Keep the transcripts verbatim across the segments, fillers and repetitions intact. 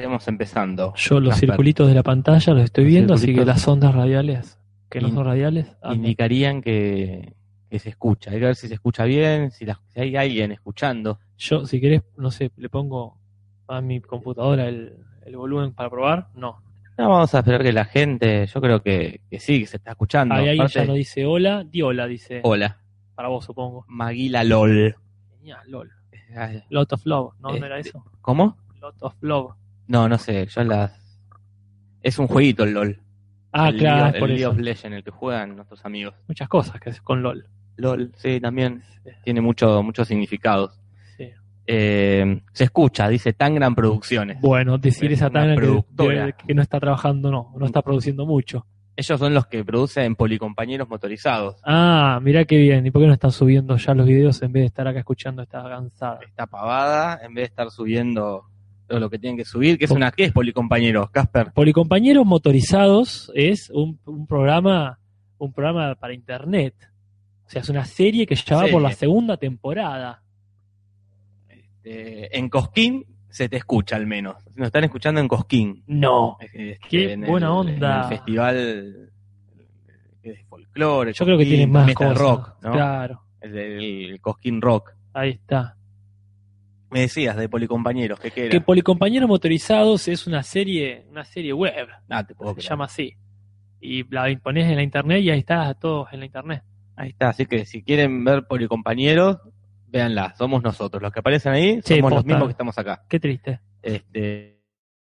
Estamos empezando. Yo los Casper, circulitos de la pantalla los estoy Los viendo, así que circulitos las ondas radiales, que no in- son radiales, ah, indicarían que, que se escucha. Hay que ver si se escucha bien, si, la- si hay alguien escuchando. yo, si querés, no sé, le pongo a mi computadora el, el volumen para probar. No. No, vamos a esperar que la gente, yo creo que, que sí, que se está escuchando. Ahí alguien Aparte, ya no dice hola, di hola, dice. hola, Para vos, supongo. Maguila LOL. Genial, LOL. Ay, Lot of Love, ¿no? ¿No era este, eso? ¿Cómo? Lot of Love. No, no sé, yo las... Es un jueguito el LOL. Ah, el claro, League, es por el League eso. of Legends, el que juegan nuestros amigos. Muchas cosas que haces con LOL. LOL, sí, también Sí. tiene mucho, muchos significados. Sí. Eh, se escucha, dice Tangram Producciones. Bueno, decir Es esa una tana que, productora. de- que no está trabajando, no, no está produciendo mucho. Ellos son los que producen policompañeros motorizados. Ah, mirá qué bien. ¿Y por qué no están subiendo ya los videos en vez de estar acá escuchando esta gansada? Esta pavada, en vez de estar subiendo todo lo que tienen que subir, que es Po- una ¿qué es policompañeros, Casper? Policompañeros Motorizados es un, un programa un programa para internet. O sea, es una serie que ya va por la Serie. segunda temporada. Eh, en Cosquín se te escucha al menos. Nos están escuchando en Cosquín. No. Este, Qué en buena el, onda. En el festival de folclore. Yo creo que Cosquín, tiene más también está el cosas. rock, ¿no? Claro, El, el Cosquín Rock. ahí está. Me decías de policompañeros, ¿qué qué era? Que Policompañeros Motorizados es una serie, una serie web, Ah, te puedo se creer. llama así. Y la pones en la internet y ahí está todos en la internet. Ahí está, así que si quieren ver policompañeros, véanla, somos nosotros. Los que aparecen ahí Sí, somos los posta. mismos que estamos acá. Qué triste. Este,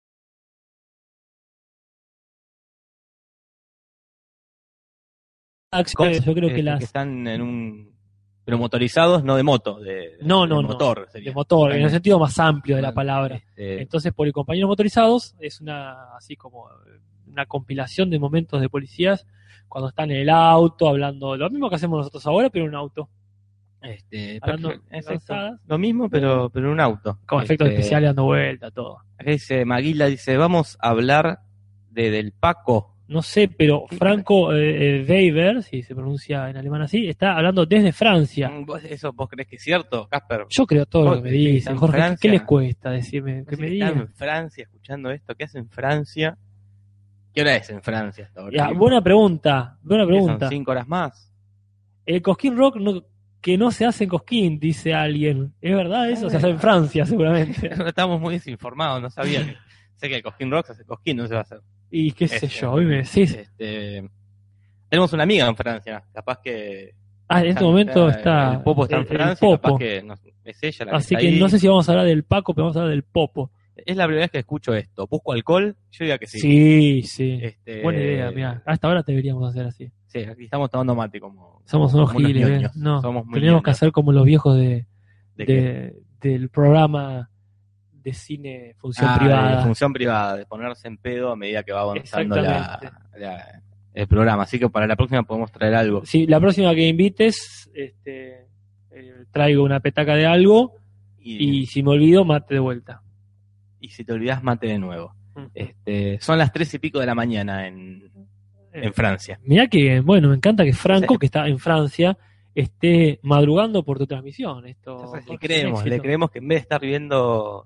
Yo creo eh, que las que están en un... Pero motorizados, no de moto, de, No, de no, no. motor. Sería. de motor, en el Están- sentido más amplio de la están, palabra. este, Entonces, Policompañeros Motorizados es una, así como una compilación de momentos de policías cuando están en el auto, hablando, lo mismo que hacemos nosotros ahora, pero en un auto, este, hablando perfecto, exacto. lanzadas, Lo mismo, pero, pero en un auto. con efectos Este, especiales dando vuelta, todo. acá dice Maguila, dice, vamos a hablar de Del Paco. No sé, pero Franco eh, eh, Weber, si se pronuncia en alemán así, está hablando desde Francia. Mm, ¿Vos- ¿Eso vos crees que es cierto, Casper? Yo creo todo lo Vos que me decís que está dicen, en Jorge. ¿qué- ¿Qué Francia? les cuesta decirme que Parece me que está digan? en Francia escuchando esto. ¿Qué hace en Francia? ¿Qué hora es en Francia hasta ahora? Ya, buena pregunta, buena ¿Qué son, pregunta. cinco horas más? El Cosquín Rock no, que no se hace en Cosquín, dice alguien. ¿Es verdad eso? Se hace en Francia, seguramente. Estamos muy desinformados, no sabía que... Sé que el Cosquín Rock se hace Cosquín, no se va a hacer. Y qué sé Este, yo, hoy me decís. Este, tenemos una amiga en Francia, capaz que... Ah, en este momento está. El Popo está en el- el Francia, Popo. capaz que no- es ella la que Así está que ahí. no sé si vamos a hablar del Paco, pero vamos a hablar del Popo. Es la primera vez que escucho esto. ¿Busco alcohol? Yo diría que sí. Sí, sí. Este, Buena idea, mira. Hasta ahora deberíamos hacer así. Sí, aquí estamos tomando mate como... Somos como unos giles, ¿eh? ñoños. No, Somos muy tenemos que ñoños. hacer como los viejos de, ¿De qué? de- del programa de cine función Ah, privada. de función privada, de ponerse en pedo a medida que va avanzando la, Exactamente. la- el programa. Así que para la próxima podemos traer algo. Sí, la próxima que invites, este, eh, traigo una petaca de algo Y, y si me olvido, mate de vuelta. y si te olvidás, mate de nuevo. Este, son las tres y pico de la mañana en, en Francia. Mirá que, bueno, me encanta que Franco, Sí. que está en Francia, esté madrugando por tu transmisión. Esto, Entonces le Jorge, es un creemos, le éxito. creemos que en vez de estar viendo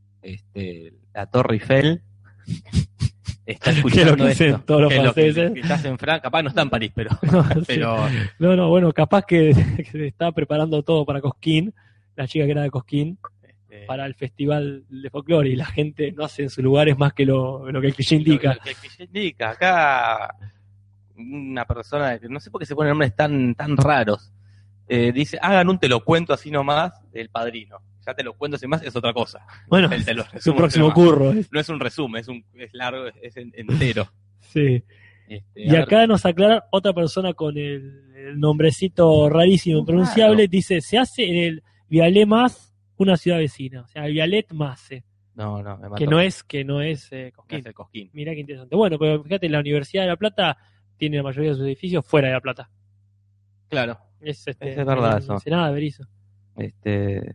este, la Torre Eiffel, está Que escuchando lo que dicen esto. todos los Que lo que- franceses. que estás en Francia, capaz no está en París, pero, No, sí. pero No, no, bueno, capaz que, que se está preparando todo para Cosquín, la chica que era de Cosquín, este, para el festival de folclore y la gente no hace en sus lugares más que lo, lo que el cliché indica. Lo que el cliché indica. Acá una persona, que no sé por qué se ponen nombres tan, tan raros, eh, dice, hagan un te lo cuento así nomás del Padrino. Ya te lo cuento sin más, es otra cosa. Bueno, El te lo su resumo próximo así nomás. curro. es- No es un resumen, es un es largo, es en- entero. Sí. Este, Y a ver, acá nos aclara otra persona con el, el nombrecito rarísimo, impronunciable, Raro. dice, se hace en el Vialet Mas, una ciudad vecina, o sea, el Vialet Masse, no, no, me mató. que no es, que no es eh, No Cosquín. es el Cosquín. Mirá qué interesante. Bueno, pero fíjate, la Universidad de La Plata tiene la mayoría de sus edificios fuera de La Plata. Claro, Es, este, Es verdad en eso. Ensenada, Berizo. este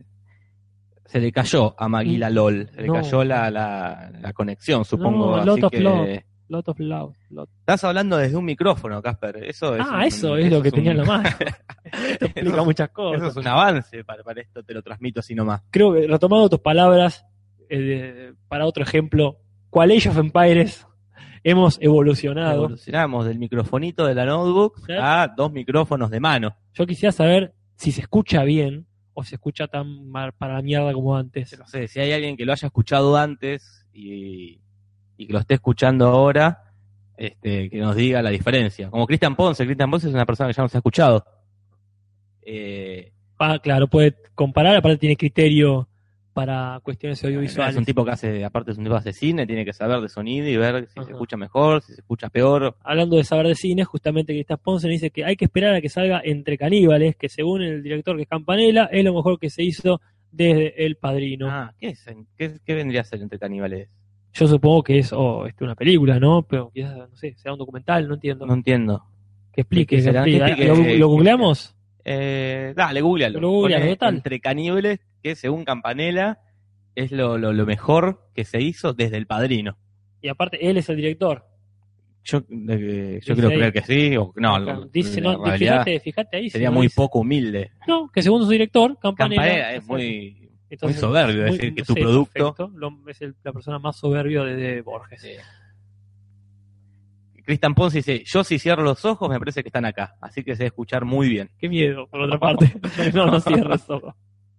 se le cayó a Maguila LOL, se le No. cayó la, la, la conexión, supongo. No, así lot of que love. Lot of love. lot- estás hablando desde un micrófono, Casper. Eso es Ah, un- eso es lo que un- tenía en la mano. Esto explica Eso- muchas Eso cosas. es un avance para, para esto, te lo transmito así nomás. Creo que, retomando tus palabras, eh, de- para otro ejemplo cual Age of Empires hemos evolucionado. Evolucionamos del microfonito de la notebook ¿Sí? a dos micrófonos de mano. Yo quisiera saber si se escucha bien o se escucha tan mal para la mierda como antes. No sé, si hay alguien que lo haya escuchado antes y, y que lo esté escuchando ahora, este, que nos diga la diferencia. Como Cristian Ponce. Cristian Ponce es una persona que ya nos ha escuchado. Eh, Ah, claro, puede comparar, aparte tiene criterio para cuestiones audiovisuales. es un tipo que hace, aparte es un tipo que hace cine, tiene que saber de sonido y ver si Ajá. se escucha mejor, si se escucha peor. Hablando de saber de cine, justamente Cristian Ponce nos dice que hay que esperar a que salga Entre Caníbales, que según el director que es Campanella, es lo mejor que se hizo desde El Padrino. Ah, ¿qué, es, qué, qué vendría a ser Entre Caníbales? Yo supongo que es oh, este, una película, ¿no? Pero quizás, no sé, será un documental, no entiendo. No entiendo. Que explique, ¿Qué que será? explique. ¿Qué explique? ¿Lo, lo googleamos? Eh, dale, googlealo. Lo googlealo, Pone total. Entre Caníbales, que según Campanella es lo, lo, lo mejor que se hizo desde El Padrino. Y aparte, él es el director. Yo, eh, Dice yo quiero ahí. creer que sí, o no, Acá. lo- Dice, la no, realidad fíjate, fíjate ahí. si sería no muy dice. poco humilde. No, que según su director, Campanella. Campanella es muy, Entonces, muy soberbio muy- decir que no tu sé, producto... perfecto. Lo- es el- la persona más soberbio de, de Borges. Sí. Cristian Ponce dice, yo si cierro los ojos me parece que están acá, así que se debe escuchar muy bien. Qué miedo, por otra parte. no, no cierres ojos.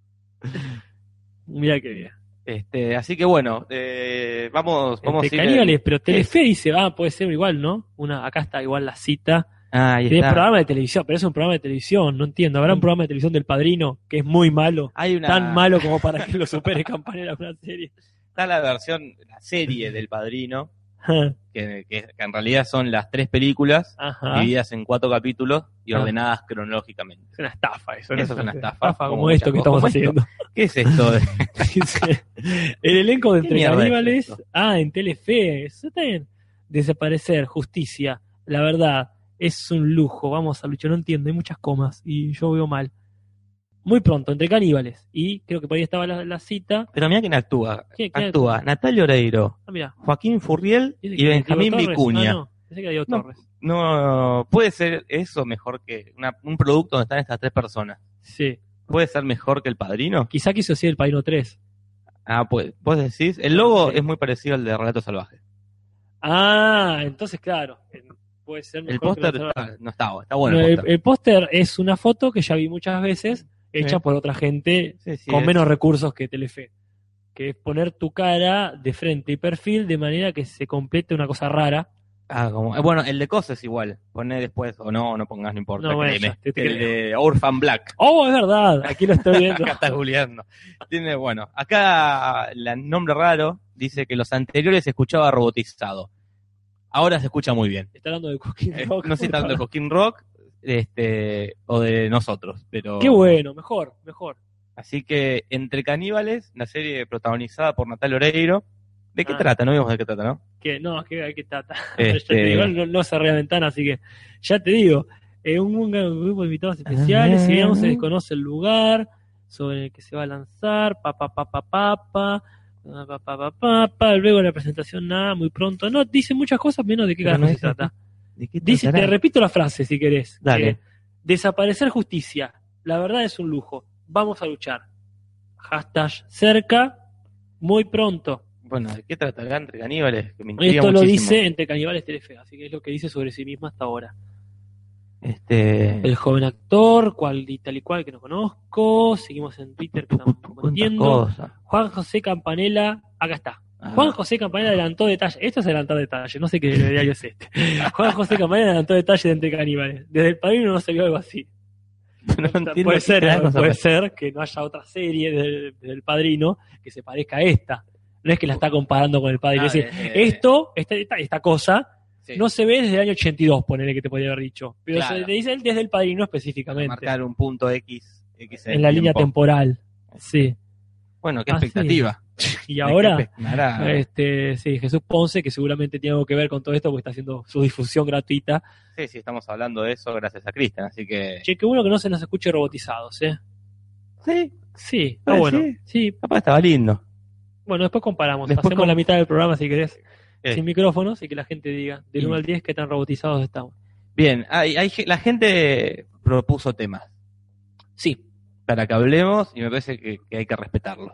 Mira qué bien. Este, así que bueno, eh, vamos, vamos Entre a ir... caníbales, pero ¿Qué Telefe dice, ah, puede ser igual, ¿no? Una, acá está igual la cita. Ah, ahí Tiene está. programa de televisión, pero es un programa de televisión, no entiendo. Habrá un programa de televisión del Padrino que es muy malo, Hay una, tan malo como para que lo supere Campanella una serie. está la versión, la serie del Padrino, que, que, que en realidad son las tres películas Ajá. divididas en cuatro capítulos y Ah. ordenadas cronológicamente. Es una estafa eso. ¿no? Eso es una estafa, como, como esto muchas que estamos cosas. haciendo. ¿Qué es esto? de- Dice, el elenco de ¿Qué Entre mierda es Caníbales. esto? Ah, en Telefe. Eso está bien. Desaparecer, justicia. La verdad, es un lujo. Vamos a luchar. No entiendo, hay muchas comas y yo veo mal. Muy pronto, Entre Caníbales. Y creo que por ahí estaba la, la cita. Pero mira quién actúa. ¿Quién- quién Actúa Natalia Oreiro, Ah, mira. Joaquín Furriel Dice y que Benjamín Diego Torres. Vicuña. Ah, no. Pensé que era Diego No. Torres. No, puede ser eso mejor que una- un producto donde están estas tres personas. Sí. ¿Puede ser mejor que El Padrino? Quizá quiso decir el Padrino tres. Ah, pues, vos decís. El logo Sí. es muy parecido al de Relato Salvaje. Ah, entonces claro. eh, Puede ser mejor El que póster lo- está, no está, está bueno No, el el, póster. el póster es una foto que ya vi muchas veces, hecha Sí. por otra gente Sí, sí, con es- menos recursos que Telefe. Que es poner tu cara de frente y perfil de manera que se complete una cosa rara. Ah, como, eh, bueno, el de Cos es igual. Poné después o no, no pongas, no importa. No, bueno, créeme. ya, te- te el creo. de Orphan Black. ¡Oh, es verdad! Aquí lo estoy viendo. Acá está googleando. Tiene, bueno, acá el nombre raro dice que los anteriores se escuchaba robotizado. Ahora se escucha muy bien. Está hablando de Cooking Eh, Rock. no sé tanto de Coquín Rock este, o de nosotros, pero... Qué bueno, mejor, mejor. Así que Entre Caníbales, la serie protagonizada por Natalia Oreiro. ¿De qué Ah. trata? No vimos de qué trata, ¿no? Que no, que hay que trata. Este- Ya te digo, no, no cerré la ventana, así que ya te digo. Eh, un, un grupo de invitados especiales, si bien aún se desconoce el lugar sobre el que se va a lanzar, pa pa pa pa pa pa, pa pa pa pa pa, pa, luego la presentación nada, muy pronto. No, dice muchas cosas menos de qué Pero carajo no se dice trata. ¿De qué Dice, te tratará? repito la frase si querés. Dale. Eh, desaparecer justicia. La verdad es un lujo. Vamos a luchar. Hashtag cerca, muy pronto. Bueno, ¿de qué tratará Entre Caníbales? Que me intriga Esto lo muchísimo. dice entre Caníbales Telefe, así que es lo que dice sobre sí misma hasta ahora. Este... El joven actor, cual y tal y cual que no conozco. Seguimos en Twitter que tampoco Cuántas entiendo. cosas. Juan José Campanella, acá está. Ah. Juan José Campanella adelantó detalles. Esto es adelantar detalles, no sé qué diario es este. Juan José Campanella adelantó detalles de Entre Caníbales. Desde El Padrino no se vio algo así. No entiendo puede qué ser, carajos puede pasa. ser que no haya otra serie del, del Padrino que se parezca a esta. No es que la está comparando con El Padrino. Ah, es decir, eh, esto, esta, esta, esta cosa, sí. no se ve desde el año ochenta y dos, ponele que te podría haber dicho. Pero Claro. se le dice desde El Padrino Para específicamente. marcar un punto X, X En la línea tiempo. temporal. Sí. Bueno, qué Ah, sí. expectativa. Y ¿De ahora, qué esperará? este, sí, Jesús Ponce, que seguramente tiene algo que ver con todo esto porque está haciendo su difusión gratuita. Sí, sí, estamos hablando de eso gracias a Cristian, así que... Che, qué bueno que no se nos escuche robotizados, ¿eh? Sí, Sí, está Ah, bueno. sí. Sí, capaz estaba lindo. bueno, después comparamos. Después Hacemos com- la mitad del programa si querés, Eh. sin micrófonos y que la gente diga del Y- uno al diez qué tan robotizados estamos. Bien, hay, hay, ge- la gente propuso temas Sí, para que hablemos y me parece que, que hay que respetarlos.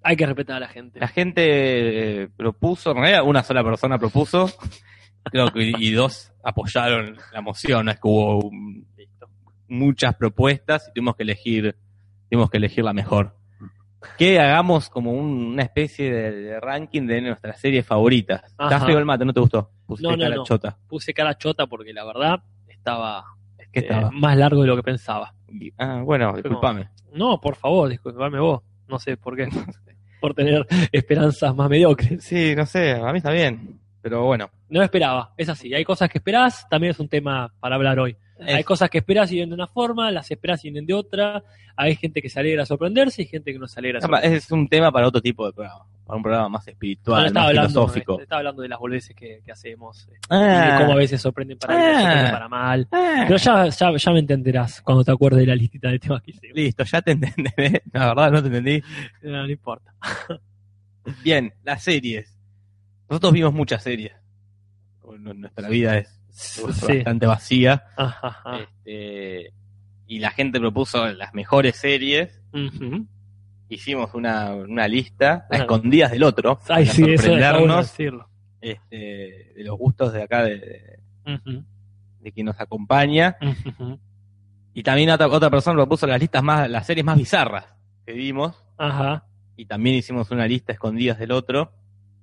Hay que respetar a la gente. La gente eh, propuso, en realidad una sola persona propuso, creo que y dos apoyaron la moción, no es que hubo un, muchas propuestas y tuvimos que elegir, tuvimos que elegir la mejor. Que hagamos como un, una especie de, de ranking de nuestras series favoritas. Ajá. ¿Está feo el mate? ¿No te gustó? Pusiste No, no, cara no. chota. Puse cara chota porque la verdad estaba, ¿Qué eh, estaba? más largo de lo que pensaba. Ah, bueno, discúlpame. No, por favor, disculpame vos. No sé por qué. Por tener esperanzas más mediocres. Sí, no sé, a mí está bien. Pero bueno. No esperaba, es así. Hay cosas que esperás, también es un tema para hablar hoy. Es- Hay cosas que esperás y vienen de una forma, las esperás y vienen de otra. Hay gente que se alegra a sorprenderse y gente que no se alegra a sorprenderse. Es un tema para otro tipo de programa. Para un programa más No, espiritual, estaba más hablando, filosófico. estaba hablando de las boludeces que, que hacemos. eh, Ah. y de cómo a veces sorprenden para bien, Ah. sorprenden para mal. Ah. Pero ya, ya, ya me entenderás cuando te acuerdes de la listita de temas que hicimos. Listo, ya te entendí. La verdad no te entendí. No, no importa. Bien, las series. Nosotros vimos muchas series. Bueno, nuestra vida es Sí. bastante vacía. Ajá, ajá. Este, y la gente propuso las mejores series. Ujú. Hicimos una, una lista a Bueno. escondidas del otro. Ay, para sí, eso está bueno sorprendernos decirlo. este, de los gustos de acá de, de, Ujú, de quien nos acompaña. ujú. Y también otra, otra persona propuso las listas más, las series más bizarras que vimos. Ajá. Y también hicimos una lista escondidas del otro.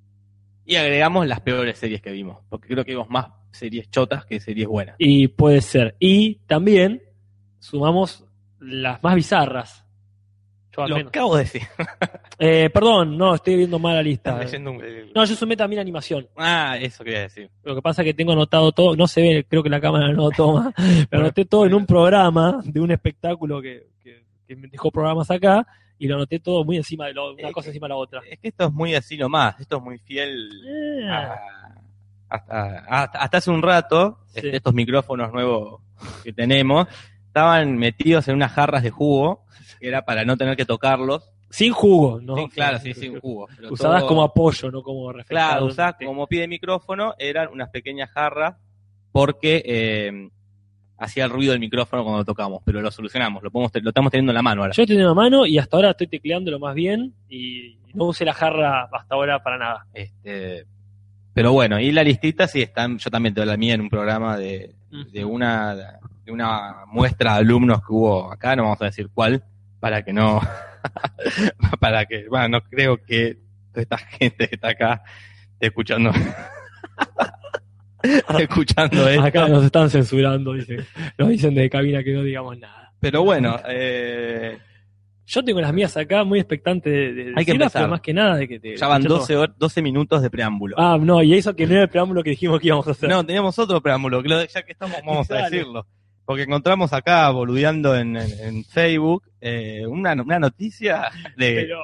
Y agregamos las peores series que vimos. Porque creo que vimos más series chotas que series buenas. Y puede ser. Y también sumamos las más bizarras. Yo al Lo menos. acabo de decir. Eh, perdón, no, estoy viendo mal la lista. Estás leyendo un- el- No, yo sumé también animación. Ah, eso quería decir. Lo que pasa es que tengo anotado todo, no se ve, creo que la cámara no lo toma, pero anoté todo en un programa de un espectáculo que, que, que me dejó programas acá y lo anoté todo muy encima de lo, una Eh, cosa encima de la otra. Es que esto es muy así nomás. Esto es muy fiel. Eh, a- hasta, hasta, hasta hace un rato, Sí. este, estos micrófonos nuevos que tenemos estaban metidos en unas jarras de jugo, que era para no tener que tocarlos. Sin jugo, ¿no? Sí, claro, sí, sin jugo. pero Usadas todo- como apoyo, no como refrescado. Claro, usadas como pie de micrófono, eran unas pequeñas jarras porque eh, hacía el ruido del micrófono cuando lo tocamos, pero lo solucionamos, lo, podemos, lo estamos teniendo en la mano ahora. Yo estoy en la mano y hasta ahora estoy tecleándolo más bien y no usé la jarra hasta ahora para nada. Este, pero bueno, y la listita sí están, yo también te la mía en un programa de, de una de una muestra de alumnos que hubo acá, no vamos a decir cuál, para que no, para que, bueno, no creo que toda esta gente que está acá esté escuchando, escuchando esto. Acá nos están censurando, dicen. Nos dicen de cabina que no digamos nada. Pero bueno, eh, Yo tengo las mías acá muy expectante de, de Hay que decirlas, empezar. pero más que nada de que te ya van escuchando- doce, hor- doce minutos de preámbulo. Ah, no, y eso que no era el preámbulo que dijimos que íbamos a hacer. No, teníamos otro preámbulo, que lo- ya que estamos vamos a Dale. decirlo. Porque encontramos acá, boludeando en, en, en Facebook, eh, una, una noticia de, pero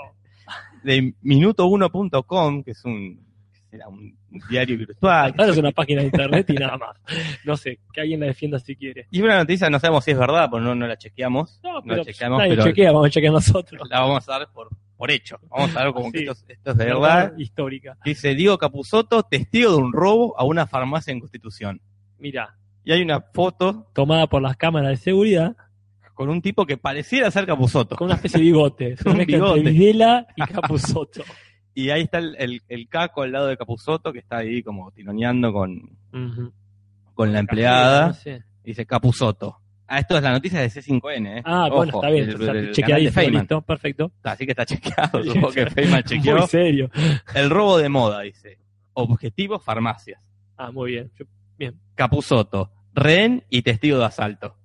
de minuto uno punto com, que es un, era un diario virtual. ahora es una página de internet y nada más. No sé, que alguien la defienda si quiere. Y una noticia, no sabemos si es verdad, porque no, no la chequeamos. No, No pero la chequeamos, nadie pero chequea, vamos a chequear nosotros. la vamos a dar por, por hecho. Vamos a ver como que Sí. esto, es- esto es de verdad. Histórica. Dice Diego Capusotto, testigo de un robo a una farmacia en Constitución. Mira, Y hay una foto tomada por las cámaras de seguridad con un tipo que pareciera ser Capusotto. con una especie de bigote. Es una Un mezcla entre bigote. Videla y Capusotto. Y ahí está el, el, el caco al lado de Capusotto, que está ahí como tironeando con, Ujú. con la empleada. No sé. Dice Capusotto. Ah, esto es la noticia de C cinco N, ¿eh? Ah, bueno, Ojo, está bien. el- o sea, el canal de chequeadito, Feynman. listo, perfecto. Así que está chequeado, supongo que Feynman chequeó. Muy serio. El robo de moda, dice. Objetivo, farmacias. Ah, muy bien. Yo- bien. Capusotto, rehén y testigo de asalto.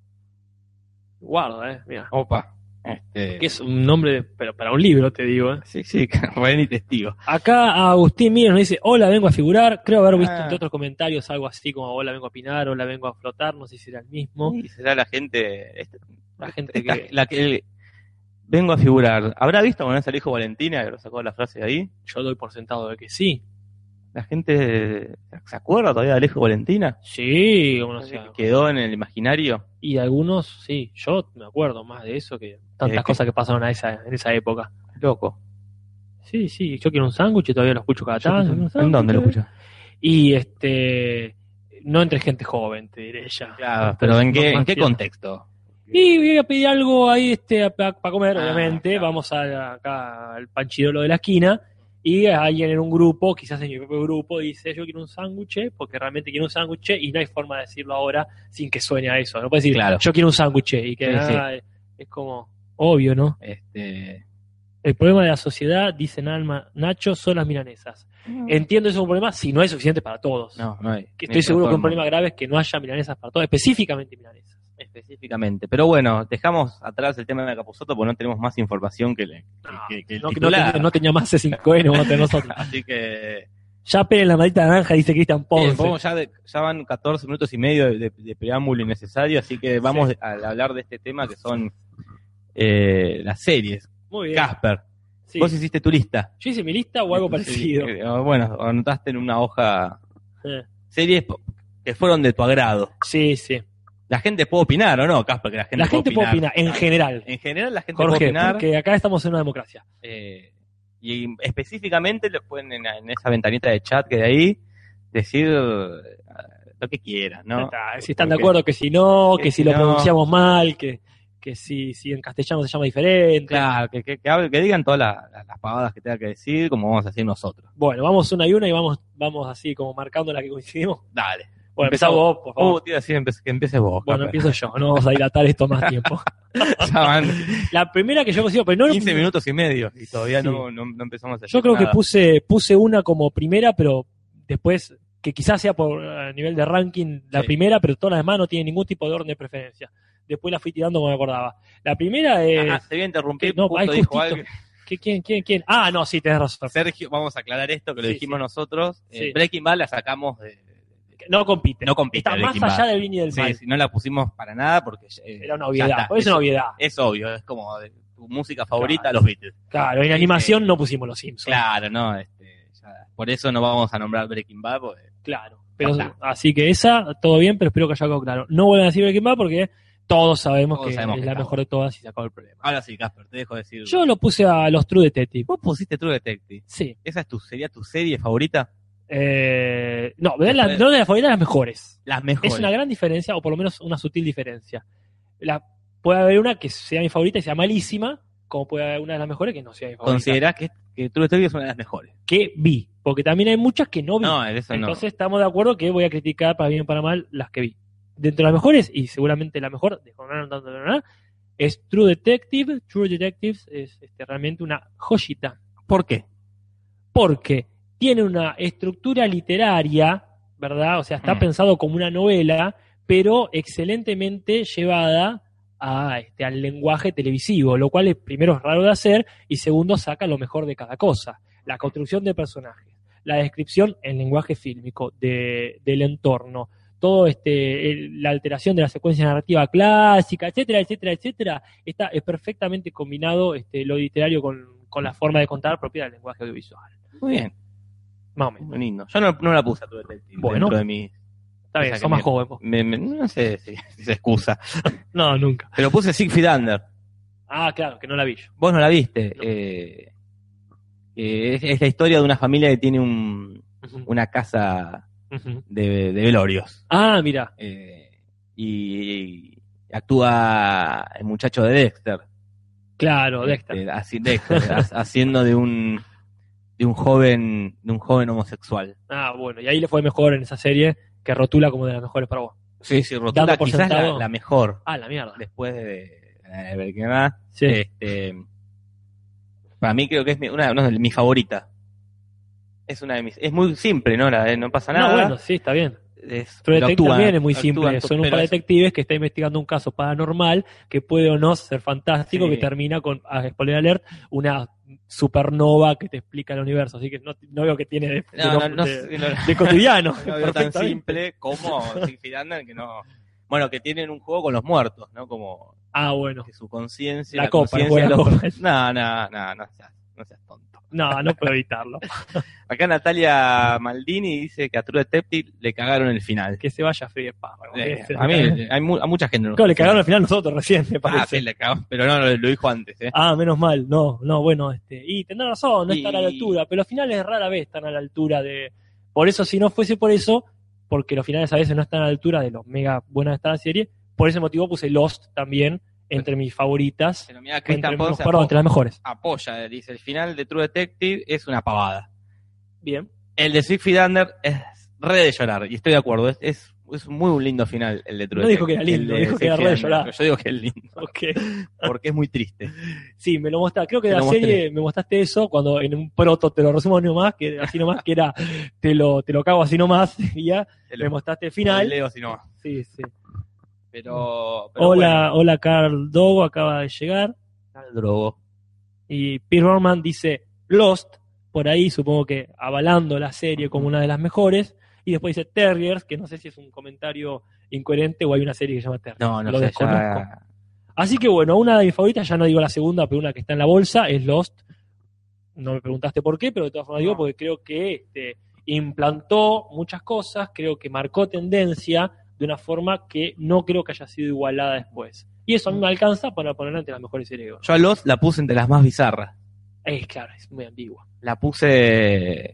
Guarda, eh. Mira. Opa. Este... Que es un nombre, pero para un libro, te digo, eh. Sí, sí, rehén y testigo. Acá Agustín Míos nos dice, hola, vengo a figurar. Creo haber visto Ah. entre otros comentarios algo así como, hola, vengo a opinar, hola, vengo a flotar. No sé si era el mismo. Y será la gente... esta- La gente esta- que... la que vengo a figurar. ¿Habrá visto cuando es el hijo Valentina que lo sacó la frase de ahí? Yo doy por sentado de que sí. ¿La gente se acuerda todavía del hijo Valentina? Sí, uno sea, Que quedó en el imaginario. y algunos, sí, yo me acuerdo más de eso que tantas Eh, que- cosas que pasaron a esa, en esa época. Loco. Sí, sí, yo quiero un sándwich y todavía lo escucho cada tanto. quiero un ¿En sándwich, dónde lo todavía. escuchas? Y este, no entre gente joven, te diré ya. Claro, pero ¿en qué, Más ¿en qué cierto. contexto? Y voy a pedir algo ahí este para comer, Ah, obviamente. claro. Vamos a, acá al panchirolo de la esquina. Y alguien en un grupo, quizás en mi propio grupo, dice: yo quiero un sándwich, porque realmente quiero un sándwich, y no hay forma de decirlo ahora sin que suene a eso. No puedes decir, Claro. yo quiero un sándwich, y que Sí, ah, es como obvio, ¿no? Este, El problema de la sociedad, dice Alma, Nacho, son las milanesas. Entiendo eso es un problema si no es suficiente para todos. no, no hay. Que no hay estoy seguro para que un todo el problema grave es que no haya milanesas para todos, específicamente milanesas. Específicamente. Pero bueno, dejamos atrás el tema de Capusotto porque no tenemos más información que, le, que, No, que- que el no, que no titular. tenía, no tenía más C cinco N como tenemos nosotros. Así que Ya peguen la maldita naranja, dice Cristian bien, Ponce. podemos ya, de- ya van catorce minutos y medio de, de- de preámbulo innecesario, así que vamos a hablar de este tema que son eh, las series. Muy bien. Casper, Sí. vos hiciste tu lista. Yo hice mi lista o algo Sí, parecido. eh, bueno, anotaste en una hoja Eh, series po- que fueron de tu agrado. Sí, sí. La gente puede opinar o no, Casper, que la gente, La gente puede opinar, en Claro. general. En general la gente puede Jorge, opinar. porque acá estamos en una democracia. Eh, y específicamente les pueden en, en esa ventanita de chat que hay ahí decir eh, lo que quieran, ¿no? Está, si están de Porque- acuerdo que si no, que que si si lo no. pronunciamos mal, que, que si, si en castellano se llama diferente. Claro, que, que, que, hable- que digan todas las, las- las pavadas que tenga que decir, como vamos a decir nosotros. Bueno, vamos una y una y vamos, vamos así como marcando la que coincidimos. Dale. Bueno, Empezá empezá vos, por favor. Uh, te iba a decir empe- que empieces vos. Bueno, Casper. empiezo yo, no vamos a dilatar esto más tiempo. Ya van La primera que yo consigo, pero no quince minutos y medio y todavía Sí. no, no, no empezamos a decir Yo creo que nada. puse, puse una como primera, pero después, que quizás sea por a nivel de ranking la Sí. primera, pero todas las demás no tienen ningún tipo de orden de preferencia. Después la fui tirando como me acordaba. La primera es... Ah, te voy a interrumpir, no, justo ay, dijo justito. algo. ¿Qué, quién, quién, quién? Ah, no, sí, tenés razón. Sergio, vamos a aclarar esto que lo Sí, dijimos sí. nosotros. Sí. Eh, Breaking Bad la sacamos de, de- No compite. no compite Está más Breaking allá Bad. del bien y del Sí, mal. sí, no la pusimos para nada porque eh, Era una ya obviedad. está. Pues es una obviedad. Es obvio, es como de tu música favorita, Claro. los Beatles. Claro, en Sí, animación sí. no pusimos los Simpsons. Claro, no, este, ya- por eso no vamos a nombrar Breaking Bad porque Claro. Pero, Ya está. así que esa, todo bien, pero espero que haya quedado claro. No vuelvan a decir Breaking Bad porque todos sabemos Todos que sabemos es que la está mejor de todas y se acabó el problema. ahora sí, Casper, te dejo decir. Yo lo puse a los True Detective. Vos pusiste True Detective. Sí. ¿Esa es tu, sería tu serie favorita? Eh, no, de la, Después- no de las favoritas, las mejores. Las mejores. Es una gran diferencia, o por lo menos una sutil diferencia. La, puede haber una que sea mi favorita y sea malísima, como puede haber una de las mejores que no sea mi favorita. ¿Considerás que, que True Detective es una de las mejores? Que vi, porque también hay muchas que no vi. No, eso no. Entonces estamos de acuerdo que voy a criticar para bien o para mal las que vi. Dentro de las mejores, y seguramente la mejor, de tanto es True Detective. True Detectives es este, realmente una joyita. ¿Por qué? Porque tiene una estructura literaria, ¿verdad? O sea, está Mm. pensado como una novela, pero excelentemente llevada a, este, al lenguaje televisivo, lo cual es, primero es raro de hacer y segundo saca lo mejor de cada cosa. La construcción de personajes, la descripción en lenguaje fílmico de, del entorno, todo este, el- la alteración de la secuencia narrativa clásica, etcétera, etcétera, etcétera, está es perfectamente combinado este, lo literario con, con la forma de contar propia del lenguaje audiovisual. Muy bien, Más o menos. muy lindo. Yo no, no la puse a True Detective Bueno. dentro de mi... Está bien, o sea, sos que más me- joven vos. me- me- no sé si, si se excusa. No, nunca. Pero puse Six Feet Under. Ah, claro, que no la vi yo. Vos no la viste. No. Eh, eh, es, es la historia de una familia que tiene un, Ujú, una casa ujú. de, de velorios. Ah, mira. Eh, y, y actúa el muchacho de Dexter. Claro, Dexter. Este, así- Dexter, ha- haciendo de un de un joven de un joven homosexual. Ah, bueno, y ahí le fue mejor en esa serie que rotula como de las mejores para vos. Sí, sí, rotula Dando por quizás la, sentado. la mejor Ah, la mierda. después de, de Breaking Bad. Sí. Este, para mí creo que es mi, una, una de mis favoritas. Es una de mis, es muy simple, ¿no? La- no pasa nada. No, bueno, sí, está bien. Es- True pero Detective actúan- también es muy actúan simple. to- Son un pero par de es- detectives que está investigando un caso paranormal que puede o no ser fantástico, Sí. que termina con, a spoiler alert, una supernova que te explica el universo. Así que no, no veo que tiene de, de No, lo- no, no, de- sé, no- de cotidiano. no veo tan Perfectamente. simple como Six Feet Under, que no. Bueno, que tienen un juego con los muertos, ¿no? Como Ah, bueno. que su conciencia. La copa, conciencia el de juego de los- la No, no, no, no seas, no seas tonto. No, no puedo evitarlo. Acá Natalia Maldini dice que a True Detective le cagaron el final. Que se vaya Free Espárrago. Eh, Que se- a mí, hay mu- a mucha gente no. Claro, le cagaron al final nosotros recién, me Ah, parece. sí, le cagó, pero no, lo, lo dijo antes, ¿eh? Ah, menos mal, no, no, bueno, este, y tendrá razón, no Y- están a la altura, pero los finales rara vez están a la altura de, por eso si no fuese por eso, porque los finales a veces no están a la altura de los mega buenas de esta serie, por ese motivo puse Lost también entre mis favoritas. Pero mira, Christian entre, Ponce perdón, entre las mejores. apoya, dice, el final de True Detective es una pavada. Bien. El de Six Feet Under es re de llorar, y estoy de acuerdo, es, es, es muy un lindo final el de True No dijo Detective. que era lindo, El de dijo que Six era Feet re de Under, llorar. pero yo digo que es lindo, Okay. porque es muy triste. Sí, me lo mostraste. Creo que Te de la lo serie mostré. me mostraste eso cuando en un proto te lo resumo nomás, que así nomás, que era te lo, te lo cago así nomás, y ya Te me lo- mostraste el lo final. leo así nomás. Sí, sí. Pero, pero Hola, hola Carl Dogo, acaba de llegar. bueno, el drogo. Y Pete Roman dice Lost, por ahí supongo que avalando la serie como una de las mejores. Y después dice Terriers, que no sé si es un comentario incoherente o hay una serie que se llama Terriers. No, no lo sé, desconozco. ya... Así que bueno, una de mis favoritas, ya no digo la segunda, pero una que está en la bolsa, es Lost. No me preguntaste por qué, pero de todas formas digo No. porque creo que este, implantó muchas cosas, creo que marcó tendencia de una forma que no creo que haya sido igualada después. Y eso a mí me alcanza para ponerla entre las mejores series. Yo a Lost la puse entre las más bizarras. Es claro, es muy ambigua. La puse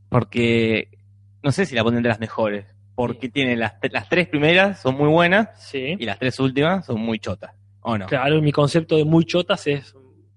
porque no sé si la pone entre las mejores, porque Sí. tiene las, las tres primeras son muy buenas Sí. y las tres últimas son muy chotas, ¿o no? Claro, mi concepto de muy chotas es,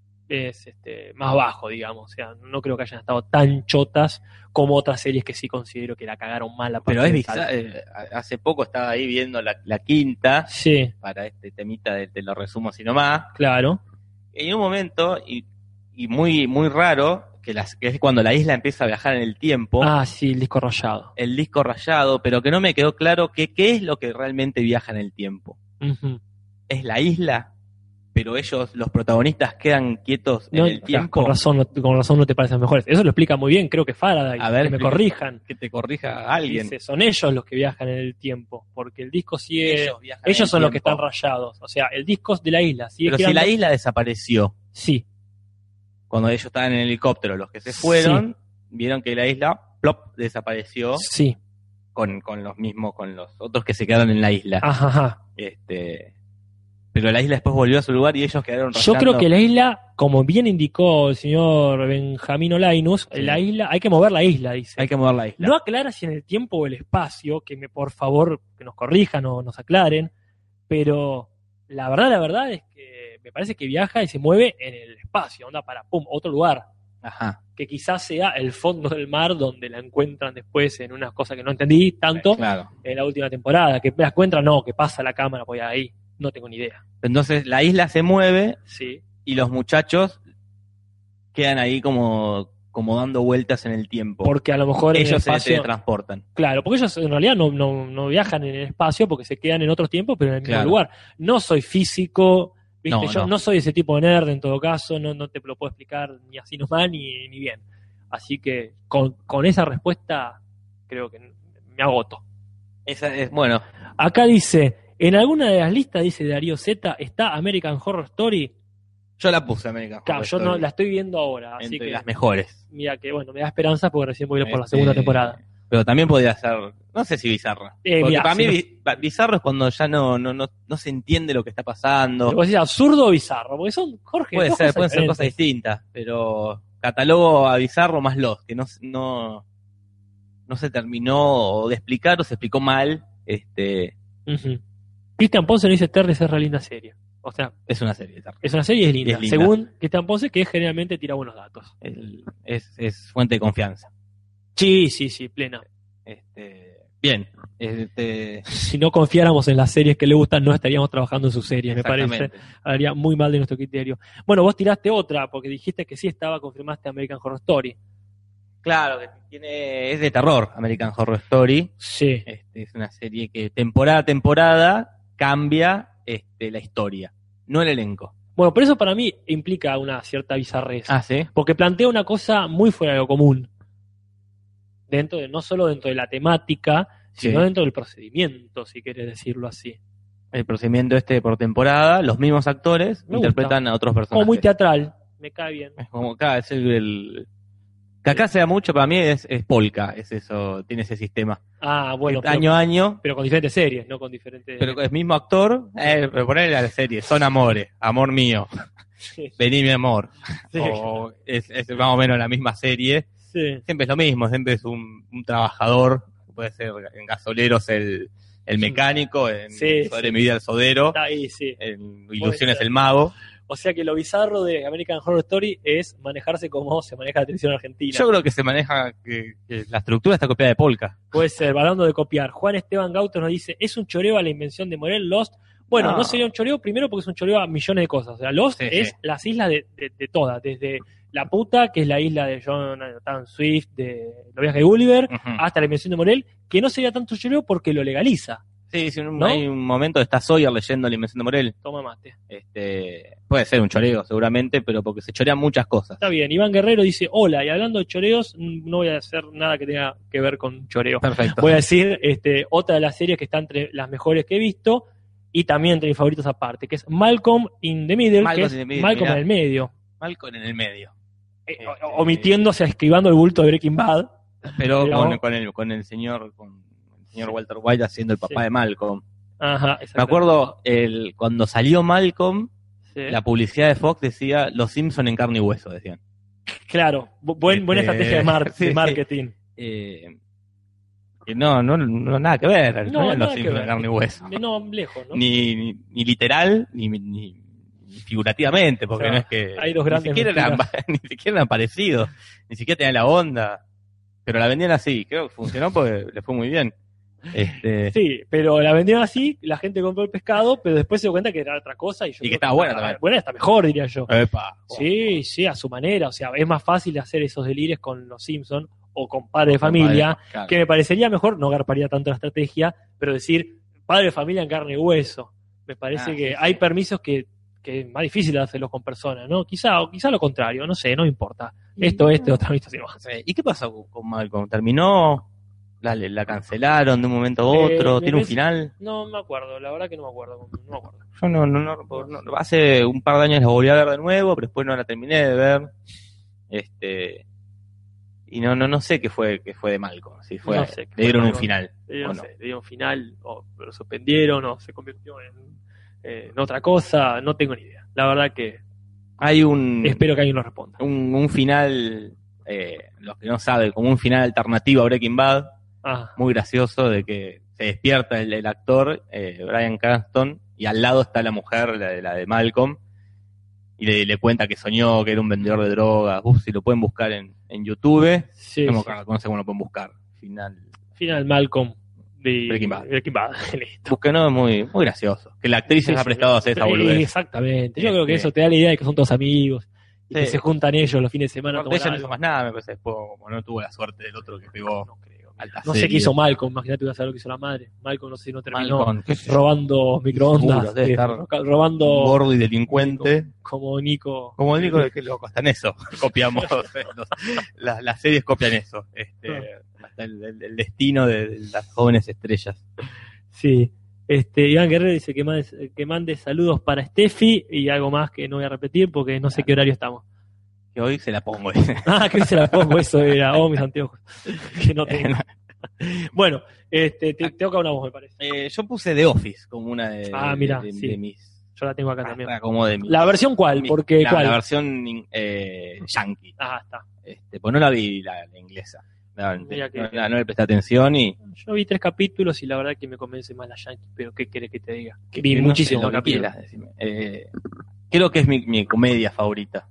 es este, más bajo, digamos. O sea, no creo que hayan estado tan chotas como otras series que sí considero que la cagaron mal. A Pero partir es del bizarro. salto. Eh, hace poco estaba ahí viendo la, la quinta Sí, para este temita de, de lo resumo así nomás. claro. Y en un momento, y, y muy, muy raro, que, las, que es cuando la isla empieza a viajar en el tiempo, Ah, sí, el disco rayado. el disco rayado, pero que no me quedó claro que, qué es lo que realmente viaja en el tiempo. Ujú. ¿Es la isla? Pero ellos, los protagonistas, quedan quietos No, en el o sea, tiempo. con razón, no, con razón no te parecen mejores. Eso lo explica muy bien, creo que Faraday. A ver, que me explica- corrijan. Que te corrija alguien. Dice, son ellos los que viajan en el tiempo, porque el disco sigue. Ellos, viajan en el son los que tiempo. están rayados. O sea, el disco de la isla sigue Pero si girando. la isla desapareció, Sí, cuando ellos estaban en el helicóptero, los que se fueron, vieron que la isla, plop, desapareció sí. con, con los mismos, con los otros que se quedaron en la isla. Ajá, ajá. Este, pero la isla después volvió a su lugar y ellos quedaron Yo rayando. creo que la isla, como bien indicó el señor Benjamín Olainus, Sí. la isla, hay que mover la isla, dice. Hay que mover la isla. No aclara si en el tiempo o el espacio, que me por favor que nos corrijan o nos aclaren, pero la verdad, la verdad es que me parece que viaja y se mueve en el espacio, onda para pum, otro lugar, Ajá. que quizás sea el fondo del mar donde la encuentran después en unas cosas que no entendí tanto Claro. en la última temporada, que la encuentran, no, que pasa la cámara por ahí, no tengo ni idea. Entonces la isla se mueve Sí, y los muchachos quedan ahí como, como dando vueltas en el tiempo. porque a lo mejor en el ellos se espacio, teletransportan. claro, porque ellos en realidad no, no, no viajan en el espacio porque se quedan en otros tiempos, pero en el mismo Claro. lugar. No soy físico, ¿viste? No, Yo no. no. soy ese tipo de nerd en todo caso, no, no te lo puedo explicar ni así nomás ni, ni bien. Así que con, con esa respuesta creo que me agoto. Esa es, bueno, Acá dice, en alguna de las listas, dice Darío Z, está American Horror Story. yo la puse American Claro, Horror yo no Story la estoy viendo ahora, así entre que las mejores. mira que bueno, me da esperanza porque recién voy a ir por la Este, segunda temporada. Pero también podría ser, no sé si bizarra. Eh, Porque mirá, para si mí no- bi- bizarro es cuando ya no, no, no, no se entiende lo que está pasando. Vos decís absurdo o bizarro, porque son, Jorge, Puede dos ser, cosas pueden ser diferentes. cosas distintas, pero catalogo a bizarro más los, que no, no, no se terminó de explicar o se explicó mal. Este, Ujú. Cristian Ponce no dice Terry es re linda serie. O sea, es una serie bizarra. es una serie y es linda. Es linda. Según Cristian Ponce, que generalmente tira buenos datos. El- es, es fuente de confianza. Sí, sí, sí, plena. Este, bien, este, Si no confiáramos en las series que le gustan, no estaríamos trabajando en sus series, me parece. exactamente. Haría muy mal de nuestro criterio. Bueno, vos tiraste otra, porque dijiste que sí estaba, confirmaste American Horror Story. Claro, que tiene, es de terror, American Horror Story. Sí. Este, es una serie que temporada a temporada cambia este, la historia, no el elenco. Bueno, pero eso para mí implica una cierta bizarrez. Ah, sí. Porque plantea una cosa muy fuera de lo común. Dentro de, no solo dentro de la temática, sino Sí. dentro del procedimiento, si quieres decirlo así. El procedimiento este por temporada, los mismos actores Me interpretan a otros Como personajes. muy teatral, me cae bien. Es como acá, es el, el- que acá sea mucho, para mí es, es Polka, es eso, tiene ese sistema. Ah, bueno, Es pero, año a año, pero con diferentes series, no con diferentes... pero es mismo actor, eh, pero ponerle a la serie, son amores, amor mío, Sí, vení mi amor. sí, O es, es más o menos la misma serie. sí. Siempre es lo mismo, siempre es un, un trabajador, puede ser en Gasoleros el, el mecánico, en Sí, Sobre sí. mi vida el sodero, Está ahí, sí. en Ilusiones ser. el mago. O sea que lo bizarro de American Horror Story es manejarse como se maneja la televisión argentina. Yo creo que se maneja, que, que la estructura está copiada de Polka. Puede ser, hablando de copiar. Juan Esteban Gauto nos dice, ¿es un choreo a la invención de Morel, Lost? Bueno, no, No. sería un choreo primero porque es un choreo a millones de cosas. O sea, Lost Sí, es sí. las islas de, de, de todas, desde La Puta, que es la isla de Jonathan Swift, de Los viajes de Gulliver, Ujú. hasta la invención de Morel, que no sería tanto choreo porque lo legaliza. Sí, sí, un- ¿No? hay un momento que está Sawyer leyendo La invención de Morel. Toma mate. Este, puede ser un choreo seguramente, pero porque se chorean muchas cosas. Está bien, Iván Guerrero dice, hola, y hablando de choreos, mm, no voy a hacer nada que tenga que ver con choreo. Perfecto. Voy a decir este, otra de las series que está entre las mejores que he visto y también entre mis favoritos aparte, que es Malcolm in the Middle, Malcolm que es in the Middle, Malcolm mirá. en el medio, Malcolm en el medio. eh, Este, o- omitiéndose, esquivando el bulto de Breaking Bad. Pero Digamos. con, con el, con el señor, con el señor Walter White haciendo el papá Sí. de Malcolm. Ajá, Me acuerdo el, cuando salió Malcolm, Sí. la publicidad de Fox decía Los Simpson en carne y hueso, decían. Claro, bu- buen, buena Este, estrategia de, mar- sí, de sí. marketing. Eh, que no, no, no, nada que ver. No, No, eran Los nada que Simpson ver. en carne y hueso. De- No, lejos, ¿no? Ni, ni, ni literal, ni, ni, ni figurativamente, porque O sea, no es que hay dos ni grandes siquiera, eran, mentiras. ni siquiera eran parecidos, ni siquiera tenían la onda, pero la vendían así, creo que funcionó porque le fue muy bien. Este, Sí, pero la vendieron así, la gente compró el pescado, pero después se dio cuenta que era otra cosa. Y, yo Y que creo estaba buena está- también. Buena, está mejor, diría yo. epa, Sí, sí, a su manera. O sea, es más fácil hacer esos delires con los Simpsons o con Padre de Con Familia, padre, claro. que me parecería mejor, no garparía tanto la estrategia, pero decir Padre de Familia en carne y hueso. Me parece Ah, que sí, hay sí. permisos que, que es más difícil hacerlos con personas, ¿no? Quizá, o quizá lo contrario, no sé, no importa. Esto, este, otra vista sin más. Sí. ¿Y qué pasó con- con Malcolm? ¿Terminó? ¿La, la cancelaron de un momento a otro? Eh, me ¿Tiene un parece- final? No me acuerdo, la verdad que no me acuerdo. No me acuerdo. Yo no, no, no, no- hace un par de años la volví a ver de nuevo, pero después no la terminé de ver. Este, y no, no, no sé qué fue, qué fue de Malcolm. Si fue, No sé qué le fue dieron de un Malcolm. final. Eh, ¿o no no? sé, le dieron final, o lo suspendieron, o se convirtió en, eh, en otra cosa, no tengo ni idea. La verdad que Hay un, espero que alguien lo responda. un, un final, eh, los que no saben, como un final alternativo a Breaking Bad, Ah, muy gracioso, de que se despierta el, el actor, eh, Bryan Cranston, y al lado está la mujer, la de, la de Malcolm, y le, le cuenta que soñó que era un vendedor de drogas. Uf, si lo pueden buscar en, en YouTube, sí, no, sí. me acuerdo, no sé cómo lo pueden buscar. Final. Final Malcolm de Breaking Bad. Breaking Bad. Listo. Búsquenlo, es muy, muy gracioso. Que la actriz se Sí, ha sí, prestado a hacer esa eh, boludez. Exactamente. Yo Este- creo que eso te da la idea de que son todos amigos y que Sí. se juntan ellos los fines de semana. a Aparte, tomar ella no hizo algo. más nada, me parece, después, como no tuvo la suerte del otro que pegó. No creo. alta No sé serie. qué hizo Malcolm, imagínate, voy a saber lo que hizo la madre. Malcolm no sé si no terminó Malcolm, qué sé yo, robando microondas, Seguro, debe eh, estar ro- robando gordo y delincuente. como Nico. Como el Nico, que loco, hasta en eso copiamos. los- las, las series copian eso. Este, hasta el, el- el destino de, de las jóvenes estrellas. Sí. Este, Iván Guerrero dice que mande, que mande saludos para Steffi y algo más que no voy a repetir porque no sé qué horario estamos. Que hoy se la pongo. Ah, que se la pongo, eso era. Oh, mis anteojos. Que no tengo. Bueno, este, te, te toca una voz, me parece. Eh, yo puse The Office como una de, Ah, mira, de, de- sí. de mis. Yo la tengo acá también. Como de mis- ¿La versión cuál? mis- Porque, la, ¿cuál? la versión eh, yankee. Ah, está. Este, pues no la vi la, la inglesa. No, Mira que- no- no- no le presté atención y. Yo vi tres capítulos y la verdad que me convence más la Yankee, pero ¿qué querés que te diga? que- Vi que no sé muchísimos lo que capítulos. quieras decirme. Eh, creo que es mi, mi comedia favorita.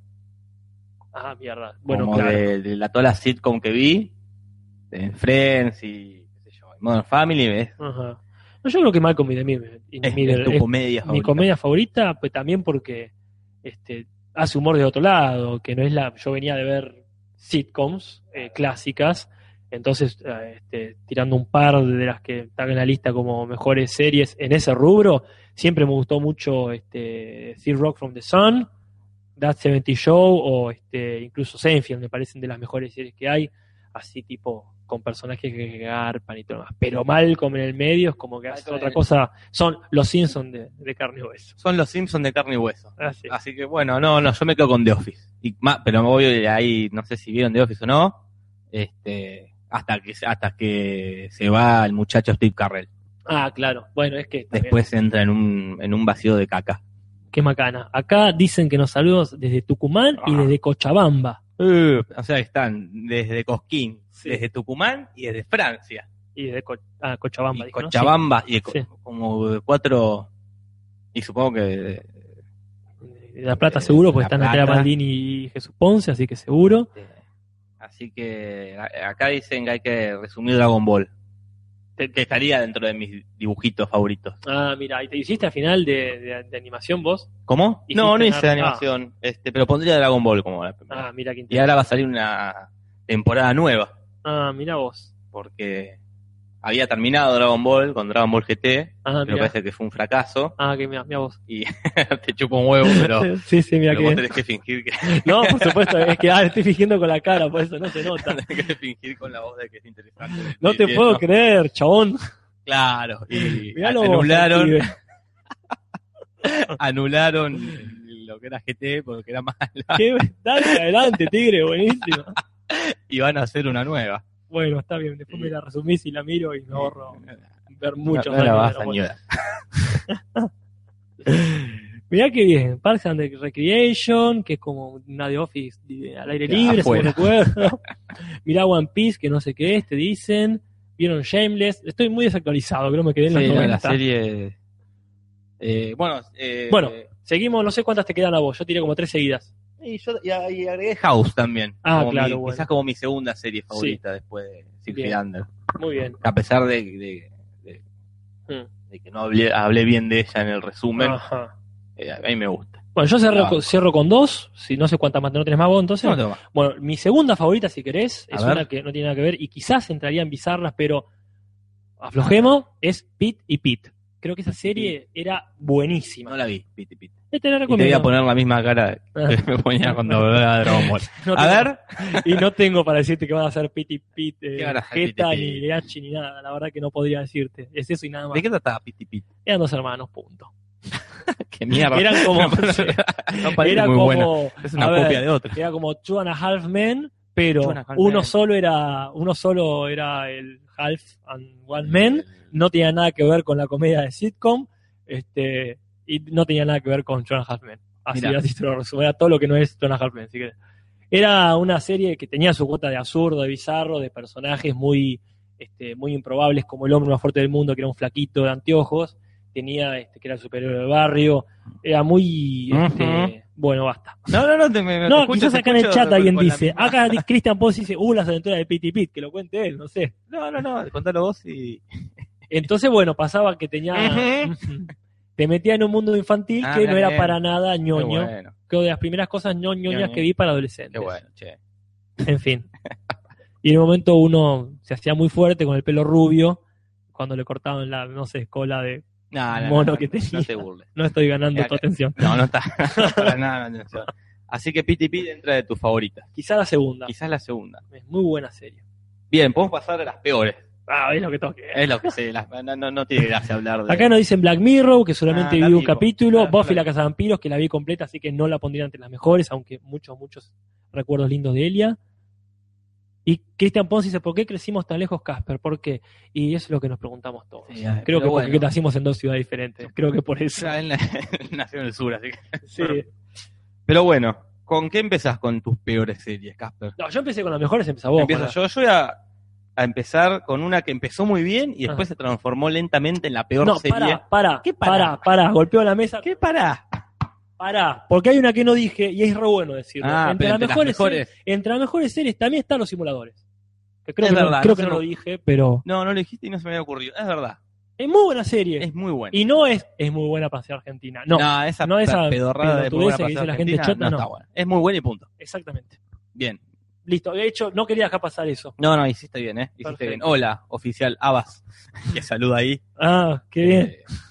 Ah, mierda. Bueno, Como claro. de, de la, toda la sitcom que vi, de Friends y qué sé yo, Modern Family, es, Ajá. No, yo creo que Malcolm in the Middle in the es- Middle es tu es comedia mi favorita. comedia favorita, pues también porque este, hace humor de otro lado, que no es la. Yo venía de ver sitcoms eh, clásicas, entonces eh, este, tirando un par de las que están en la lista como mejores series en ese rubro, siempre me gustó mucho este, Third Rock from the Sun, That setenta Show o este, incluso Seinfeld, me parecen de las mejores series que hay, así tipo con personajes que garpan y todo lo demás. Pero Malcolm en el medio es como que hace Malcolm otra en- cosa, son los Simpsons de, de carne y hueso. Son los Simpsons de carne y hueso. Así. Así que bueno, no, no, yo me quedo con The Office. Y, ma- pero me voy de ahí, no sé si vieron The Office o no, este, hasta que hasta que se va el muchacho Steve Carell. Ah, claro. Bueno, es que también, Después entra en un, en un vacío de caca. qué macana. Acá dicen que nos saludos desde Tucumán y Ah. desde Cochabamba. Uh, o sea, están desde Cosquín, Sí. desde Tucumán y desde Francia. Y de Co- ah, Cochabamba. y dijo, ¿no? Cochabamba, y de co- Sí. como de cuatro, y supongo que de, Sí. De La Plata Eh, seguro, porque La están Andrea Plata. Maldini y Jesús Ponce, así que seguro. de- así que a- acá dicen que hay que resumir Dragon Ball, que que estaría dentro de mis dibujitos favoritos. Ah, mira, ¿y te hiciste al final de, de, de animación vos? ¿Cómo? Hiciste No, no hice una- de animación, este, pero pondría Dragon Ball como la primera. Ah, mira qué Y interesante. ahora va a salir una temporada nueva, Ah, mira vos. porque había terminado Dragon Ball con Dragon Ball G T, Ah, pero mira. parece que fue un fracaso, Ah, que mira, mira vos. y te chupo un huevo, pero, sí, sí, mira pero vos que. tenés que fingir que No, por supuesto, es que ah, estoy fingiendo con la cara, por eso no se nota. tenés que fingir con la voz de que es interesante. No te Sí, puedo no. creer, chabón. Claro, y Miralo vos, anularon, pibe. anularon lo que era G T porque era mala, Qué- Dale adelante, tigre, buenísimo. y van a hacer una nueva. Bueno, está bien, después me la resumís y la miro y me ahorro ver muchos no, no la años vas de a Dragon Ball. añorar. Mirá qué bien, Parks and Recreation, que es como una de Office de- al aire Ya, libre, afuera. si no recuerdo. Mirá One Piece, que no sé qué es, te dicen. Vieron Shameless. Estoy muy desactualizado, creo que me quedé en los Sí, no, la noventa. serie. Eh, bueno, eh, Bueno, seguimos, no sé cuántas te quedan a vos, yo tiré como tres seguidas. y yo y, y agregué House también. Ah, como claro, mi- bueno. Quizás como mi segunda serie favorita después de Six Bien. Feet Under. Muy bien. A pesar de, de, de- Mm. de que no hablé, hablé bien de ella en el resumen, Ajá. eh, a mí me gusta. Bueno, yo cierro, Ah. con, cierro con dos, si no sé cuántas más, no tenés más vos, entonces. No, no, Bueno, mi segunda favorita, si querés, A es ver. una que no tiene nada que ver y quizás entraría en bizarras, pero aflojemos, es Pete y Pete. Creo que esa serie era buenísima. no la vi, Piti Piti. Te la Y te recomiendo. voy a poner la misma cara que me ponía cuando hablaba de Dragon Ball. No A tengo- ver, Y no tengo para decirte que van a ser Pete y Pete, ¿Qué eh, van a hacer Jetta, Pete y ni Pete? D H, ni nada. La verdad que no podría decirte. Es eso y nada más. ¿de qué trataba Piti Piti? Eran dos hermanos, punto. Qué mierda. Eran como... No parece era muy como... buena. Es una a ver, copia de otra. Era como Two and a Half Men, pero Two and a Half uno Men. solo era uno solo era el Half and One Men, no tenía nada que ver con la comedia de sitcom, este y no tenía nada que ver con Two and a Half Men. Así, Mirá. así te lo resumo, era todo lo que no es Two and a Half Men. Así que era una serie que tenía su cuota de absurdo, de bizarro, de personajes muy este, muy improbables, como el hombre más fuerte del mundo, que era un flaquito de anteojos, tenía este, que era el superhéroe del barrio, era muy este, Ujú. bueno, basta. No, no, no, te, me, No, te escucho, quizás te acá en el escucho chat alguien con la dice, misma- acá Christian Post dice, uh, las aventuras de Pete y Pete, que lo cuente él, no sé. No, no, no, contalo vos y... Entonces, bueno, pasaba que tenía, Ujú. te metía en un mundo infantil Ah, que no bien, era bien. para nada Qué ñoño, bueno, creo de las primeras cosas ño- ñoñas Ñoño. que vi para adolescentes. qué bueno, che. En fin. Y en un momento uno se hacía muy fuerte con el pelo rubio, cuando le cortaban la, no sé, cola de, No, no, Mono no, que no, tenía. no te burles. no estoy ganando Acá- tu atención. No, no está para nada la atención. Así que Piti Piti entra de tus favoritas. Quizá la segunda. Quizás la segunda. Es muy buena serie. Bien, podemos pasar a las peores. Ah, es lo que toque. Es lo que sé, las- no, no, no tiene gracia hablar de... Acá nos dicen Black Mirror, que solamente Ah, vi la un vi, capítulo. la- Buffy la- la Casa de Vampiros, que la vi completa, así que no la pondría entre las mejores, aunque muchos, muchos recuerdos lindos de Elia. Y Christian Pons dice, ¿por qué crecimos tan lejos, Casper? ¿Por qué? Y eso es lo que nos preguntamos todos. Sí, ah, Creo pero que porque bueno. nacimos en dos ciudades diferentes. Creo que por eso. Él él nació en el sur, así que... Sí. Pero bueno, ¿con qué empezás con tus peores series, Casper? No, yo empecé con las mejores, empezá vos. Empiezo para- yo, yo voy a, a empezar con una que empezó muy bien y después Ah. se transformó lentamente en la peor No, serie. para, para, ¿Qué para, para? para, golpeo la mesa. ¿Qué para? Pará, porque hay una que no dije y es re bueno decirlo. Ah, entre, pero las entre las mejores mejores. series, entre las mejores series también están los simuladores. Que creo Es que, no, verdad, creo no que se no lo- lo dije, pero No, no lo dijiste y no se me había ocurrido. Es verdad, es muy buena serie. es muy buena. Y no es, es muy buena para ser argentina. No, esa, no esa pedorrada de muy buena pelotudez que dice para la ser gente Argentina, chota, no. está buena. Es muy buena y punto. exactamente. Bien. Listo, de hecho, no quería dejar pasar eso. No, no, hiciste bien, ¿eh? Hiciste Perfecto. bien. Hola, oficial Abbas, que saluda ahí. Ah, qué bien.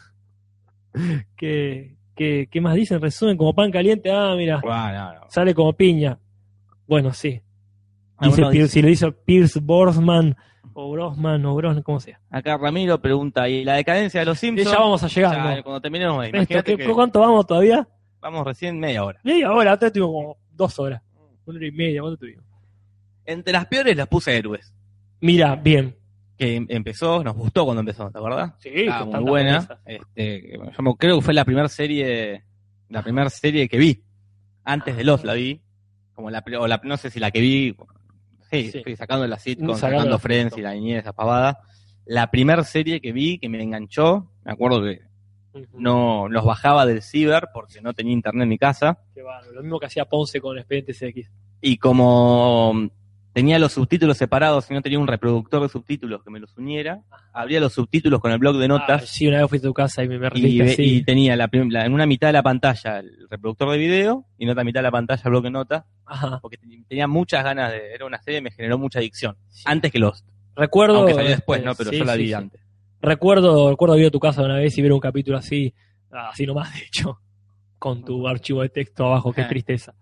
Eh, ¿Qué, qué, qué más dicen? Resumen como pan caliente. Ah, mira, bueno, no, no. sale como piña. Bueno, sí. Ah, Dice uno Pier- dice- si lo dice Pierce Brosnan o Brosman o Brosnan, como sea. Acá Ramiro pregunta, ¿y la decadencia de los Y Simpsons? ya vamos a llegar. Ya, ¿no? cuando terminemos, Esto, imagínate ¿qué- que ¿Cuánto vamos todavía? vamos recién media hora. Media hora, antes tuvimos como dos horas. Una hora y media, ¿cuánto tuvimos? Entre las peores las puse Héroes, Mira, bien. que em- empezó, nos gustó cuando empezó, ¿te acordás? Sí, Estaba con muy tantas buena. promesas. Este, yo me- creo que fue la primera serie, la primera serie que vi. Antes de Lost la vi, como la, pri- o la no sé si la que vi, sí, Sí. fui sacando la sitcom, Sacando sacando la Friends sitcom. y la niñez, esa pavada. la primera serie que vi que me enganchó, me acuerdo que Ujú. no los bajaba del ciber porque no tenía internet en mi casa, Qué bárbaro. Lo mismo que hacía Ponce con Expedientes X. y como tenía los subtítulos separados y no tenía un reproductor de subtítulos que me los uniera, abría los subtítulos con el bloc de Ah, notas sí, una vez fui a tu casa y me, me y, reíste ve- así. y tenía la, prim- la- en una mitad de la pantalla el reproductor de video y en otra mitad de la pantalla el bloc de notas, Ajá. porque te- tenía muchas ganas de... Era una serie que me generó mucha adicción. Sí. Antes que Lost. Recuerdo. Aunque salió después, este, ¿no? Pero sí, yo la sí, vi sí. antes. Recuerdo, recuerdo ir a tu casa una vez y ver un capítulo así, así nomás, de hecho, con tu archivo de texto abajo. Qué Ajá. tristeza.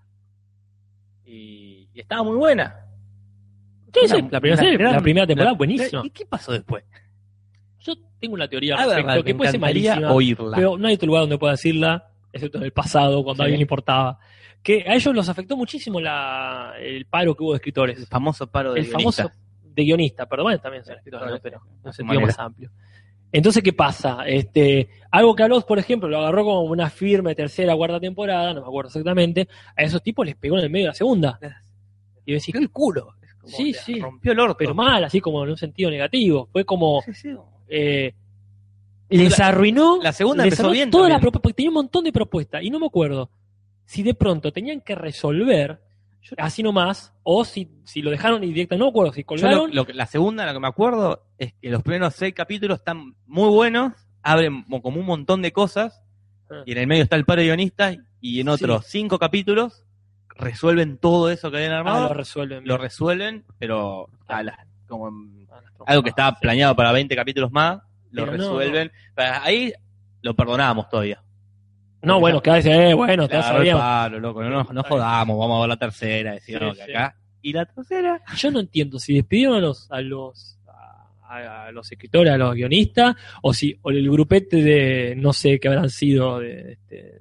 Y, y estaba muy buena. Sí, sí, Una- la primera, una serie, gran- la primera temporada, la- buenísima. ¿Y qué pasó después? Yo tengo una teoría A al ver, respecto, que me puede ser encantaría malísima, oírla. pero no hay otro lugar donde pueda decirla, excepto en el pasado, cuando Sí. a alguien le importaba. Que a ellos los afectó muchísimo la, el paro que hubo de El escritores. famoso paro de El famoso guionistas. de guionista, perdón, bueno, también son escritores, ¿no? Sí, Pero sí, en un a su sentido manera. más amplio. Entonces, ¿qué pasa? Este, algo que a Lost, por ejemplo, lo agarró como una firme tercera o cuarta temporada, no me acuerdo exactamente, a esos tipos les pegó en el medio de la segunda. Y decís, el culo. Es como Sí, le sí. rompió el orto. pero mal, así como en un sentido negativo. Fue como, Sí, sí. eh, les arruinó. La segunda les empezó arruinó bien toda la también. propuesta, porque tenía un montón de propuestas, y no me acuerdo si de pronto tenían que resolver así nomás, o si, si lo dejaron y directamente, no me acuerdo si Yo colgaron. lo- lo que- la segunda, lo que me acuerdo, es que los primeros seis capítulos están muy buenos, abren mo- como un montón de cosas, Ah. y en el medio está el paro de guionistas, y en otros cinco capítulos resuelven todo eso que habían Ah, armado, lo resuelven. lo bien. resuelven, pero a la- como en- Ah, las algo que estaba trompadas, sí. planeado para veinte capítulos más, lo Pero no, resuelven. Pero ahí lo perdonábamos todavía. No, bueno, que a veces, eh, bueno, Le todos agarró el sabíamos. palo, loco, no, no, no Está bien. jodamos, vamos a ver la tercera, decíamos Sí, que sí. acá. Y la tercera, Yo no entiendo si despidieron a los, a los, a, a los escritores, a los guionistas, o si, o el grupete de, no sé qué habrán sido, de, este,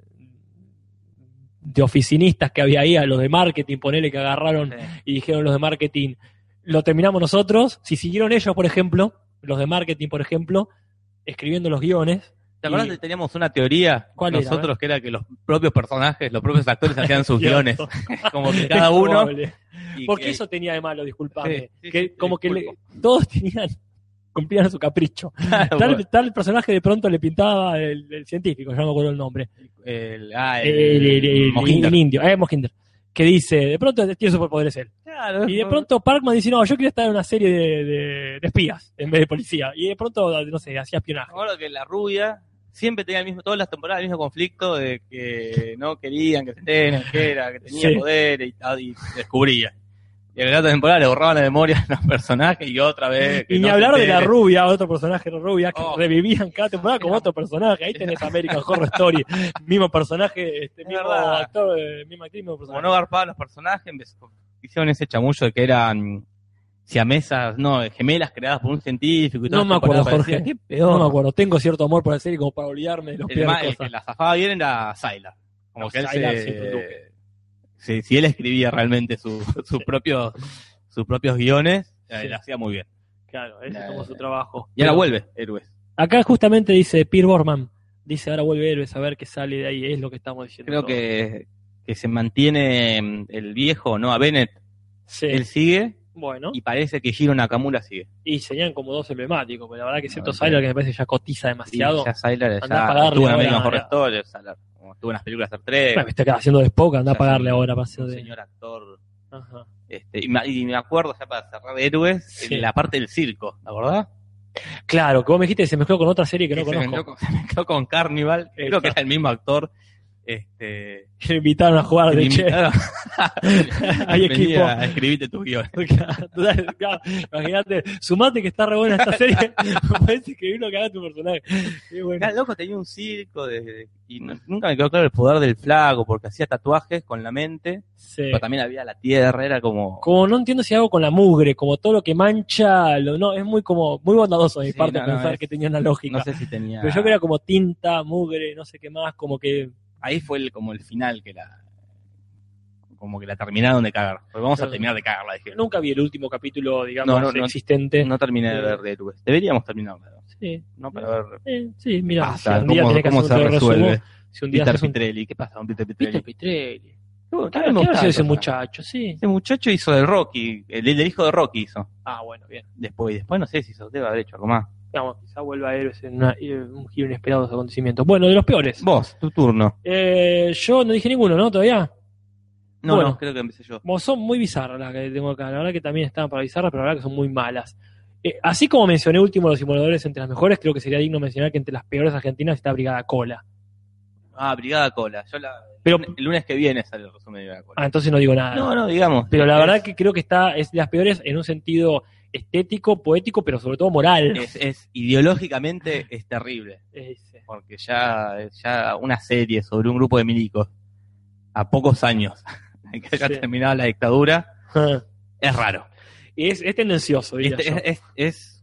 de oficinistas que había ahí, a los de marketing, ponele que agarraron y dijeron los de marketing, lo terminamos nosotros. Si siguieron ellos, por ejemplo, los de marketing, por ejemplo, escribiendo los guiones. ¿te acordás y- que teníamos una teoría ¿Cuál era? nosotros que era que los propios personajes, los propios actores hacían sus guiones? Cierto. Como que cada Es uno. probable. y Porque que- eso tenía de malo, disculpame. Sí, sí, que sí, como que le- disculpo. todos tenían, cumplían su capricho. Claro, Tal, tal personaje de pronto le pintaba el, el científico, ya no me acuerdo el nombre. el, ah, el, El, el- el- Mohinder. el indio, eh, Mohinder. Que dice, de pronto tiene superpoderes él. Claro, Y de pronto Parkman dice, no, yo quiero estar en una serie de, de- de espías en vez de policía. Y de pronto, no sé, hacía espionaje. Me acuerdo que la rubia siempre tenía el mismo, todas las temporadas el mismo conflicto de que no querían que se estén, que era, que tenía Sí. poder y, tal, y descubría. Y en la otra temporada le borraban la memoria a los personajes y otra vez. que Y ni no se hablar de la enteren. rubia, otro personaje rubia, que Oh. revivían cada temporada como otro personaje. Ahí tenés American Horror Story, mismo personaje, este, Es mismo verdad. actor, eh, misma actriz, mismo Como personaje. no garpaban los personajes, empezó- hicieron ese chamullo de que eran siamesas, no, gemelas creadas por un científico y No todas me las acuerdo, temporadas Jorge. parecían, qué peor. No me acuerdo, tengo cierto amor por la serie como para olvidarme de los El, peores ma- el cosas. que la zafaba bien era Sylar. Como No, que él Sylar se, siempre tuve. se- si él escribía realmente su- sus propios sus propios guiones, eh, Sí. lo hacía muy bien. Claro, ese es Eh, como su trabajo. Y ahora Pero vuelve, Héroes. acá justamente dice Pierre Borman, dice ahora vuelve Héroes a ver qué sale de ahí, es lo que estamos diciendo. Creo todos. que, que se mantiene mm, el viejo, ¿no? A Bennett, Sí. él sigue Bueno, y parece que Hiro Nakamura sigue. y serían como dos emblemáticos, pero la verdad que cierto No, Sylar que me parece ya cotiza demasiado. Y ya Sylar Andá a ya pagarle estuvo en ahora, American Horror ya. Story, Sylar, como estuvo en las películas de Star Trek, Bueno, me está haciendo de Spock, anda a ya pagarle es un- ahora para hacer un de... señor actor. Ajá. Este, y, me, y me acuerdo, ya para cerrar Héroes, Sí. en la parte del circo, ¿la verdad? Claro, que vos me dijiste que se mezcló con otra serie que no se, conozco. mezcló con, se mezcló con Carnival, creo Exacto. que era el mismo actor. Este, Que le invitaron a jugar que de le che. invitaron Hay Vení equipo. a escribirte tu guión. Claro, claro, imagínate, sumate que está re buena esta serie, puedes escribir lo que haga tu personaje. Qué bueno. Era loco, tenía un circo de, de- y no- nunca me quedó claro el poder del flaco, porque hacía tatuajes con la mente, Sí. pero también había la tierra, era como... Como no entiendo si hago con la mugre, como todo lo que mancha, lo, no, es muy como muy bondadoso de mi Sí, parte no, no, pensar es- que tenía una lógica. No sé si tenía... Pero yo que era como tinta, mugre, no sé qué más, como que Ahí fue el, como el final que la... Como que la terminaron de cagar. Pues vamos Claro. a terminar de cagarla, dije. nunca vi el último capítulo, digamos, No, no, no. existente. No terminé de ver de Héroes. Deberíamos terminarla, ¿no? Sí, ¿no? Para ver eh, sí, mira, qué pasa, si un día cómo, tenés que cómo hacer se un resumo, resuelve. si un día Peter haces un Pitrelli, ¿qué pasa con Peter Peter Pitrelli? Pitrelli. ¿Qué, Claro, qué ¿qué me hace gustaba ese el muchacho? Sí. Ese muchacho hizo de Rocky, el, el hijo de Rocky hizo. Ah, bueno, bien. Después, después no sé si hizo, debe haber hecho algo más. digamos, quizá vuelva a Héroes en una- un giro inesperado de los acontecimientos. Bueno, de los peores. Vos, tu turno. Eh, yo no dije ninguno, ¿no? Todavía. No, Bueno. no, creo que empecé yo. Como son muy bizarras las que tengo acá. La verdad que también estaban para bizarras, pero la verdad que son muy malas. Eh, así como mencioné último los simuladores entre las mejores, creo que sería digno mencionar que entre las peores argentinas está Brigada Cola. Ah, Brigada Cola. Yo la, Pero, el lunes que viene sale el resumen de Brigada Cola. ah, entonces no digo nada. No, no, digamos. Pero la es, verdad que creo que está es de las peores en un sentido estético, poético, pero sobre todo moral. Es, es ideológicamente es terrible. Ese. Porque ya, ya una serie sobre un grupo de milicos a pocos años de que haya Sí. terminado la dictadura es raro. Es, es tendencioso, diría Este, yo. es, es, es,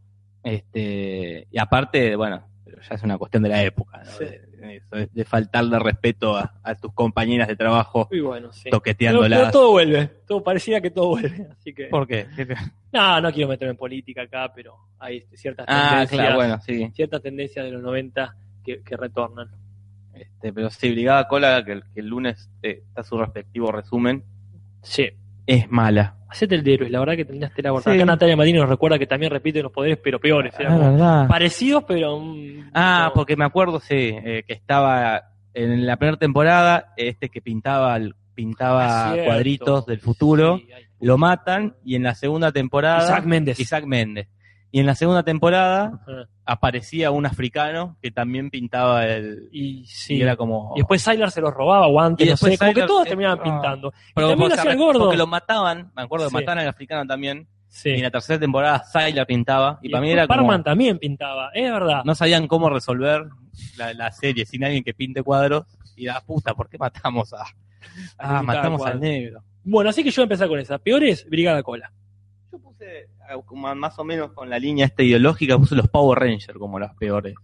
este, y aparte, bueno, pero ya es una cuestión de la época, ¿no? Sí. de, de, de, de faltarle respeto a, a tus compañeras de trabajo Muy bueno, sí. toqueteándolas. Pero, pero todo vuelve, todo parecía que todo vuelve, así que... ¿Por qué? ¿Qué te- No, no quiero meterme en política acá, pero hay este, ciertas Ah, tendencias, claro, bueno, sí. ciertas tendencias de los noventa que, que retornan. Este, pero sí, Brigada Cola, que, el- que el lunes eh, está su respectivo resumen, Sí. es mala. Hacete el de héroes, la verdad que tendrías tela cortada. Sí. Acá Natalia Martínez nos recuerda que también repiten los poderes, pero peores. Era Ah, como verdad. parecidos, pero... mm, Ah, no. porque me acuerdo, sí, eh, que estaba en la primera temporada, este que pintaba, pintaba Ah, cierto. cuadritos del futuro, Sí, ay, lo matan, y en la segunda temporada... Isaac Méndez. Isaac Méndez. Y en la segunda temporada Ajá. aparecía un africano que también pintaba el... Y sí. Y era como... Y después Sylar se los robaba, guantes, Y no sé, después como que Sylar- todos eh, terminaban ah. pintando. Pero y también como lo se hacía el re- gordo. Porque lo mataban, me acuerdo, Sí. mataban al africano también. Sí. Y en la tercera temporada Sylar pintaba. Y, Y para mí después era como... Parman también pintaba, es verdad. No sabían cómo resolver la, la serie sin alguien que pinte cuadros. Y la puta, ¿por qué matamos a... Ah, pintaba matamos cuadros. al negro. Bueno, así que yo voy a empezar con esa. Peores, Brigada Cola. Yo puse, eh, como más o menos con la línea esta ideológica, puse los Power Rangers como las peores.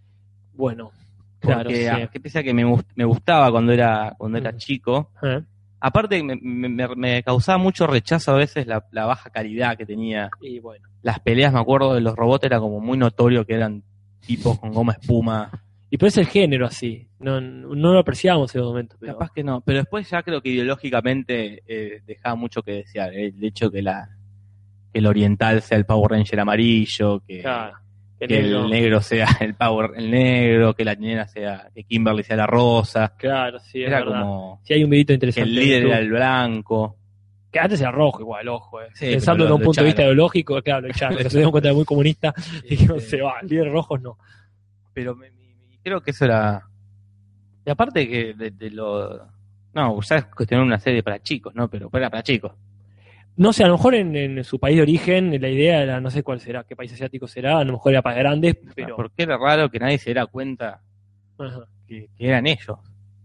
Bueno, Porque, claro, sí. a- que pese a que me, gust- me gustaba cuando era, cuando era Ujú. chico, Eh, aparte me, me- me- me causaba mucho rechazo a veces la, la baja calidad que tenía. Y bueno. Las peleas, me acuerdo de los robots, era como muy notorio que eran tipos con goma espuma. Y pero es el género así. No, no lo apreciábamos en el momento. Pero... Capaz que no, pero después ya creo que ideológicamente eh, dejaba mucho que desear. eh, El hecho que la que el oriental sea el Power Ranger amarillo, que, Claro, que que el negro. negro sea el Power el negro, que la nena sea, que Kimberly sea la rosa. Claro, sí, es Era verdad. como Sí, hay un videito que interesante. el en líder YouTube. era el blanco. Que antes era rojo igual, ojo. Eh. Sí, Pensando pero desde lo- un lo punto de vista echaron. ideológico, claro, lo echaron, que se dieron cuenta de muy comunista y que no se va, líderes rojos no. Pero me- me- me- creo que eso era. Y aparte que de, de lo. No, ya es cuestión de una serie para chicos, ¿no? Pero era para chicos. No sé, a lo mejor en, en su país de origen la idea era, no sé cuál será, qué país asiático será, a lo mejor era para grandes, pero... Porque era raro que nadie se diera cuenta Ajá. que, que eran ellos.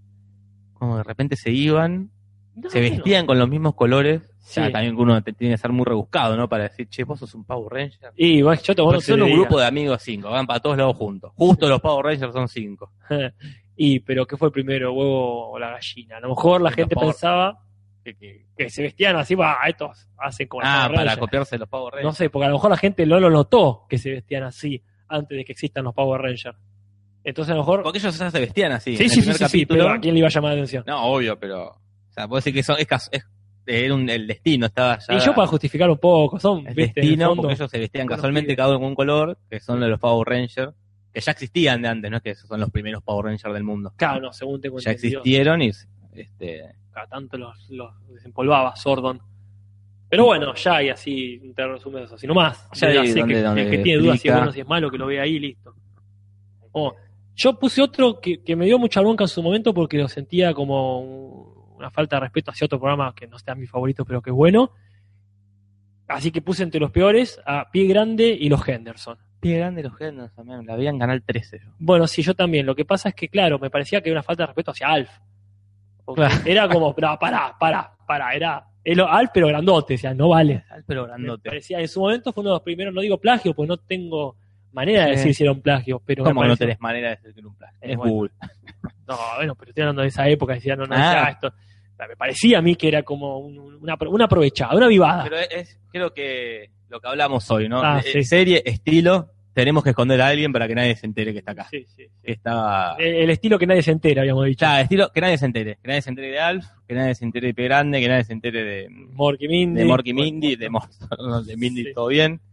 Como de repente se iban, No, se vestían con los mismos colores. O sea, Sí. también que uno te- tiene que ser muy rebuscado, ¿no? Para decir, che, vos sos un Power Ranger. Y bueno, yo te vos no Porque te son un diría. grupo de amigos cinco, van para todos lados juntos. Justo los Power Rangers son cinco. Y, pero ¿qué fue primero, el huevo o la gallina? A lo mejor la Los gente Power- pensaba que, que, que se vestían así, va, estos hacen como los Ah, Power para Rangers. copiarse de los Power Rangers. No sé, porque a lo mejor la gente no lo notó que se vestían así antes de que existan los Power Rangers. Entonces a lo mejor... Porque ellos ya se vestían así. sí, en el sí, sí, primer sí, sí, capítulo. pero ¿a quién le iba a llamar la atención? No, obvio, pero. O sea, puedo decir que son, es, cas- es, era un- el destino, estaba ya. Y yo para justificar un poco, son, el viste, en el destino, fondo, porque ellos se vestían unos casualmente pibes. cada uno con un color, que son los Power Rangers, que ya existían de antes, no es que esos son los primeros Power Rangers del mundo. Claro, no, según tengo Ya entendido. existieron y este Cada tanto los, los desempolvaba Sordon. Pero bueno, ya hay así, un te resumen eso, así nomás. Ya Ya hay sé donde- que, donde el que tiene dudas si es explica. bueno, si es malo, que lo vea ahí, listo. Oh, yo puse otro que, que me dio mucha bronca en su momento porque lo sentía como un- una falta de respeto hacia otro programa que no está mi favorito, pero que es bueno. Así que puse entre los peores a Pie Grande y los Henderson. Pie Grande los Genders también, la veían Canal trece. Yo. Bueno, sí, yo también. Lo que pasa es que, claro, me parecía que era una falta de respeto hacia Alf. Porque Claro. era como, pará, pará, pará, pará, era el Alf pero grandote, o sea, no vale. Pero Me grandote. parecía, en su momento fue uno de los primeros, no digo plagio, pues no tengo manera de Sí. decir si era un plagio, pero me ¿Cómo no pareció- tenés manera de decir que era un plagio? Eh, Es bueno. Google. No, bueno, pero estoy hablando de esa época, decía, no, no, Ah. decía esto. O sea, me parecía a mí que era como un- una, una aprovechada, una vivada. Pero es, es- creo que lo que hablamos hoy, ¿no? Ah, Eh, sí. Serie, estilo, tenemos que esconder a alguien para que nadie se entere que está acá. Sí, sí, sí. Que está... El, el estilo que nadie se entera, habíamos dicho. Ya, estilo, que nadie se entere. Que nadie se entere de Alf, que nadie se entere de Pie Grande, que nadie se entere de, Morky Mindy. de Morky Bueno, Mindy, de, Mor- no, de Mindy Sí. todo bien.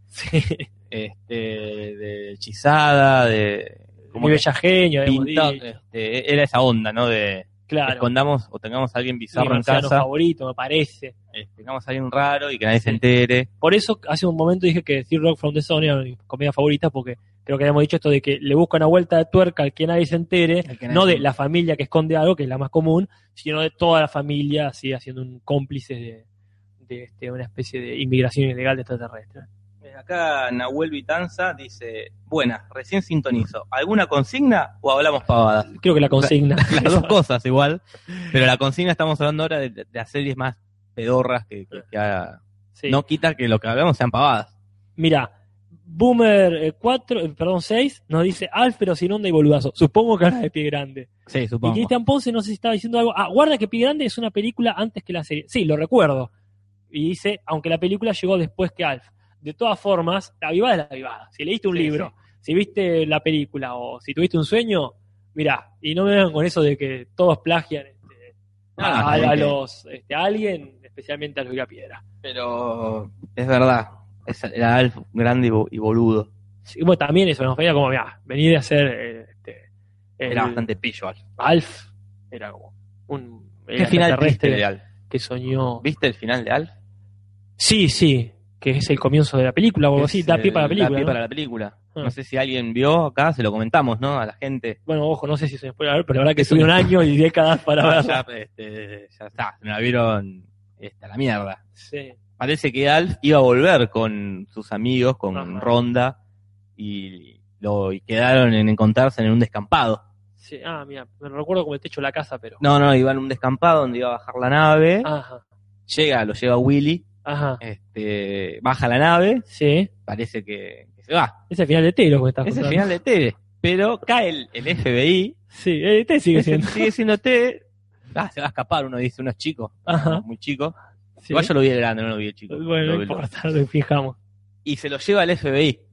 Sí. este, de hechizada, de... Muy bella genio, hemos pinta, dicho. este, era esa onda, ¿no? De Claro. escondamos o tengamos a alguien Mi bizarro en marciano casa, favorito, me parece. eh, tengamos a alguien raro y que nadie Sí. se entere. Por eso hace un momento dije que Third Rock from the Sun era mi comedia favorita, porque creo que habíamos dicho esto de que le busca una vuelta de tuerca al que nadie se entere, Al que nadie no se de entere. la familia que esconde algo, que es la más común, sino de toda la familia, así haciendo un cómplice de, de este, una especie de inmigración ilegal de extraterrestres. Eh, Acá Nahuel Vitanza dice, buenas, recién sintonizo. ¿Alguna consigna o hablamos pavadas? Creo que la consigna. Las dos cosas igual, pero la consigna estamos hablando ahora de, de las series más pedorras que, que, que haga. Sí. No quita que lo que hablamos sean pavadas. Mira, Boomer cuatro, perdón, seis, nos dice Alf, pero sin onda y boludazo. Supongo que habla de Pie Grande. Sí, Y supongo. Cristian Ponce no sé si estaba diciendo algo. Ah, guarda que Pie Grande es una película antes que la serie. Sí, lo recuerdo. Y dice, aunque la película llegó después que Alf. De todas formas, la vivada es la vivada. Si leíste un Sí, libro, sí. si viste la película o si tuviste un sueño, mirá, y no me vengan con eso de que todos plagian este, Ah, a, a- a sí. los este, a alguien, especialmente a los Piedra. Pero es verdad, es, era Alf grande y, bo- y boludo. Sí, bueno, también eso nos veía como, mirá, venir a hacer eh, este, el- Era bastante pillo Alf. Alf, era como un ¿Qué final viste extraterrestre de Alf? que soñó. ¿Viste el final de Alf? Sí, sí, que es el comienzo de la película o algo así, Es, da pie para la eh, película. Da pie ¿no? para la película. Ah. No sé si alguien vio acá, se lo comentamos, ¿no? A la gente. Bueno, ojo, no sé si se puede ver, pero la verdad que Es tuvieron un- años y décadas para Ah, verla. ya, este, ya está, me la vieron este, a la mierda. Sí. Parece que Alf iba a volver con sus amigos, con Ajá. Ronda, y, lo, y quedaron en encontrarse en un descampado. Sí. Ah, mira, me recuerdo como el techo de la casa, pero. No, no, iban a un descampado donde iba a bajar la nave, Ajá, llega, lo lleva Willy, ajá. este, baja la nave, Sí. parece que, que se va. Es el final de T lo que me estás Es el contando. final de T, pero cae el, el F B I, Sí, el T sigue ese siendo. sigue siendo T, ah, se va a escapar, uno dice, uno es chico, Ajá. muy chico. Sí. Igual yo lo vi de grande, no lo vi de chico. Bueno, Lo no vi- lo- importa, lo fijamos. Y se lo lleva al F B I.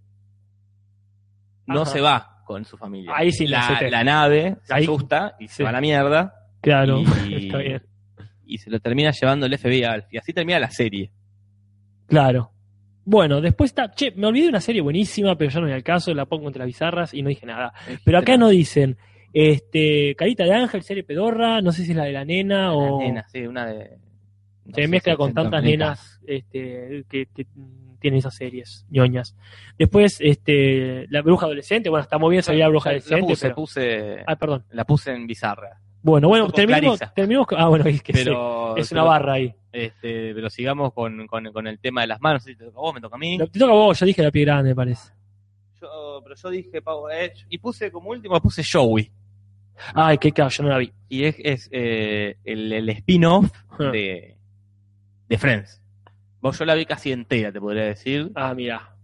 No Ajá. se va con su familia. Ahí sí la la, acepté. la nave se Ahí- asusta y sí. se va a la mierda. Claro, Y- está bien. Y se lo termina llevando el F B I a Alf. Y así termina la serie. Claro. Bueno, después está. Che, me olvidé de una serie buenísima, pero ya no es el caso, la pongo entre las bizarras y no dije nada. Pero acá no dicen. Este, Carita de Ángel, serie pedorra, no sé si es la de la nena o. La nena, sí, una de. no Se sé mezcla si con es en tantas Netflix. nenas este, que, que tienen esas series ñoñas. Después, este, la bruja adolescente, bueno, está muy bien salir la bruja La adolescente, puse, pero. puse, Ah, perdón. la puse en bizarra. Bueno, bueno, Un poco terminemos, Clarisa. terminemos con. Ah, bueno, es que sí, Pero, es una pero- barra ahí. Este, pero sigamos con, con, con el tema de las manos. Si te toca a vos, me toca a mí. Lo- Te toca a vos, yo dije la pie grande, me parece. Yo, pero yo dije Power Edge. Y puse como último, puse Joey. Ay, qué cabrón, yo no la vi. Y es, es eh, el, el spin-off Ah. de, de Friends. Vos, yo la vi casi entera, te podría decir. Ah, mira.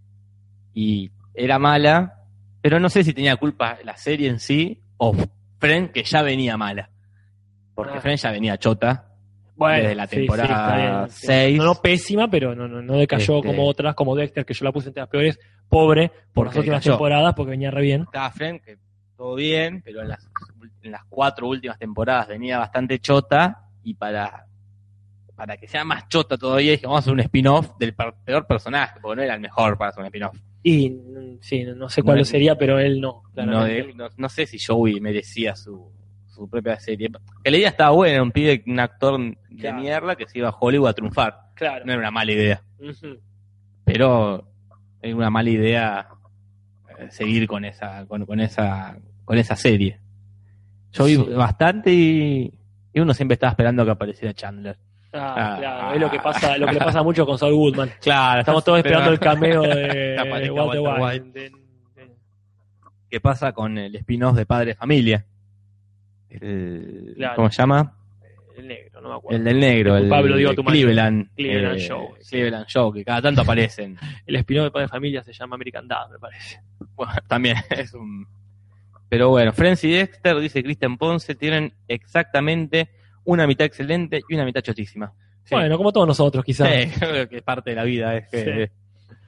Y era mala, pero no sé si tenía culpa la serie en sí o Friends, que ya venía mala. Porque Ah. Friends ya venía chota. Bueno, Desde la sí, temporada sí, está bien, sí. seis. No, no pésima, pero no, no, no decayó Este- como otras, como Dexter, que yo la puse entre las peores, pobre, por las Porque últimas cayó. temporadas, porque venía re bien. Estaba Friends, que todo bien, pero en las, en las cuatro últimas temporadas venía bastante chota. Y para, para que sea más chota todavía, dije, vamos a hacer un spin-off del per- peor personaje, porque no era el mejor para hacer un spin-off. Y mm, sí, no sé cuál No, sería, pero él no. No, claramente. de- no, no sé si Joey merecía su, su propia serie. Que la idea estaba buena, era un pibe, un actor de Claro. mierda que se iba a Hollywood a triunfar. Claro. No era una mala idea. Ujú. Pero es una mala idea eh, seguir con esa, con, con esa, con esa serie. Yo vi Sí. bastante y, y uno siempre estaba esperando que apareciera Chandler. Ah, Ah. claro, es lo que pasa, lo que le pasa mucho con Saul Goodman. Claro, Estamos todos esperando el cameo de Aparezca Walter Walter White. White. De- de- ¿Qué pasa con el spin-off de Padre de Familia? El- Claro. ¿Cómo se llama? el negro, no me acuerdo. El del negro, el, Pablo, digo de tu marido. Cleveland. Cleveland eh, Show. Cleveland Show, que cada tanto aparecen. El espino de Padre de Familia se llama American Dad, me parece. Bueno, también es un... Pero bueno, Friends y Dexter, dice Cristian Ponce, tienen exactamente una mitad excelente y una mitad chotísima. Sí. Bueno, como todos nosotros, quizás. Sí, creo que es parte de la vida. Es que... Sí.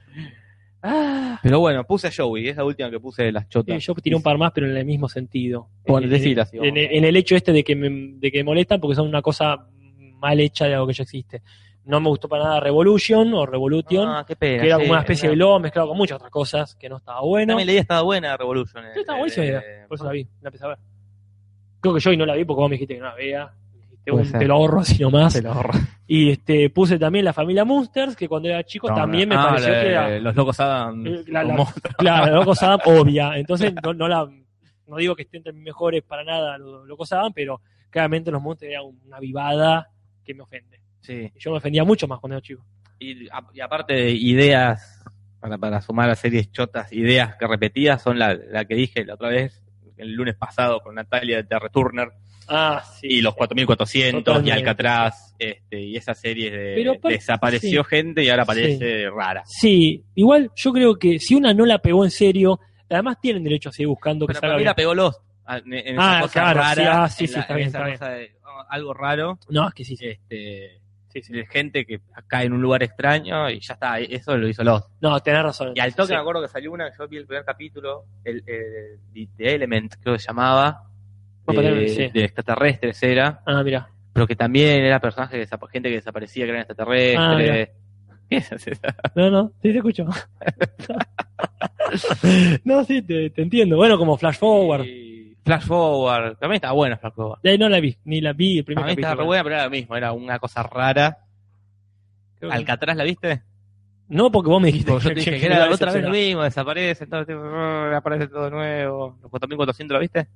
Ah, Pero bueno, puse a Joey, es la última que puse de las chotas. sí, yo tiré un par más, pero en el mismo sentido. Bueno, en, decilas, en- digamos. en- en el hecho este de que me, de que me molestan porque son una cosa mal hecha de algo que ya existe. No me gustó para nada Revolution o Revolution, Ah, qué pena. que era sí, como una especie no. de LOL mezclado con muchas otras cosas, que no estaba bueno. También leí estaba buena Revolution. Sí, estaba eh, buenísima idea, eh, por eso la vi, la empecé a ver. Creo que yo hoy no la vi porque vos me dijiste que no la vea. Dijiste, Puede un, ser. te lo ahorro así nomás. Se lo ahorro. Y este puse también La Familia Monsters, que cuando era chico No, también no. me Ah, pareció la- que era... Los locos Adam. Eh, la- la- como- Claro, los Locos Adam, obvia. Entonces, no, no la no digo que estén entre mis mejores para nada los Locos Adam, pero claramente los monstruos eran una vivada que me ofende. Sí. Y yo me ofendía mucho más cuando era chico. Y, a- y aparte de ideas, para, para sumar a series chotas, ideas que repetidas son la, la que dije la otra vez, el lunes pasado con Natalia de Terry Turner, Ah, sí. y los cuatro mil cuatrocientos y Totalmente. Alcatraz, este, y esas series de Pero aparte- desapareció sí. gente y ahora aparece rara. Sí, igual yo creo que si una no la pegó en serio, además tienen derecho a seguir buscando que Pero salga para mí bien. la pegó Lost, en, en Ah, esa cosa claro, rara, sí, ah, sí, en sí, la- está en bien, esa está bien. cosa de, oh, algo raro, No, es que sí, sí. este, Sí, sí. de gente que cae en un lugar extraño y ya está, eso lo hizo Lost. No, tenés razón. Y al toque Sí. me acuerdo que salió una, yo vi el primer capítulo, el, el, The- The Element, creo que se llamaba, No, pero, de, sí. de extraterrestres era, Ah, mira. pero que también era personaje de desap- gente que desaparecía, que eran extraterrestres. ¿Qué es eso? No, no, sí te escucho. No, sí, te, te entiendo. Bueno, como Flash Forward. Y Flash Forward, también estaba buena Flash Forward. De ahí no la vi, ni la vi el primer También estaba re capítulo. buena, pero era lo mismo, era una cosa rara. Creo que- Alcatraz, ¿la viste? No, porque vos me dijiste Porque yo te dije que era la otra vez lo decepcionaba. mismo, desaparece, todo el tiempo, brr, aparece todo nuevo. Los cuatro mil cuatrocientos, ¿la viste?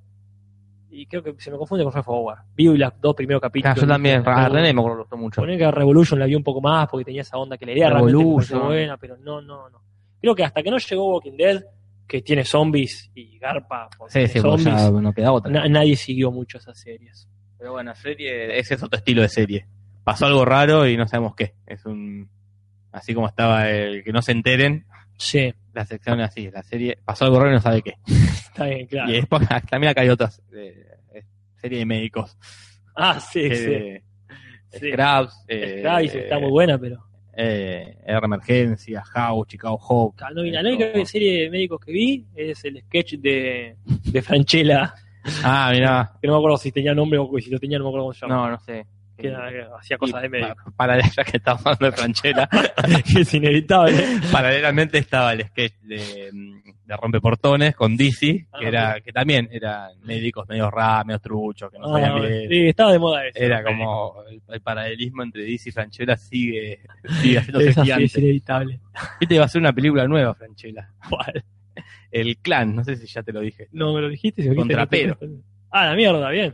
Y creo que se me confunde con Flash Forward. Vi los dos primeros capítulos. Ah, yo también, Dije, a no, René me acuerdo, gustó mucho. Poner que Revolution la vi un poco más porque tenía esa onda que la idea realmente me pareció Revolution. buena, pero no, no, no. Creo que hasta que no llegó Walking Dead, que tiene zombies y garpa, porque Sí, tiene sí, pues zombies, ya no queda otra. na- nadie siguió mucho esas series. Pero bueno, serie, ese es otro estilo de serie. Pasó algo raro y no sabemos qué. Es un... Así como estaba el que no se enteren, Sí, la sección así, la serie, pasó algo raro y no sabe qué. está bien, claro. Y después también acá hay otras eh, eh, serie de médicos. Ah, sí, que sí. de- Sí. Scrubs, eh, Scrubs está muy buena, pero... eh, R Emergencia, House, Chicago Hope. Ah, no, la única serie de médicos que vi es el sketch de, de Franchella, Ah, mirá. que no me acuerdo si tenía nombre o si lo tenía, no me acuerdo cómo se llama. No, no sé. Que era- que hacía cosas de médico. Pa- Paralela, ya que estamos hablando de Franchella, Que es inevitable. paralelamente estaba el sketch de, de Rompeportones con Dizzy, Ah, que era mira. que también eran médicos medio raros, medio truchos, que no Ah, sabían bien. sí, estaba de moda eso. Era como el, el paralelismo entre Dizzy y Franchella sigue, sigue haciéndose Esa sí gigante. es inevitable. Viste, iba a hacer una película nueva, Franchella. ¿Cuál? El Clan, no sé si ya te lo dije. No, me lo dijiste. Si me Con dijiste, no Trapero. te- Ah, la mierda, bien.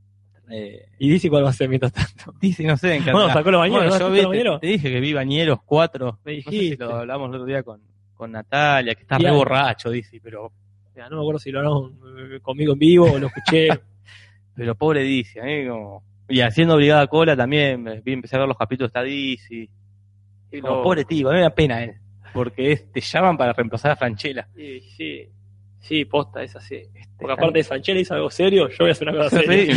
Eh, Y dice cuál va a ser mientras tanto. Dizzy, no sé, en Bueno, Canadá. sacó los bañeros, Bueno, ¿no? yo ¿Sacó vi- los te, bañeros? te dije que vi Bañeros cuatro. Me No sé dijiste. si lo hablamos el otro día con, con Natalia, que está Y re algo. borracho, Dizzy, pero, Ya, no me acuerdo si lo hablaron eh, conmigo en vivo o lo escuché. pero pobre Dizzy, a mí como... Y haciendo Brigada Cola también, me- vi, empecé a ver los capítulos, está Dizzy. Y como, No. pobre tío, a mí me da pena él. Porque es- te llaman para reemplazar a Franchella. Sí, sí. Sí, posta, es así. Porque Está- aparte de Franchella hizo algo serio, yo voy a hacer una cosa Sí. seria.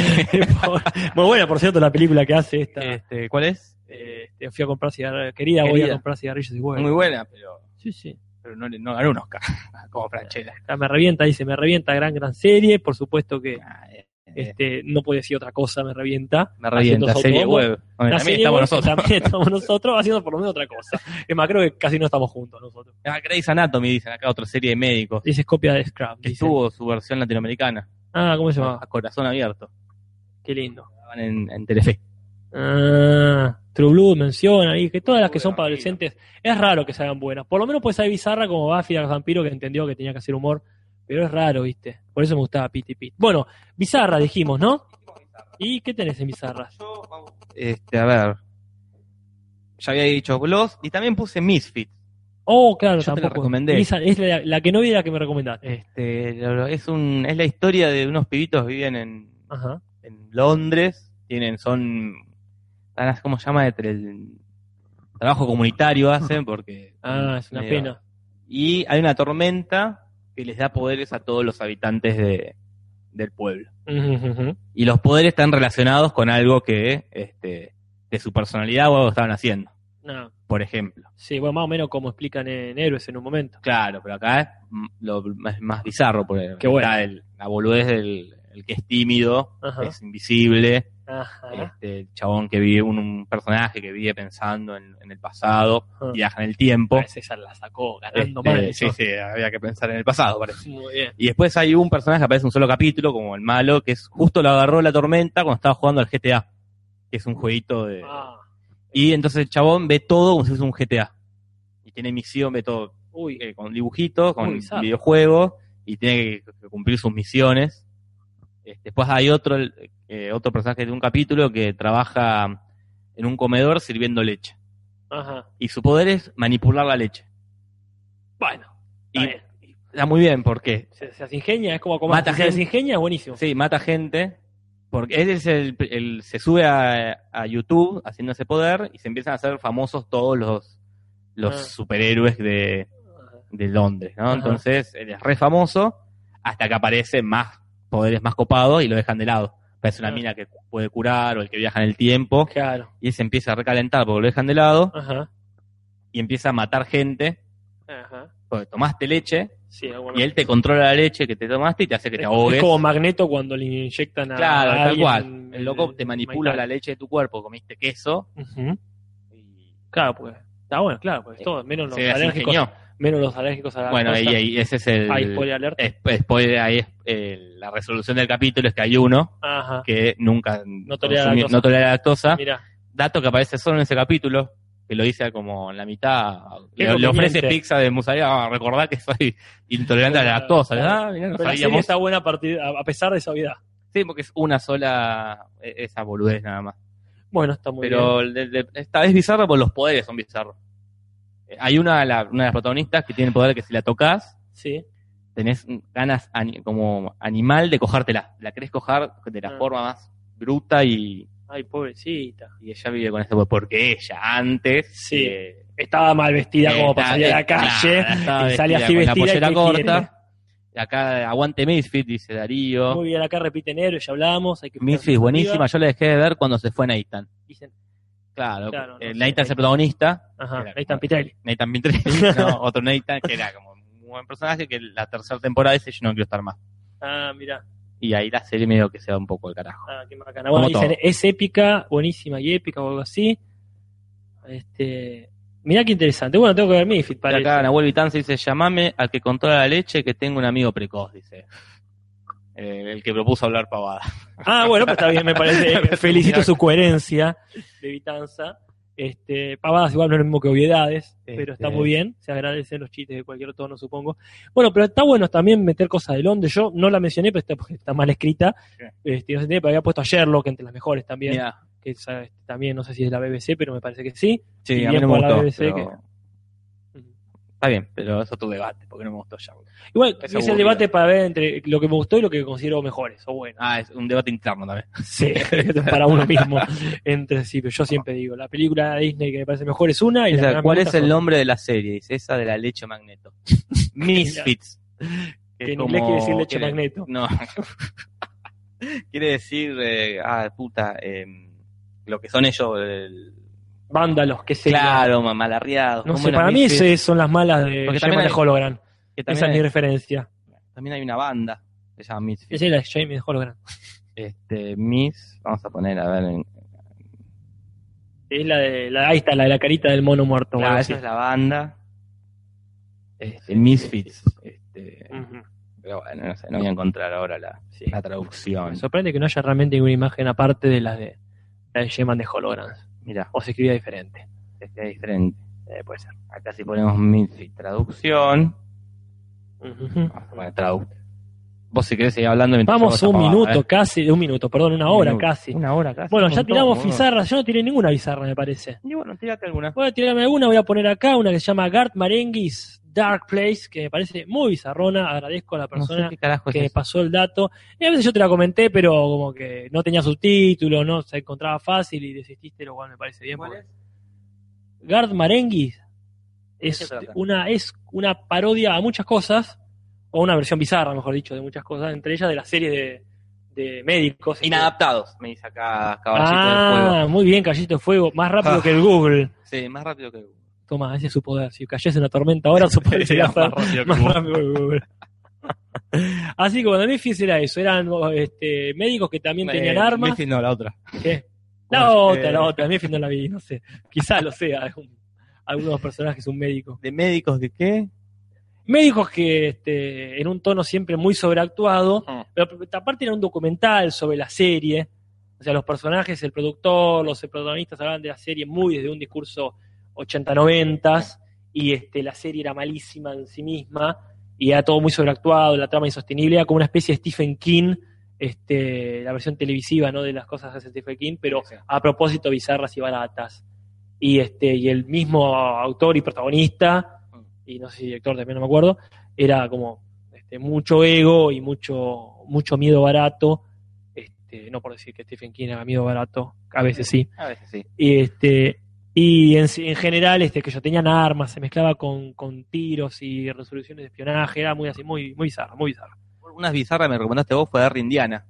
Muy buena, por cierto, la película que hace esta. Este, ¿cuál es? Eh, te fui a comprar cigarrillos. Querida, voy Querida. a comprar cigarrillos y huevos. Muy buena, pero, Sí, sí. pero no, le- no ganó un Oscar, como Franchella. Acá me revienta, dice, me revienta, gran, gran serie. Por supuesto que Ah, eh, eh, este no puede decir otra cosa, me revienta. me revienta, Haciendo serie autobombo. web. Bueno, La también serie estamos web, que nosotros. También estamos nosotros haciendo por lo menos otra cosa. Es más, creo que casi no estamos juntos nosotros. Ah, Grey's Anatomy, dicen acá, otra serie de médicos. Dice copia de Scrub. Que dice. tuvo su versión latinoamericana, Ah, ¿cómo se llama? a corazón abierto. Qué lindo. Estaban en, en Telefe. Ah, True Blood menciona ahí que todas las que son para adolescentes es raro que se hagan buenas. Por lo menos puede ser bizarra como Buffy el vampiro que entendió que tenía que hacer humor, pero es raro, ¿viste? Por eso me gustaba Pity Pit. Bueno, bizarra dijimos, ¿no? ¿Y qué tenés en bizarras? Este, a ver. Ya había dicho Gloss y también puse Misfit. Oh, claro, Yo te la tampoco. recomendé. Esa es la, la que no vi, la que me recomendaste. Este, lo- lo- es un, es la historia de unos pibitos que viven en, Ajá. en Londres. Tienen, son, están, ¿cómo se llama? Entre el trabajo comunitario hacen porque. Ah, es una medio- pena. Y hay una tormenta que les da poderes a todos los habitantes de, del pueblo. Ujú, ujú. Y los poderes están relacionados con algo que, este, de su personalidad o algo que estaban haciendo, No. por ejemplo. Sí, bueno, más o menos como explican en Héroes en un momento. Claro, pero acá es mm, lo más, más bizarro, porque Qué bueno. está el- la boludez del el que es tímido, Ajá. es invisible, Ajá. este, el chabón que vive, un, un personaje que vive pensando en, en el pasado, Ajá. viaja en el tiempo. Pues esa la sacó ganando Este, mal. sí, eso. sí, había que pensar en el pasado, parece. Muy bien. Y después hay un personaje que aparece en un solo capítulo, como el malo, que es justo lo agarró la tormenta cuando estaba jugando al G T A, que es un jueguito de... Ah. Y entonces el chabón ve todo como si fuese un G T A. Y tiene misión, ve todo Uy. eh, con dibujitos, con Muy bizarro. videojuegos, y tiene que, que cumplir sus misiones. Este, después hay otro, eh, otro personaje de un capítulo que trabaja en un comedor sirviendo leche. Ajá. Y su poder es manipular la leche. Bueno. Y Está bien. está muy bien, porque Se, se las ingenia, es como como Mata se gente. las ingenia, es buenísimo. sí, mata gente, porque él es el, el- se sube a, a YouTube haciendo ese poder y se empiezan a hacer famosos todos los, los Ah. superhéroes de, Ajá. de Londres, ¿no? Ajá. Entonces él es re famoso hasta que aparecen más poderes más copados y lo dejan de lado. Parece una Ah. mina que puede curar o el que viaja en el tiempo Claro. y él se empieza a recalentar porque lo dejan de lado Ajá. y empieza a matar gente Ajá. porque tomaste leche Sí, bueno. y él te controla la leche que te tomaste y te hace que te es, ahogues. es como Magneto cuando le inyectan a Claro, a tal alguien cual. en- El loco en- te en manipula Minecraft. la leche de tu cuerpo, comiste queso Ujú. y Claro, pues. Está bueno, claro, pues Sí. todo, menos los se las alérgicos. ingenió. Menos los alérgicos a la Bueno, lactosa. y, y ese es el... Ay, spoiler alert. es- spoiler, ahí es, eh, la resolución del capítulo es que hay uno Ajá. que nunca No tolera consumí- lactosa. no tolera lactosa. Mira. Dato que aparece solo en ese capítulo, que lo dice como en la mitad. Qué Le, le ofrece conveniente. pizza de mozzarella, recordar que soy intolerante a la lactosa. Claro. Ah, mirá, no Pero la serie sabíamos. está buena a, partir, a a pesar de esa obviedad. Sí, porque es una sola, e- esa boludez nada más. Bueno, está muy bien. Pero el de- de- esta vez bizarra porque los poderes son bizarros. Eh, Hay una, la- una de las protagonistas que tiene el poder que si la tocas, Sí. tenés ganas ani- como animal de cogértela. La querés coger de la Ah. forma más bruta y, Ay, pobrecita. y ella vive con ese poder. Porque ella antes... Sí. eh, Estaba mal vestida Eh, como para está- salir a la eh, calle. claro, estaba y sale así vestida con vestida. la ¿qué pollera quiere? corta. Acá aguante Misfit, dice Darío. Muy bien, acá repiten héroes, ya hablábamos. Hay que Misfit, fijarse buenísima. arriba. Yo la dejé de ver cuando se fue Nathan. Dicen, Claro, Claro, no eh, sé, Nathan es el Nathan. protagonista. ajá, Era Nathan como- Pitelli. Nathan Pintrelli, no, otro Nathan, que era como un buen personaje, que la tercera temporada dice yo no quiero estar más. Ah, mira. Y ahí la serie medio que se va un poco al carajo. Ah, qué bacana. Bueno, Como dicen, todo. es épica, buenísima y épica o algo así. Este, mirá qué interesante. Bueno, tengo que ver Misfit, Y parece. acá Nahuel Vitanza dice, llamame al que controla la leche que tengo un amigo precoz, dice. Eh, el que propuso hablar pavada. Ah, bueno, pues está bien, me parece. Me Felicito parece su coherencia de Vitanza. Este, pavadas igual no es lo mismo que obviedades, pero está Este- muy bien. Se agradecen los chistes de cualquier tono, supongo. Bueno, pero está bueno también meter cosas de Londres. Yo no la mencioné, pero está, porque está mal escrita. Sí. Este, no se entiende, pero había puesto a Sherlock entre las mejores también. Mirá, Que es, este, también, no sé si es de la B B C, pero me parece que sí. sí, Y a mí bien no me por la gustó. B B C pero- que- Está bien, pero eso es tu debate, porque no me gustó Sherlock. Igual, Es es el aburrido. debate para ver entre lo que me gustó y lo que considero mejores, o bueno. Ah, es un debate interno también. Sí, para uno mismo. Entre sí, pero yo siempre digo, la película de Disney que me parece mejor es una y la Esa, que más me ¿cuál gusta es el son- nombre de la serie? Dice, esa de la leche magneto. Misfits. Que en inglés quiere decir leche quiere- magneto. No. Quiere decir, eh, ah, puta, eh, lo que son ellos, el- Vándalos, que sería. claro, malarriados. No ¿cómo sé, eran para mí Misfits? ese son las malas de Porque Gemma también de hay- Hologram. Que también, Esa es mi hay, referencia. también hay una banda que se llama Misfits. Esa es la de Jamie de Hologram. Este, Miss, vamos a poner, a ver, en- Es la de. La, ahí está, la de la carita del mono muerto. o claro, algo esa así. es la banda. Este, Misfits. Este, Ujú. pero bueno, no sé, no voy a encontrar ahora la, Sí. la traducción. Me sorprende que no haya realmente ninguna imagen aparte de la de la de Gemma de Holograms. Mira, O se escribía diferente. este es diferente. Eh, puede ser. Acá si ponemos Misfits traducción, Ujú. vamos a poner traduc. Vos si querés seguir hablando mientras Vamos yo hago un esta pavada, minuto ¿eh? casi, un minuto, perdón, una Un hora minuto. casi. Una hora casi. Bueno, un ya montón, tiramos boludo. bizarras. Yo no tiré ninguna bizarra, me parece. Y bueno, tírate alguna. Voy a tirarme alguna, voy a poner acá una que se llama Garth Marenghi's Dark Place, que me parece muy bizarrona. Agradezco a la No persona sé qué carajo es que me eso. pasó el dato. Y a veces yo te la comenté, pero como que no tenía subtítulos, no se encontraba fácil y desististe, lo cual me parece bien. ¿Cuál porque- es? Garth Marenghi qué es trata? una, es una parodia a muchas cosas, o una versión bizarra, mejor dicho, de muchas cosas, entre ellas de la serie de, de médicos. Inadaptados, me dice acá Caballito del Ah, Fuego. muy bien, Caballito de Fuego, más rápido Ah. que el Google. Sí, más rápido que Toma, ese es su poder. Si cayese una tormenta ahora, su poder sería Más rápido que más Google. rápido que Google. Así que bueno, Memphis era eso, eran este, médicos que también tenían Eh, armas. Memphis no, la otra. ¿Qué? La Bueno, otra, eh, la otra, Memphis no la vi, no sé. Quizás lo sea, algún- algunos personajes un médico. ¿De médicos de qué? Médicos que este, en un tono siempre muy sobreactuado, Ah. pero aparte era un documental sobre la serie. O sea, los personajes, el productor, los protagonistas hablaban de la serie muy desde un discurso ochenta noventas, y este, la serie era malísima en sí misma, y era todo muy sobreactuado, la trama insostenible, era como una especie de Stephen King, este, la versión televisiva, ¿no?, de las cosas que hace Stephen King, pero Sí, sí. a propósito bizarras y baratas. Y este, y el mismo autor y protagonista, y no sé si director también, no me acuerdo, era como este, mucho ego y mucho, mucho miedo barato. Este, no por decir que Stephen King haga miedo barato, a veces sí. A veces sí. Y este, y en, en general, este, que ellos tenían armas, se mezclaba con, con tiros y resoluciones de espionaje, era muy así, muy, muy bizarro, muy bizarro. Unas bizarras me recomendaste vos, fue Darry Indiana.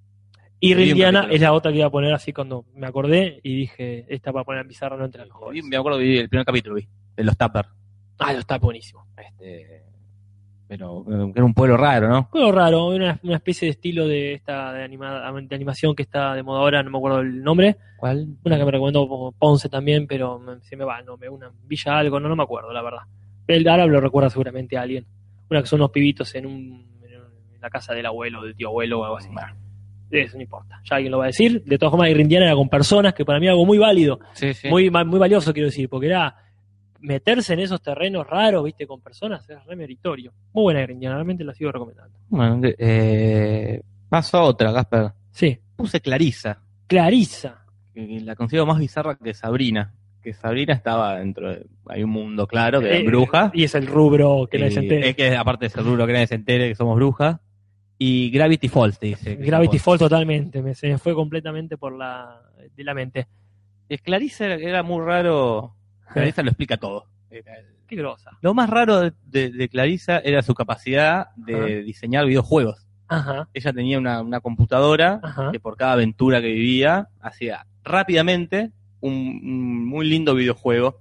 Y Vi un Rindiana capítulo. es la otra que iba a poner así cuando me acordé y dije, esta para poner en bizarra no entre las mejores. Vi- me acuerdo vi el primer capítulo, vi, de los Tupper. Ah, no, está buenísimo. Este, pero eh, era un pueblo raro, ¿no? Juego raro, una, una especie de estilo de esta de, anima, de animación que está de moda ahora, no me acuerdo el nombre. ¿Cuál? Una que me recomendó Ponce también, pero me- se me va, no me una Villa algo, no, no me acuerdo, la verdad. El árabe lo recuerda seguramente a alguien. Una que son unos pibitos en, un, en la casa del abuelo, del tío abuelo o algo así. Bueno. Eso no importa, ya alguien lo va a decir. De todas formas, Rindiana era con personas, que para mí era algo muy válido, Sí, sí. muy, muy valioso, quiero decir, porque era meterse en esos terrenos raros, viste, con personas, es re meritorio. Muy buena Rindiana, realmente la sigo recomendando. Bueno, de- eh, paso a otra, Gasper. Sí, Puse Clarisa, Clarisa. que la considero más bizarra que Sabrina. Que Sabrina estaba dentro de... Hay un mundo claro, que Eh, es bruja. Y es el rubro que nadie se Y entere. es que aparte de ser rubro que nadie se entere que somos brujas. Y Gravity Falls, te dice. que Gravity somos- Falls totalmente, me, se me fue completamente por la de la mente. Es Clarisa era, era muy raro. Clarisa lo explica todo. Era- Qué grosa. Lo más raro de, de- de Clarisa era su capacidad de Ajá. diseñar videojuegos. Ajá, Ella tenía una, una computadora ajá. que por cada aventura que vivía hacía rápidamente un, un muy lindo videojuego.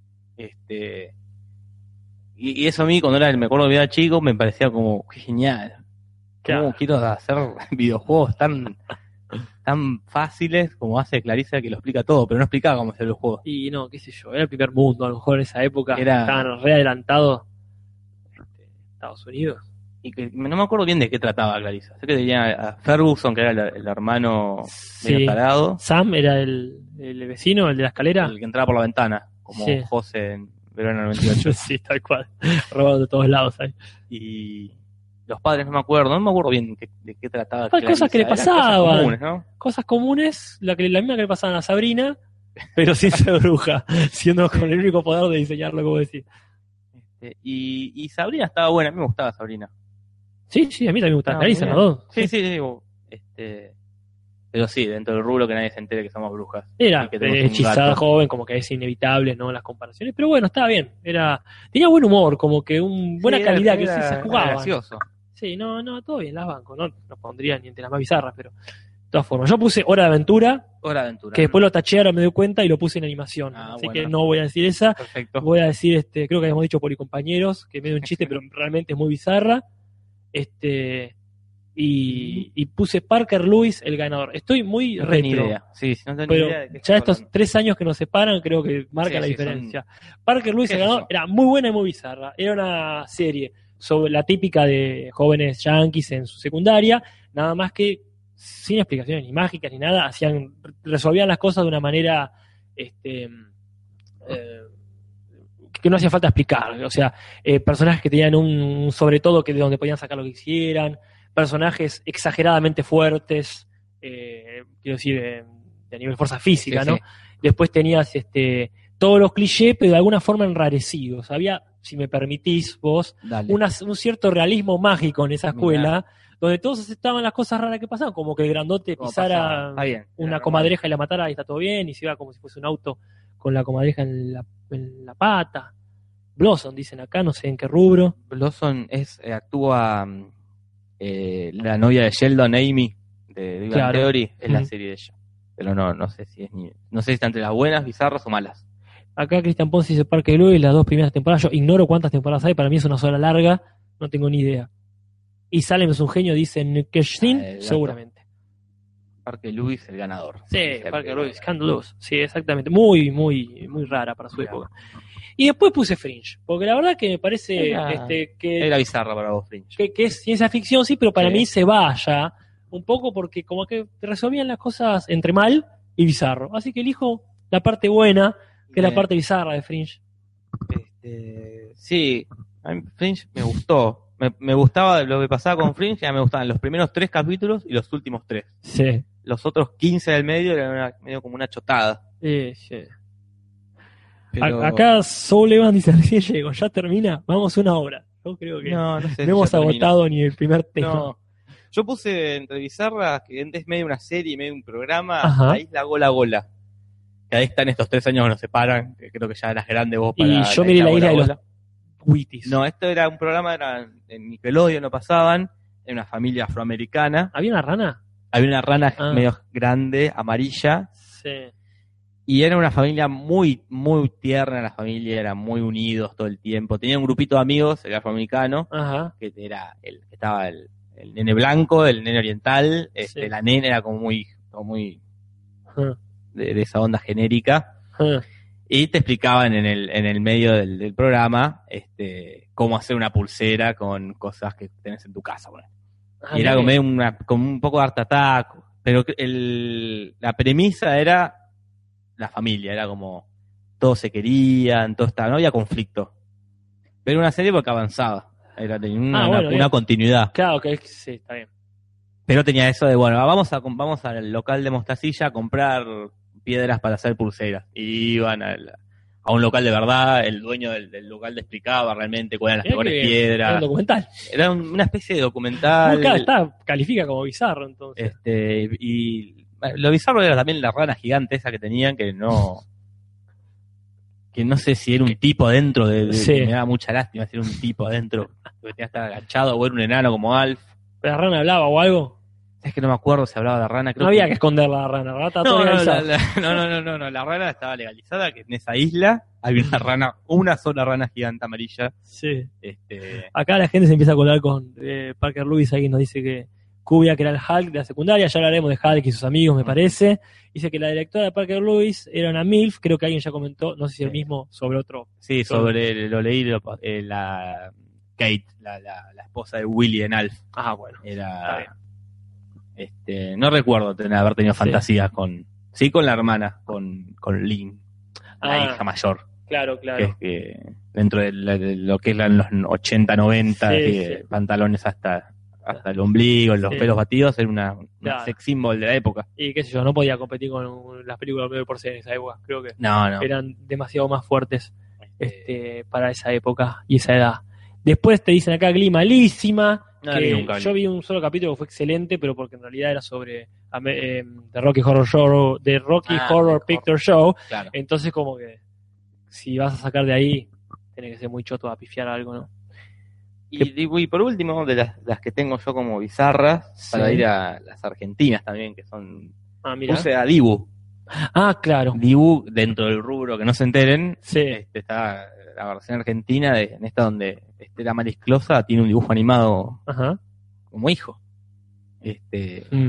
Este y, y eso a mí cuando era, me acuerdo que era chico, me parecía como qué genial. ¿Cómo Claro. quiero hacer videojuegos tan, tan fáciles como hace Clarisa, que lo explica todo, pero no explicaba cómo hacer los juegos? Y no, qué sé yo, era el primer mundo, a lo mejor en esa época Era- estaban re adelantados este, Estados Unidos. Y que no me acuerdo bien de qué trataba Clarisa. Sé que tenía a Ferguson, que era el, el hermano Sí. medio tarado, Sam era el, el vecino, el de la escalera. el que entraba por la ventana, como Sí. José en verano noventa y ocho. Sí, tal cual. Robado de todos lados ahí. Y los padres no me acuerdo, no me acuerdo bien qué- de qué trataba. Hay cosas que le Eran pasaban. Cosas comunes, ¿no? Cosas comunes, la, que, la misma que le pasaban a Sabrina, pero sin ser bruja, siendo con el único poder de diseñarlo, como decís. Este, y, y Sabrina estaba buena, a mí me gustaba Sabrina. Sí, sí, a mí también me gusta Ah, Clarisa, muy las bien. dos. Sí, sí, digo, este, pero sí, dentro del rubro que nadie se entere que somos brujas. Era Y que tenemos eh, un hechizada gato. joven, como que es inevitable, ¿no? Las comparaciones, pero bueno, estaba bien. Era, tenía buen humor, como que un, buena Sí, calidad, era- que sí era- se era jugaba. gracioso. Sí, no, no, todo bien, las banco, no nos pondría ni entre las más bizarras, pero de todas formas. Yo puse Hora de Aventura, Hora de aventura. que después lo taché, ahora me doy cuenta y lo puse en animación. Ah, así bueno. que no voy a decir esa. Perfecto. Voy a decir, este, creo que habíamos dicho Policompañeros, que me dio un chiste, pero realmente es muy bizarra. Este, y, y puse Parker Lewis, el ganador. Estoy muy No tengo ni retro. idea. Sí, sí, no tengo Pero ni idea de qué ya estás estos hablando. tres años que nos separan, creo que marca Sí, la sí, diferencia. Parker Lewis, ¿Qué el es ganador, eso? era muy buena y muy bizarra. Era una serie sobre la típica de jóvenes yanquis en su secundaria, nada más que sin explicaciones ni mágicas ni nada, hacían, resolvían las cosas de una manera este, eh, que no hacía falta explicar. O sea, eh, personajes que tenían un, un sobre todo que de donde podían sacar lo que quisieran, personajes exageradamente fuertes, eh, quiero decir, eh, de nivel fuerza física, Sí, ¿no? sí. Después tenías este, todos los clichés, pero de alguna forma enrarecidos. Había, si me permitís vos, Dale. una- un cierto realismo mágico en esa Mirá. escuela, donde todos aceptaban las cosas raras que pasaban, como que el grandote Como pisara pasaba. Está bien, era una normal. comadreja y la matara y está todo bien, y se iba como si fuese un auto con la comadreja en la, en la pata. Blossom, dicen acá, no sé en qué rubro. Blossom es, eh, actúa mm, eh, la novia de Sheldon, Amy, de Big Bang Claro. Theory, es la Ujú. serie de ella. Pero no, no sé si es ni, no sé si está entre las buenas, bizarras o malas. Acá Cristian Ponce dice Parque Lewis, las dos primeras temporadas. Yo ignoro cuántas temporadas hay, para mí es una sola larga, no tengo ni idea. y Salem es un genio, dice Nikeshin, Ah, el gato. seguramente. Parker Lewis, el ganador. Sí, Dice Parker el- Lewis, Can't Lose. Sí, muy, muy, muy, muy rara para su Claro. época. Y después puse Fringe, porque la verdad que me parece Era- este, que, Era bizarra para vos, Fringe. que, que es ciencia ficción, sí, pero para Sí. mí se va ya un poco porque como que resolvían las cosas entre mal y bizarro. Así que elijo la parte buena, que es la Eh, parte bizarra de Fringe. Este, sí, a mí Fringe me gustó. Me, me gustaba lo que pasaba con Fringe, ya me gustaban los primeros tres capítulos y los últimos tres. Sí. Los otros quince del medio eran una- medio como una chotada. Sí, sí. Pero... A- Acá Soul Evans dice, recién llego, ya termina, vamos una hora. Yo creo que no, No, no sé si hemos ya terminó. agotado ni el primer tema. No. Yo puse entre bizarras que es medio una serie y medio un programa, Ajá. La Isla Gola Gola. Que ahí están estos tres años que nos separan, que creo que ya eras grande vos para Y yo miré La Isla de los Wheaties. No, esto era un programa, era en Nickelodeon, lo pasaban, en una familia afroamericana. ¿Había una rana? Había una rana Ah. medio grande, amarilla, Sí. y era una familia muy, muy tierna, la familia, eran muy unidos todo el tiempo. Tenía un grupito de amigos, el afroamericano, Ajá. que era el que estaba el, el nene blanco, el nene oriental, este, Sí. la nena era como muy, como muy Ajá. de, de esa onda genérica. Ajá. Y te explicaban en el, en el medio del, del programa este, cómo hacer una pulsera con cosas que tenés en tu casa. Bueno. Ah, Y era como, mire. medio una, como un poco de Art Attack, pero el, la premisa era la familia, era como todos se querían, todo estaba, no había conflicto. Pero era una serie porque avanzaba, era, tenía una, Ah, bueno, una- bien. una continuidad. Claro que sí, está bien. Pero tenía eso de, bueno, vamos a vamos al local de Mostacilla a comprar piedras para hacer pulseras. Y iban al- a un local de verdad, el dueño del, del local le explicaba realmente cuáles eran las Mirá que mejores bien. Era un piedras. documental. Era un- una especie de documental. Claro, está, califica como bizarro, entonces. Este, y bueno, lo bizarro era también la rana gigante esa que tenían, que no que no sé si era un tipo adentro de, de- Sí. me daba mucha lástima si era un tipo adentro que tenía que estar agachado o era un enano como Alf. ¿La rana hablaba o algo? Es que no me acuerdo si hablaba de rana, creo No había que esconder la rana, ¿verdad? Estaba todo no, no, legalizado. la, la- no, no, no, no, no, la rana estaba legalizada, que en esa isla había una rana, una sola rana gigante amarilla. Sí. Este, Acá la gente se empieza a colar con eh, Parker Lewis, alguien nos dice que Kubrick era el Hulk de la secundaria, ya hablaremos de Hulk y sus amigos, me parece. Dice que la directora de Parker Lewis era una MILF, creo que alguien ya comentó, no sé si el Sí. mismo, sobre otro. sí, sobre lo leí, lo- eh, la Kate, la, la, la esposa de Willy en Alf, Ah, bueno. Está bien. era, este, no recuerdo tener, haber tenido Sí. fantasías con, sí, con la hermana, con, con Lynn, la Ah, hija mayor, Claro, que claro. es que dentro de, la- de lo que eran los ochenta, noventa, Sí, así, sí. pantalones hasta hasta el ombligo, los Sí. pelos batidos, era una, una Claro. sex symbol de la época. Y qué sé yo, no podía competir con las películas nueve por seis en esa época, creo que No, no. eran demasiado más fuertes este, para esa época y esa edad. Después te dicen acá Glee malísima, No la que vi nunca, yo Glee. vi un solo capítulo que fue excelente, pero porque en realidad era sobre eh, The Rocky Horror Show, The Rocky Ah, Horror The Picture Show, Claro. entonces como que si vas a sacar de ahí, tiene que ser muy choto a pifiar algo, ¿no? Y, digo, y por último, de las, las que tengo yo como bizarras, Sí. para ir a las argentinas también, que son... Ah, mira. Puse a Dibu. Ah, claro. Dibu, dentro del rubro, que no se enteren, Sí. este, está la versión argentina, de, en esta donde Estela Maris Closa tiene un dibujo animado Ajá. como hijo. Este, Mm.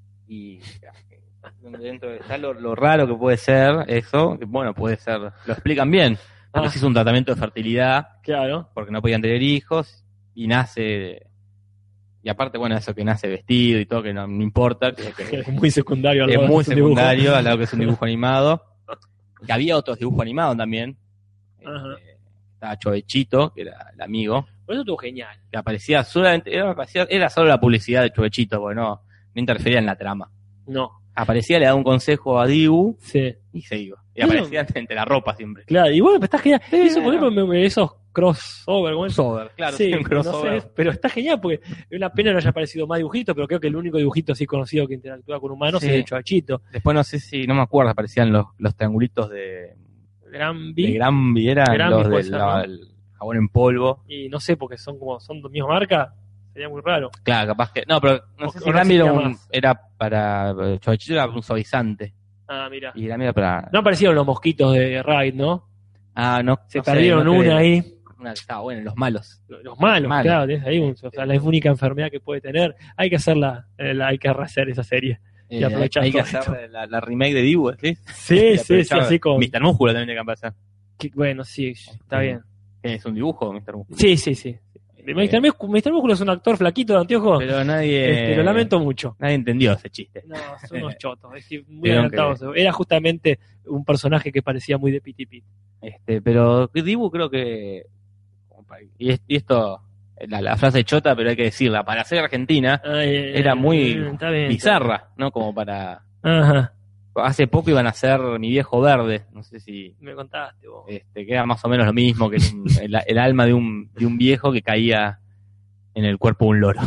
y dentro de, está lo, lo raro que puede ser eso, que bueno, puede ser, lo explican bien, porque Ah. se hizo un tratamiento de fertilidad, Claro. porque no podían tener hijos, y nace, y aparte, bueno, eso que nace vestido y todo, que no, no importa, que, que Es muy secundario. al es lado de muy su dibujo. secundario, al lado que es un dibujo animado, que había otros dibujos animados también. Ajá. Este, estaba Chovechito, que era el amigo, Por eso estuvo genial. que aparecía solamente, era, aparecía- era solo la publicidad de Chovechito, porque no, no interfería en la trama. No. Aparecía, le daba un consejo a Dibu Sí. y se iba. Y Eso- aparecía entre la ropa siempre. Claro, y bueno, pero está genial. Sí, Eso, por no. ejemplo, me- me- esos crossover, ¿cómo es? Crossover, claro, sí, sí, un pero, no crossover. sé, pero está genial porque es una pena no haya aparecido más dibujitos, pero creo que el único dibujito así conocido que interactúa con humanos Sí. es el Chovachito. Después no sé si, no me acuerdo, aparecían los, los triangulitos de, Granby. de Granby, eran Granby los puede del ser, la- ¿no? el jabón en polvo. Y no sé, porque son como son dos mismas marcas, sería muy raro. Claro, capaz que. No, pero no O- sé o si no Granby era, existía un- más. era para. Chovechito era un suavizante. Ah, mira. Y Granby era para. No aparecieron los mosquitos de Raid, ¿no? Ah, no. Se no sé, perdieron no una creo. ahí. una que estaba buena, los malos. Los malos, Malos. claro, tenés ahí un- o sea, la única enfermedad que puede tener. Hay que hacerla, eh, la- hay que rehacer esa serie. Y Eh, aprovechar hay que todo hacer la, la remake de Dibu, ¿sí? Sí, Y sí, sí, aprovechar- así como. mister Músculo también tiene que pasar. que- bueno, sí, está Sí. bien. Es un dibujo, mister Músculo. Sí, sí, sí. Eh, mister Músculo mister Músculo es un actor flaquito de anteojos. Pero nadie. Este, lo lamento mucho. Nadie entendió ese chiste. No, son unos chotos. Es que muy Tuvieron adelantados. Era justamente un personaje que parecía muy de Piti Piti. Este, pero Dibu creo que. Y, es- y esto, la, la frase chota, pero hay que decirla. Para ser argentina, Ay, era muy eh, está bien, bizarra, ¿no? Como para. Ajá, Hace poco iban a hacer Mi Viejo Verde. No sé si. me contaste vos. Este, que era más o menos lo mismo que era un- el, el alma de un, de un viejo que caía en el cuerpo de un loro.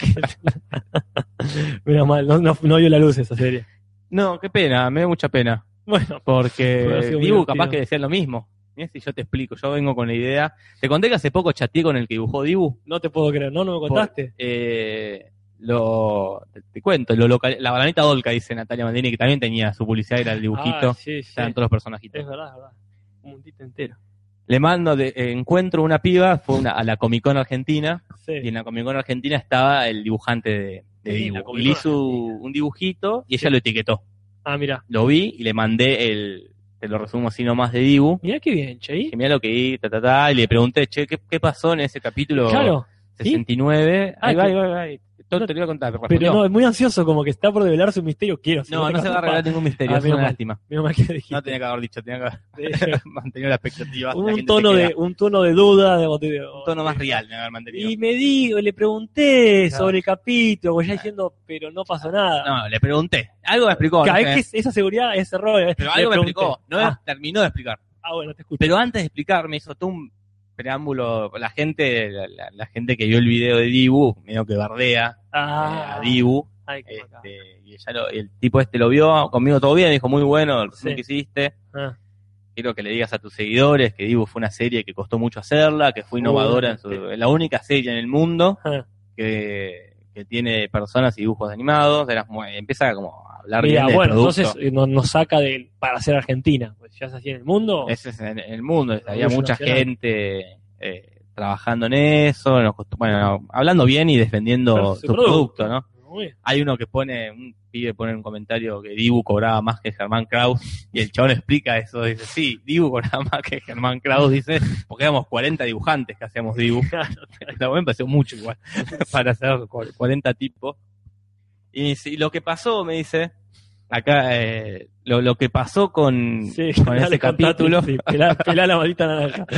Menos mal, no, no, no vio la luz esa serie. No, qué pena, me da mucha pena. Bueno, Porque Puede haber sido muy Dibu divertido. capaz que decía lo mismo. Mirá si yo te explico, yo vengo con la idea. Te conté que hace poco chateé con el que dibujó Dibu. no te puedo creer, ¿no? ¿No me contaste? Por- eh, lo, te, te cuento, lo local, la bananita Dolca, dice Natalia Mandini, que también tenía su publicidad, era el dibujito. Ah, sí, sí. Estaban todos los personajitos. Es verdad, es verdad. Un mundito entero. Le mando de eh, encuentro una piba, fue una, a la Comic Con Argentina, Sí. y en la Comic Con Argentina estaba el dibujante de, de Sí, Dibu. la Y Comic le Con hizo Argentina. un dibujito y ella Sí. lo etiquetó. Ah, mira. Lo vi y le mandé el, te lo resumo así nomás de Dibu. Mirá qué bien, che. Que mira lo que vi, ta, ta, ta, y le pregunté, che, ¿qué, qué pasó en ese capítulo Claro. ¿sí? sesenta y nueve? Ah, Ahí va, que- ahí va, ahí va, ahí. Todo te lo iba a contar, pero Pero respondió. no, es muy ansioso, como que está por develarse un misterio. Quiero. si No, te no se va a revelar ningún misterio, Ah, es menos una mal. lástima. Menos mal que dijiste. No tenía que haber dicho, tenía que Sí. haber mantenido la expectativa. la un gente tono se de queda. un tono de duda de, de- Un tono más real, tenía que haber mantenido. y me digo le pregunté Claro. sobre el capítulo como ya diciendo pero no pasó nada. No, le pregunté. Algo me explicó. Claro, no es sé, que esa seguridad es error. pero Le algo me pregunté. explicó. No ah, terminó de explicar. ah, bueno, te escucho. Pero antes de explicar, me hizo todo un preámbulo. La gente, la, la- la gente que vio el video de Dibu, medio que bardea ah, eh, a Dibu. ay, qué bacán. Este, y ella lo- el tipo este lo vio, conmigo todo bien, dijo muy bueno, el resumen Sí. que hiciste. Ah, Quiero que le digas a tus seguidores que Dibu fue una serie que costó mucho hacerla, que fue innovadora, en su, es la única serie en el mundo ah. que, que tiene personas y dibujos animados. Era como- empieza como a hablar Mira, bien del bueno, producto. entonces eh, nos, nos saca de para ser Argentina, pues ya es así en el mundo. Ese es en, en el mundo, había Orgullo mucha nacional. gente eh, trabajando en eso, nos costó- bueno, hablando bien y defendiendo Su su producto, ¿no? Muy bien. Hay uno que pone, un pibe pone en un comentario que Dibu cobraba más que Germán Kraus, y el chabón explica eso, dice, sí, Dibu cobraba más que Germán Kraus, dice, porque éramos cuarenta dibujantes que hacíamos Dibu. Esta me pareció mucho igual, para hacer cu- cuarenta tipos. Y, si- lo que pasó, me dice, acá, eh, lo, lo que pasó con, Sí, con dale, ese contate, capítulo, sí, pelá, pelá la maldita naranja.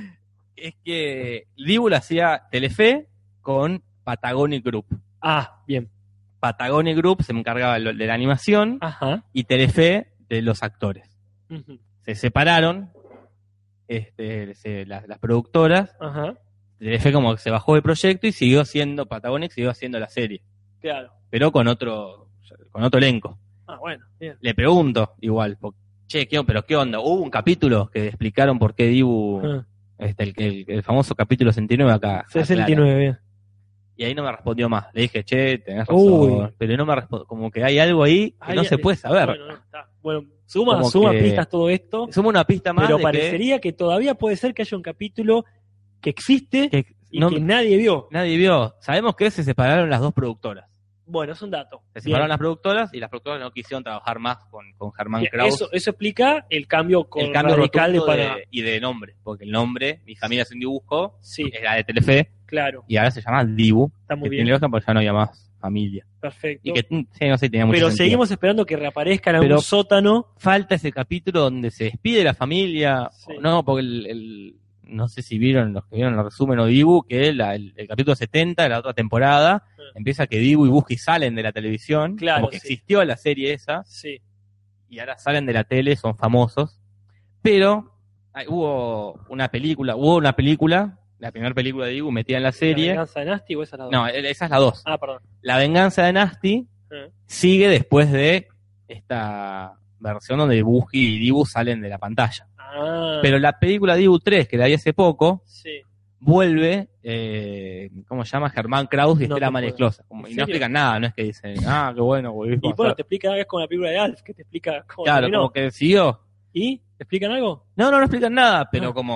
es que Dibu lo hacía Telefe con Patagonic Group. Ah, bien. Patagonic Group se encargaba de lo- de la animación Ajá. y Telefe de los actores. Ujú. Se separaron este, se- las, las productoras. Ajá. Telefe como que se bajó del proyecto y siguió haciendo, Patagonic siguió haciendo la serie, Claro. pero con otro con otro elenco. Ah, bueno, bien. Le pregunto igual, po- che, ¿qué, pero qué onda? Hubo un capítulo que explicaron por qué Dibu, Ah, este, el, el, el famoso capítulo sesenta y nueve acá. sesenta y aclara. nueve, bien. Y ahí no me respondió más. Le dije, che, tenés razón. Uy. Pero no me respondió. Como que hay algo ahí que Ay, no se eh, puede saber. Bueno, no, está. Bueno, suma, Como suma que- pistas todo esto, Suma una pista más pero de parecería que... todavía puede ser que haya un capítulo que existe que, que y no- que nadie vio. nadie vio. Sabemos que se separaron las dos productoras. Bueno, es un dato. Se Bien. separaron las productoras y las productoras no quisieron trabajar más con, con Germán Bien, Kraus. Eso, eso explica el cambio con el cambio radical de rotundo para... de- y de nombre. Porque el nombre, Mi familia es un dibujo, Sí, era de Telefe claro, y ahora se llama Dibu. está muy Que bien, tiene lógica porque ya no había más familia. perfecto. Y que, mm, sí, no sé, tenía mucho Pero sentido. seguimos esperando que reaparezcan en Pero- un sótano. Falta ese capítulo donde se despide la familia, Sí. o no, porque el, el- no sé si vieron los que vieron el resumen o Dibu, que la- el, el capítulo setenta de la otra temporada Sí. empieza que Dibu y Busky salen de la televisión, Claro, como que sí. existió la serie esa, Sí, y ahora salen de la tele, son famosos, pero hay- hubo una película, hubo una película, la primera película de Dibu metida en la ¿La serie, venganza de Nasty o esa es la dos? no, esa es la dos, Ah, perdón. La venganza de Nasty Eh, sigue después de esta versión donde Busky y Dibu salen de la pantalla. Ah, Pero la película Dibu tres, que la vi hace poco, sí. vuelve, eh, ¿cómo se llama? Germán Kraus y No Estela te Marisclosa. Como- ¿En Y no serio? explican nada, no es que dicen, ah, qué bueno, volvimos Y a bueno, hacer. te explica algo, es como la película de Alf, que te explica cómo Claro, terminó. como que siguió. ¿Y? ¿Te explican algo? No, no, no explican nada, pero Ah. como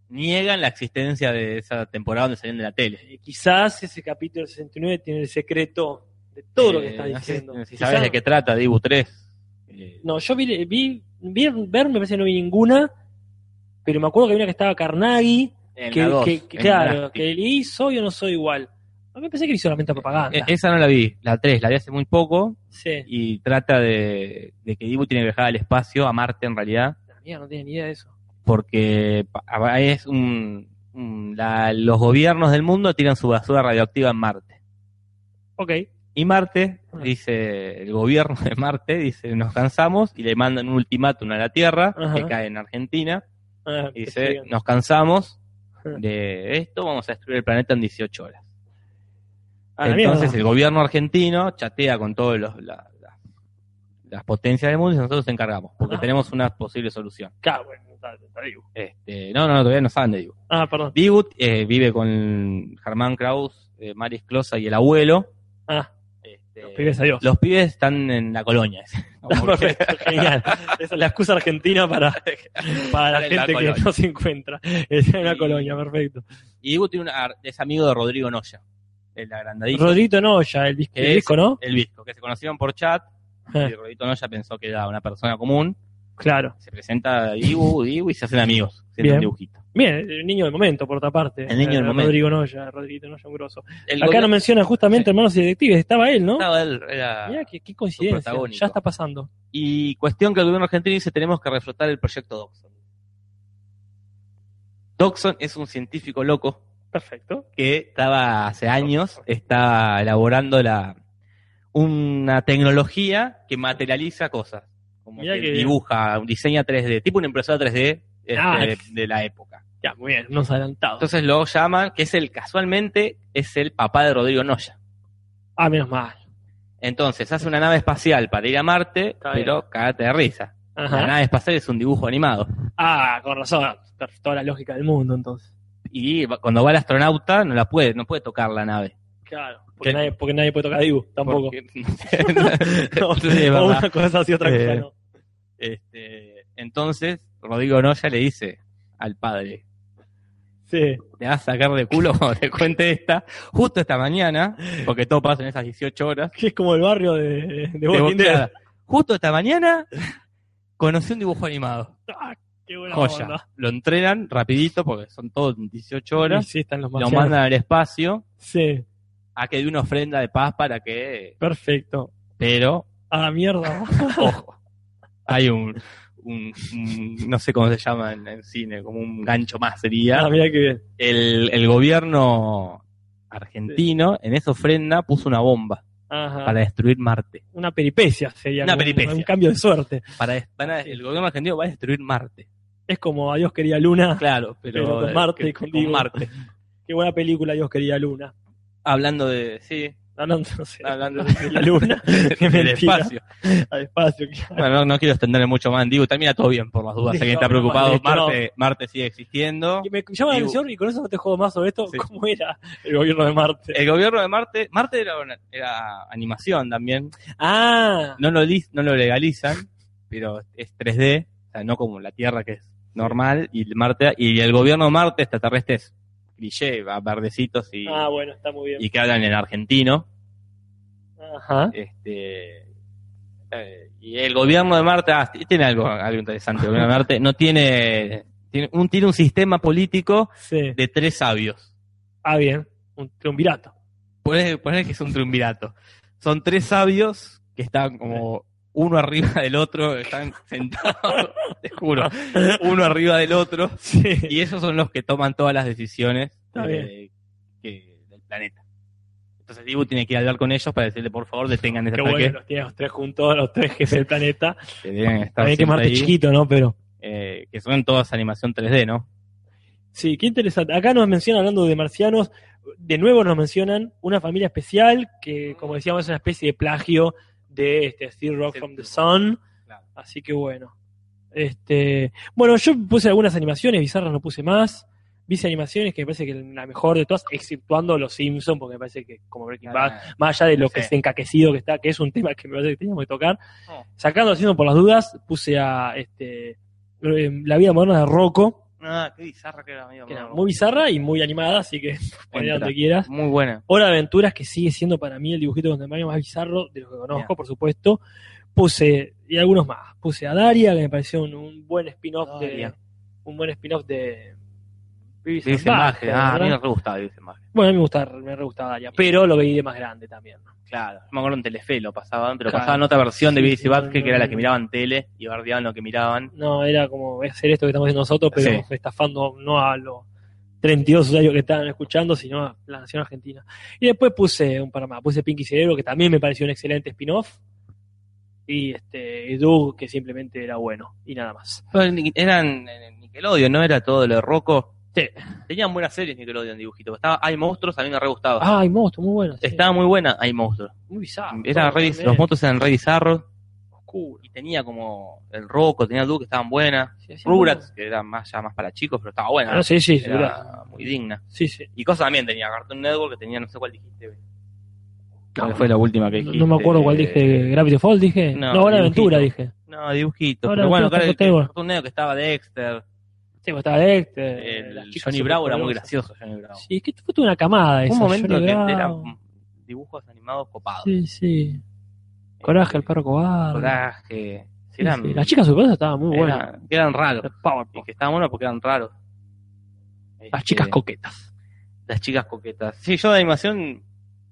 niegan la existencia de esa temporada donde salían de la tele. Eh, quizás ese capítulo sesenta y nueve tiene el secreto de todo lo que Eh, estás no sé diciendo. si Quizás- sabes de qué trata, Dibu tres. Eh, No, yo vi, vi, vi ver, me parece que no vi ninguna, pero me acuerdo que había una que estaba Carnaghi, en que, la dos, que- que- en claro, Elastic. que le hizo yo no soy igual. A mí me pensé que le hizo solamente propaganda. Eh, esa no la vi, la tres, la vi hace muy poco Sí. y trata de, de que Dibu tiene que viajar al espacio, a Marte en realidad, La mía no tiene ni idea de eso. porque pa- es un, un- la- los gobiernos del mundo tiran su basura radioactiva en Marte. Ok. Y Marte, Ah. dice, el gobierno de Marte, dice, nos cansamos y le mandan un ultimátum a la Tierra, Ajá. que cae en Argentina, Ah, y que dice, sigan. nos cansamos Ah. de esto, vamos a destruir el planeta en dieciocho horas. A la Entonces mierda. el gobierno argentino chatea con todas la, la- las potencias del mundo y nosotros nos encargamos, porque Ah. tenemos una posible solución. Claro, bueno, está- está Dibu. Este, no, no, no, todavía no saben de Dibu. Ah, perdón. Dibu eh, vive con Germán Kraus, eh, Maris Closa y el abuelo. Ah, Este, los pibes, adiós. Los pibes están en la colonia. Está perfecto, genial. Esa es la excusa argentina para, para la En la gente que colonia. no se encuentra. Es en una Y- colonia, perfecto. Y Dibu tiene una, es amigo de Rodrigo Noya, el agrandadito. Rodrito Noya, el disco, que el es disco, ¿no? El Visco, que se conocieron por chat. Ah, Y Rodrigo Noya pensó que era una persona común. claro. Se presenta Dibu, Dibu y se hacen amigos. Se Bien. hacen un dibujito. Bien, el niño del momento, por otra parte. El niño del Eh, momento. Rodrigo Noya, Rodrigo Noya, un grosso. El Acá gobierno- nos menciona justamente Sí. Hermanos y Detectives, estaba él, ¿no? estaba él, era- Mirá, qué, qué coincidencia, protagónico. ya está pasando. Y cuestión que el gobierno argentino dice, tenemos que reflotar el proyecto Doxon. Doxon es un científico loco Perfecto. que estaba hace años, está elaborando la una tecnología que materializa cosas. Como Mirá que que- dibuja, diseña tres D, tipo una impresora tres D este, Ah. de la época. Ya, muy bien, unos adelantados. Entonces lo llaman, que es el, casualmente, es el papá de Rodrigo Noya. Ah, menos mal. Entonces hace una nave espacial para ir a Marte, Está bien. pero cágate de risa. La Ajá. nave espacial es un dibujo animado. Ah, con razón. Per- Toda la lógica del mundo, entonces. Y va- cuando va el astronauta no la puede, no puede tocar la nave. Claro. Porque, ¿Qué? nadie, porque nadie puede tocar a Dibu, tampoco. Porque- No, Sí, es o verdad. una cosa así, otra Eh, cosa no. Este, entonces, Rodrigo Noya le dice al padre, Sí. te vas a sacar de culo cuando te cuente esta, justo esta mañana, porque todo pasa en esas dieciocho horas, Que es como el barrio de, de de Walking Dead. boqueada. Justo esta mañana conocí un dibujo animado. Ah, qué buena Joya. onda. Lo entrenan rapidito, porque son todos dieciocho horas, Sí, están los lo marcianos. mandan al espacio Sí, a que dé una ofrenda de paz para que... perfecto. Pero, A la mierda. ojo, hay un... un- un- no sé cómo se llama en el cine, como un gancho más sería. Ah, mira qué bien. El, el gobierno argentino en esa ofrenda puso una bomba Ajá. para destruir Marte. Una peripecia sería. Una como un- peripecia. Un, cambio de suerte. Para des- van a- Sí. el gobierno argentino va a destruir Marte. Es como Adiós quería Luna. Claro, pero, Pero con Marte que- y con con Dibu. Marte. Qué buena película Adiós quería Luna. Hablando de, sí, Hablando, no sé, hablando de la Luna. Qué del mentira. espacio. Al espacio. claro. Bueno, no, no quiero extenderme mucho más en Dibu, termina todo bien por las dudas. Sí, Alguien no, está preocupado, listo, no. Marte, Marte sigue existiendo. Y me llama la Dibu. atención, y con eso no te jodo más sobre esto, Sí. cómo era el gobierno de Marte. El gobierno de Marte, Marte era, una- era animación también. Ah, No lo, li- no lo legalizan, pero es tres D, o sea, no como la Tierra que es normal, y el Marte, y el gobierno de Marte extraterrestre es cliché, va verdecitos y, ah, bueno, está muy bien. y que hablan en argentino. Ajá. Este, eh, y el gobierno de Marte, ah, tiene algo, algo interesante, el gobierno de Marte no tiene, tiene un, tiene un sistema político Sí. de tres sabios. Ah, bien. Un triunvirato. Poner, poner que es un triunvirato. Son tres sabios que están como uno arriba del otro, están sentados, te juro, uno arriba del otro, Sí. y esos son los que toman todas las decisiones Está eh, que- del planeta. Entonces Dibu tiene que ir a hablar con ellos para decirle, por favor, detengan ese Qué ataque. bueno, los tienes los tres juntos, los tres jefes del planeta. Que deben estar También que siempre Marte ahí, chiquito, ¿no? Pero. eh, que son todas animación tres D, ¿no? Sí, qué interesante. Acá nos mencionan, hablando de marcianos, de nuevo nos mencionan una familia especial que, como decíamos, es una especie de plagio de este Steel Rock from the Sun. Claro. Así que bueno. Este, bueno, yo puse algunas animaciones bizarras, no puse más. Vi animaciones que me parece que la mejor de todas, exceptuando los Simpsons, porque me parece que como Breaking Bad, Ah, más allá de lo sí. que es encaquecido que está, que es un tema que me parece que teníamos que tocar. Oh. Sacando, haciendo por las dudas, puse a este eh, La vida moderna de Rocco, Ah, qué bizarra que era, amigo. Que era muy bizarra y muy animada, así que ponela donde quieras. Muy buena. Hora de Aventuras, que sigue siendo para mí el dibujito contemporáneo más bizarro de los que conozco, Bien. por supuesto. Puse, y algunos más, puse a Daria, que me pareció un, un buen spin-off de... Daria. Un buen spin-off de... Beavis Beavis and and Butthead, Butthead. Ah, a mí ¿verdad? me re gustaba Beavis and Butthead. Bueno, a mí me gusta, me re gustaba Daria, pero lo veí de más grande también. Claro, me acuerdo en Telefe lo pasaban, pero Claro. pasaban otra versión de Sí, Beavis sí, y no, Butthead, no, que era la no. que miraban tele y bardeaban lo que miraban. No, era como voy a hacer esto que estamos haciendo nosotros, pero Sí. estafando no a los treinta y dos usuarios que estaban escuchando, sino a la nación argentina. Y después puse un par más, puse Pinky Cerebro, que también me pareció un excelente spin-off. Y este Doug, que simplemente era bueno, y nada más. Pero ni- Eran en Nickelodeon, ¿no? Era todo lo de Rocco. Sí. Tenían buenas series Nickelodeon, dibujitos. Estaba Hay Monstruos, a mí me re gustaba. Ay, monstruo, muy bueno. sí. Estaba muy buena Hay Monstruos. Muy bizarro. Era todo, re- realmente. los monstruos eran re bizarros. Oscuro. Y tenía como el Rocco, tenía el Doug, que estaban buenas. Sí, hacía Rugrats, muy- que era más, ya más para chicos, pero estaba buena. Ah, sí, sí, Era seguro. muy digna. Sí, sí. Y cosas también tenía Cartoon Network, que tenía, no sé cuál dijiste. ¿Cuál No, fue la última que No, dijiste? no me acuerdo cuál dije. Gravity Falls dije. No, No, Hora de dibujito. Aventura dije. No, dibujitos. Ahora Pero bueno, después claro, está el Cartoon Cartoon Network que estaba Dexter. Sí, pues estaba Dexter. El las chicas Johnny Bravo era muy superpoderosas. gracioso, Johnny Bravo. Sí, es que fue toda una camada Fue esa. un momento Johnny que Bravo. eran dibujos animados copados. Sí, sí. Coraje, el perro cobarde. Coraje. Sí, Sí, eran, sí. Las chicas superpoderosas estaban muy buenas. eran, que eran raros. Powerpuff. Y que estaban buenos porque eran raros. Las Este, chicas coquetas. Las chicas coquetas. Sí, yo de animación.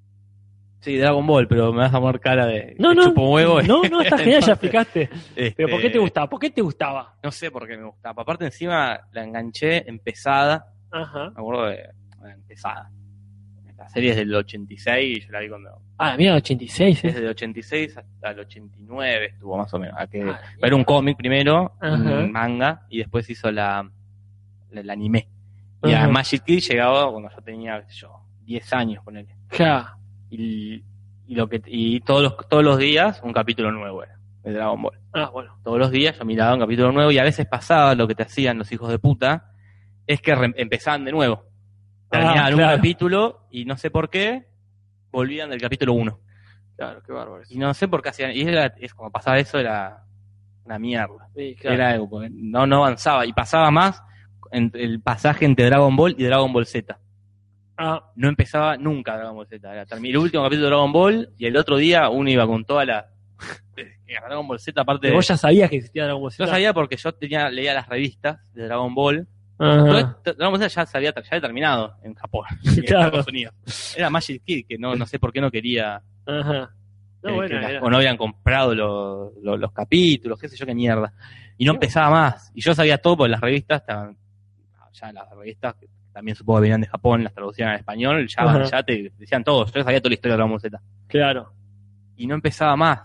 Sí, Dragon Ball, pero me vas a poner cara de. No, de no. chupo huevo. No, no, está genial, ya explicaste. Este, Pero ¿por qué te gustaba? ¿Por qué te gustaba? No sé por qué me gustaba. Aparte, encima la enganché empezada. Ajá. Me acuerdo de. Bueno, empezada. La serie es del ochenta y seis y yo la vi cuando. Ah, mira, ochenta y seis, Desde ¿eh? el ochenta y seis hasta el ochenta y nueve estuvo más o menos. A que, Ah, era un cómic primero, Ajá. un manga, y después hizo la, la- el anime. Y Ajá. a Magic Kid llegaba cuando yo tenía, qué sé yo, diez años con él. Ja. Y, y, lo que, y todos, los, todos los días un capítulo nuevo era de Dragon Ball. Ah, bueno. Todos los días yo miraba un capítulo nuevo y a veces pasaba lo que te hacían los hijos de puta, es que re- empezaban de nuevo. Terminaban Ah, un claro. capítulo y no sé por qué volvían del capítulo uno. Claro, qué bárbaro. Y no sé por qué hacían. Y era, es como pasaba eso, era una mierda. Sí, claro. Era algo, porque no, no avanzaba. Y pasaba más entre el pasaje entre Dragon Ball y Dragon Ball Z. Ah, No empezaba nunca Dragon Ball Z. Era termi- el último capítulo de Dragon Ball y el otro día uno iba con toda la. Dragon Ball Z, aparte pero de. vos ya sabías que existía Dragon Ball Z. Yo sabía porque yo tenía, leía las revistas de Dragon Ball. Ajá. Entonces, Dragon Ball Z ya, se había, ya había terminado en Japón. Y en Claro. Estados Unidos. Era Magic Kid, que no, no sé por qué no quería. Ajá. No, que- bueno, que las- era- o no habían comprado los, los, los capítulos, qué sé yo qué mierda. Y no empezaba más. Y yo sabía todo porque las revistas estaban, ya las revistas, que también supongo que venían de Japón, las traducían al español, ya, Ajá. ya te decían todo. Yo sabía toda la historia de Dragon Ball Z. Claro. Y no empezaba más.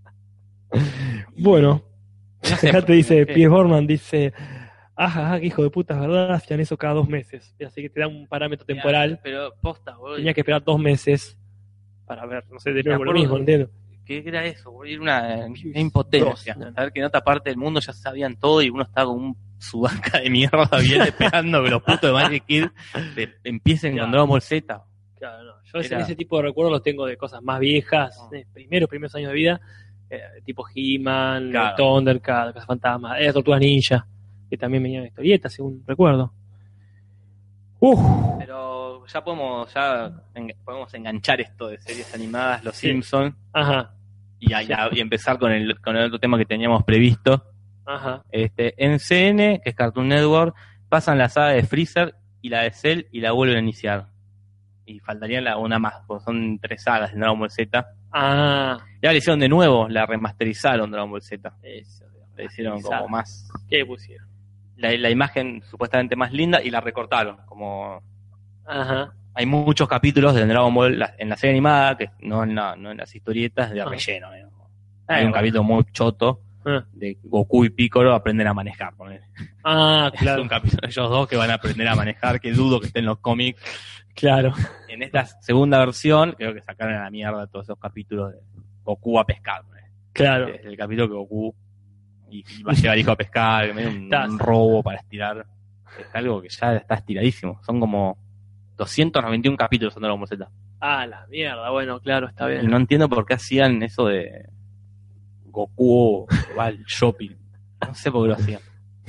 Bueno, No sé acá por te dice, qué. Pies Borman dice, ajá, ajá, qué hijo de puta, es verdad, hacían eso cada dos meses. Y así que te da un parámetro temporal. Pero posta, boludo. Tenía que esperar dos meses para ver, no sé, de Me nuevo lo acuerdo mismo, ¿entiendes? ¿Qué era eso? boludo? Era una, una impotencia. Dos. Saber que en otra parte del mundo ya sabían todo y uno estaba con un sudaca de mierda bien esperando que los putos de Magic Kid te- empiecen Claro. con Dragon Ball Z. Claro, no. Yo ese, Era- ese tipo de recuerdos los tengo de cosas más viejas, Ah. de primeros, primeros años de vida, eh, tipo He-Man, Claro. Thundercat, Casa Fantasma, eh, Tortuga Ninja, que también venían historietas, según recuerdo. Uf, Pero ya podemos ya en- podemos enganchar esto de series animadas, Los Sí. Simpsons, ajá, y, a- y a- y empezar con el, con el otro tema que teníamos previsto. ajá. Este, en C N, que es Cartoon Network, pasan la saga de Freezer y la de Cell y la vuelven a iniciar. Y faltaría la, una más, porque son tres sagas de Dragon Ball Z. Ah, Ya la hicieron de nuevo, la remasterizaron Dragon Ball Z. eso. La hicieron como más. ¿Qué pusieron? La, la imagen supuestamente más linda y la recortaron. Como Ajá, hay muchos capítulos de Dragon Ball la- en la serie animada, que no en, la, no en las historietas de Ah. relleno. ¿eh? Hay Eh, un bueno. capítulo muy choto Ah. de Goku y Piccolo aprenden a manejar. ponele. Ah, Es claro, un capítulo de ellos dos que van a aprender a manejar, que dudo que estén en los cómics. claro. En esta segunda versión, creo que sacaron a la mierda todos esos capítulos de Goku a pescar. ponele. Claro. Desde el capítulo que Goku y, y va a llevar al hijo a pescar, que medio un, Tas. un robo para estirar. Es algo que ya está estiradísimo. Son como doscientos noventa y uno capítulos en Dragon Ball Z. Ah, la mierda, bueno, claro, está Y bien. no entiendo por qué hacían eso de Goku va al shopping. No sé por qué lo hacían.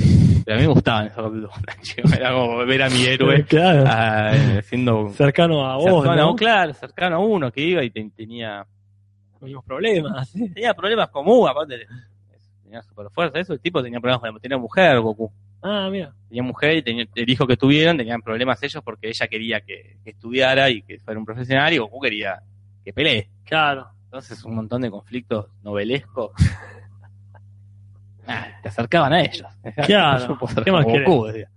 Pero a mí me gustaban esos capítulos. Era como ver a mi héroe Claro. ah, siendo Cercano a vos, cercano, ¿no? claro, cercano a uno que iba y te- tenía Los mismos problemas. ¿sí? tenía problemas con Goku, aparte tenía super fuerza, eso, el tipo tenía problemas con tenía mujer, Goku. Ah, mira. Tenía mujer y tenía, el hijo que tuvieron tenían problemas ellos porque ella quería que, que estudiara y que fuera un profesional y Goku quería que pelee. Claro. Entonces un montón de conflictos novelescos. Ah, te acercaban a ellos. Claro. Yo puedo ser ¿Qué más como querés? Goku, decía.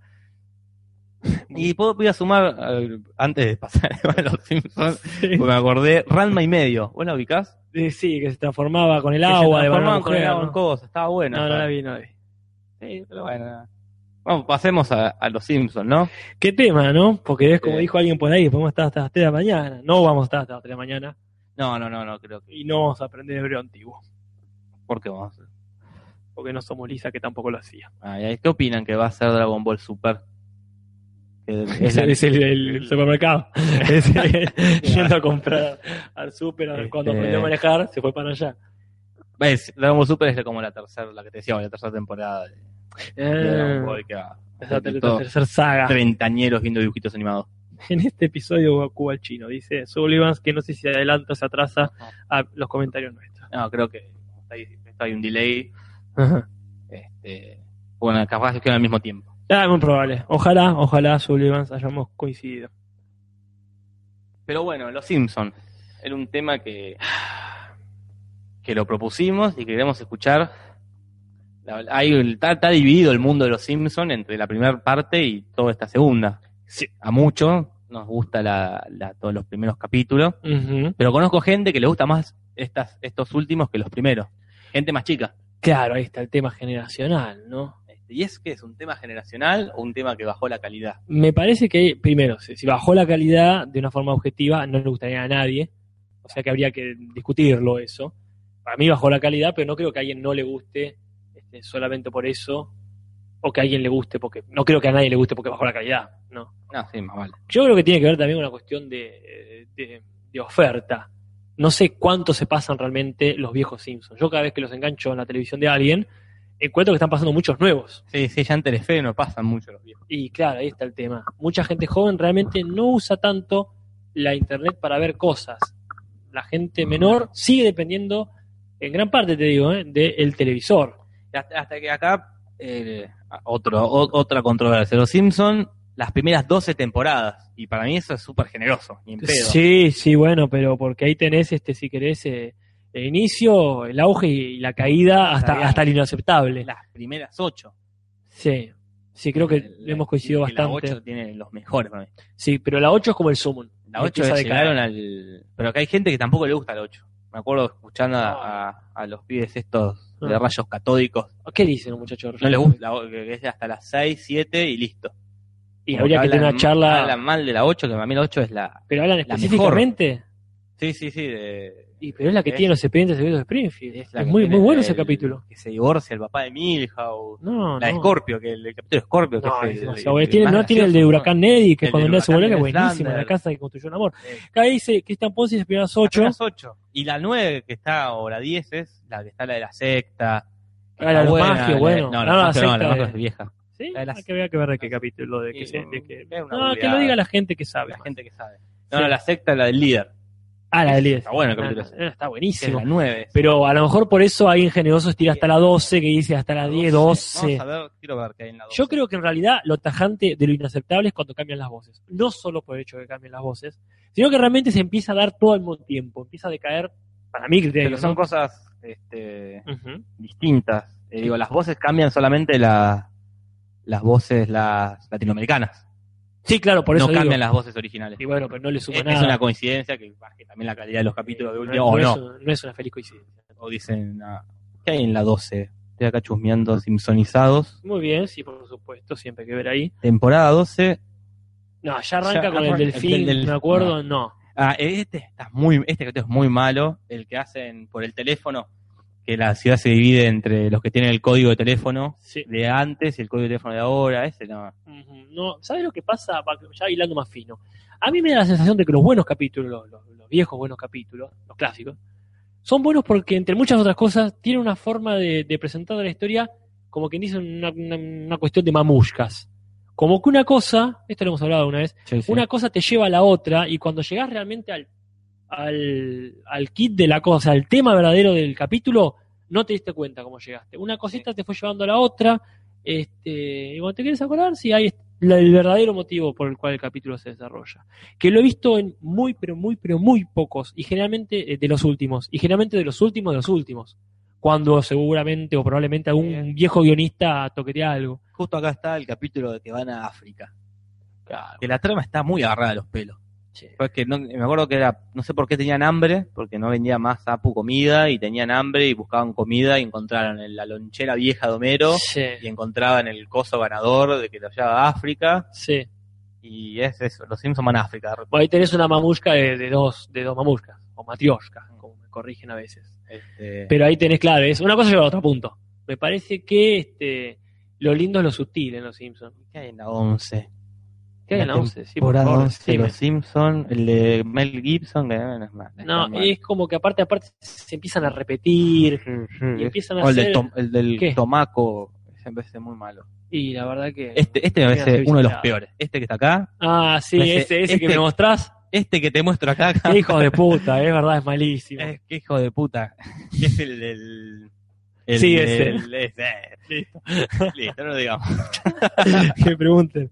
Y puedo, voy a sumar, eh, antes de pasar a los Simpsons, Sí. porque me acordé, Ranma y medio. ¿Vos la ubicás? Sí, sí, que se transformaba con el Que se agua de transformaban varón con el mujer, agua en ¿no? cosas, estaba buena. No, no esa. la vi, no la vi. Sí, pero bueno. nada. Vamos, pasemos a, a los Simpsons, ¿no? ¿Qué tema, no? Porque es como Sí. dijo alguien por ahí, podemos estar hasta las tres de la mañana. No vamos a estar hasta las tres de la mañana No, no, no, no, creo que. y no vamos a aprender hebreo antiguo. ¿Por qué vamos a hacer? Porque no somos Lisa, que tampoco lo hacía. Ay, ay, ¿qué opinan que va a ser Dragon Ball Super? Que es Es, la- es el, el supermercado. Es el- yendo a comprar al super. Este- Cuando aprendió a manejar, se fue para allá. ¿Ves? Dragon Ball Super es como la tercera, la que te decía, la tercera temporada de, de Dragon Ball, que va. Esa ter- Todo tercera saga. treintañeros viendo dibujitos animados. En este episodio Goku al chino, dice Sullivan, que no sé si se adelanta o se atrasa a los comentarios nuestros. No, creo que está ahí, está ahí un delay. Ajá. Este, bueno, capaz que al mismo tiempo. Ah, muy probable. Ojalá, ojalá Sullivan hayamos coincidido. Pero bueno, los Simpsons era un tema que que lo propusimos y que queremos escuchar. La- Hay, está, está dividido el mundo de los Simpsons entre la primera parte y toda esta segunda. Sí. A muchos nos gusta la, la- todos los primeros capítulos, Ujú. pero conozco gente que le gusta más estas, estos últimos que los primeros. Gente más chica. Claro, ahí está el tema generacional, ¿no? Este, ¿Y es que es un tema generacional o un tema que bajó la calidad? Me parece que, primero, si si bajó la calidad de una forma objetiva, no le gustaría a nadie. O sea que habría que discutirlo eso. Para mí bajó la calidad, pero no creo que a alguien no le guste este, solamente por eso. O que a alguien le guste porque... No creo que a nadie le guste porque bajó la calidad, no. No, sí, más vale. Yo creo que tiene que ver también con una cuestión de, de, de oferta. No sé cuánto se pasan realmente los viejos Simpsons. Yo cada vez que los engancho en la televisión de alguien, encuentro que están pasando muchos nuevos. Sí, sí, ya en Telefe no pasan mucho los viejos. Y claro, ahí está el tema. Mucha gente joven realmente no usa tanto la internet para ver cosas. La gente menor sigue dependiendo, en gran parte te digo, ¿eh? del televisor. Hasta, hasta que acá, eh, otro, o- otra controversia. Los Simpsons, las primeras doce temporadas. Y para mí eso es súper generoso, ni en pedo. Sí, sí, bueno, pero porque ahí tenés, este, si querés, eh, el inicio, el auge y la caída hasta, bien. hasta el inaceptable. Las primeras ocho. Sí, sí, creo que El- hemos coincidido y que bastante. La ocho tiene los mejores para mí. Sí, pero la ocho es como el summon. La ocho Empieza a llegaron decaer. al... Pero acá hay gente que tampoco le gusta la ocho. Me acuerdo escuchando a, a, a los pibes estos de Ah. rayos catódicos. ¿Qué dicen los muchachos? No les gusta, la, que es hasta las seis, siete y listo. Y Como habría que tener hablan- una charla. Hablan mal de la ocho, que para mí la ocho es la... Pero hablan la específicamente. Sí, sí, sí. De, Y, pero es la que Es- tiene los expedientes secretos de Springfield. es Es, la que muy, tiene muy bueno el- ese capítulo. Que se divorcia el papá de Milhouse. No, La de no. Scorpio, que el, el capítulo de Scorpio, que No, es es el- demasiado el- bueno. Tiene- el no más tiene el de gracioso, Huracán Neddy, que El es cuando del Ned se vuelve, que es Huracán buenísimo, Slander. la casa que construyó un amor. ¿no? Eh, Acá dice Christian Ponce y las primeras las ocho. primeras ocho. Y la nueve que está, o la diez es la que está la de la secta. que Ah, está la de los buena, magios, la de- bueno. No, No, la, la Magio no, secta la Magio de- es vieja. ¿Sí? La de las- Ah, que vea que ver de qué capítulo. De que Sí, se, de que... es una No, que goleada. lo diga la gente que sabe. La gente que sabe. Sí. No, no, la secta es la del líder. Ah, la de Lies. Está bueno el capítulo ese. Ah, está Que es buenísimo. la nueve. Pero a lo mejor por eso alguien generoso estira hasta la doce, que dice hasta la diez, doce. Vamos a ver, quiero ver qué hay en la doce. Yo creo que en realidad lo tajante de lo inaceptable es cuando cambian las voces. No solo por el hecho de que cambien las voces, sino que realmente se empieza a dar todo al mismo tiempo. Empieza a decaer, para mí, criterio. Pero son ¿no? cosas este, Ujú. distintas. Eh, digo, las voces cambian solamente la, las voces las latinoamericanas. Sí, claro, por eso no digo. cambian las voces originales. Y bueno, pero no le suma Es, nada. es una coincidencia que baje también la calidad de los capítulos de no, último, o no no. Es una, no es una feliz coincidencia. O dicen, ah, ¿qué hay en la doce? Estoy acá chusmeando Simpsonizados. Muy bien, sí, por supuesto, siempre hay que ver ahí. Temporada doce. No, ya arranca Ya con el arranca- delfín, el del- me acuerdo, no. Ah, este está muy, este capítulo es muy malo. El que hacen por el teléfono, que la ciudad se divide entre los que tienen el código de teléfono Sí. de antes y el código de teléfono de ahora. Ese no. Ujú. No, ¿sabes lo que pasa? Va, ya hilando más fino. A mí me da la sensación de que los buenos capítulos, los, los- los viejos buenos capítulos, los clásicos, son buenos porque, entre muchas otras cosas, tienen una forma de, de presentar la historia como quien dice, una, una, una cuestión de mamushkas. Como que una cosa, esto lo hemos hablado una vez, Sí, sí. una cosa te lleva a la otra, y cuando llegás realmente al, al, al kit de la cosa, al tema verdadero del capítulo, no te diste cuenta cómo llegaste. Una cosita te fue llevando a la otra, este, y cuando te quieres acordar, sí, hay la- el verdadero motivo por el cual el capítulo se desarrolla. Que lo he visto en muy, pero muy, pero muy pocos, y generalmente eh, de los últimos, y generalmente de los últimos de los últimos. Cuando seguramente o probablemente algún Bien. viejo guionista toquetea algo. Justo acá está el capítulo de que van a África. Claro. Que la trama está muy agarrada a los pelos. Fue que no, me acuerdo que era, no sé por qué tenían hambre, porque no vendía más Apu comida, y tenían hambre y buscaban comida y encontraron en la lonchera vieja de Homero, Sí, y encontraban el coso ganador de que lo llevaba a África, sí. y es eso, los Simpsons van a África. Bueno, ahí tenés una mamushka de, de dos, de dos mamushkas, o matrioshkas, como me corrigen a veces. Este, Pero ahí tenés, claro, es una cosa lleva a otro punto. Me parece que este lo lindo es lo sutil en los Simpsons. ¿qué hay en la once? ¿Qué hay en la once? Sí, por Temporada favor, once, decime. los Simpsons, el de Mel Gibson, que no es más. No, es como que aparte, aparte se empiezan a repetir y empiezan a O el del, hacer... tom- el del ¿Qué? tomaco, ese me parece muy malo. Y la verdad que... Este, este me Mira, parece se uno de los visitado. peores. Este que está acá, Ah, sí, Ese- ese, ese que este- me mostrás. este que te muestro acá, acá Qué hijo de puta, es verdad, es malísimo. es que hijo de puta. Que es el del. El, Sí, del- ese. ese. Listo. Listo, no lo digamos. Que pregunten.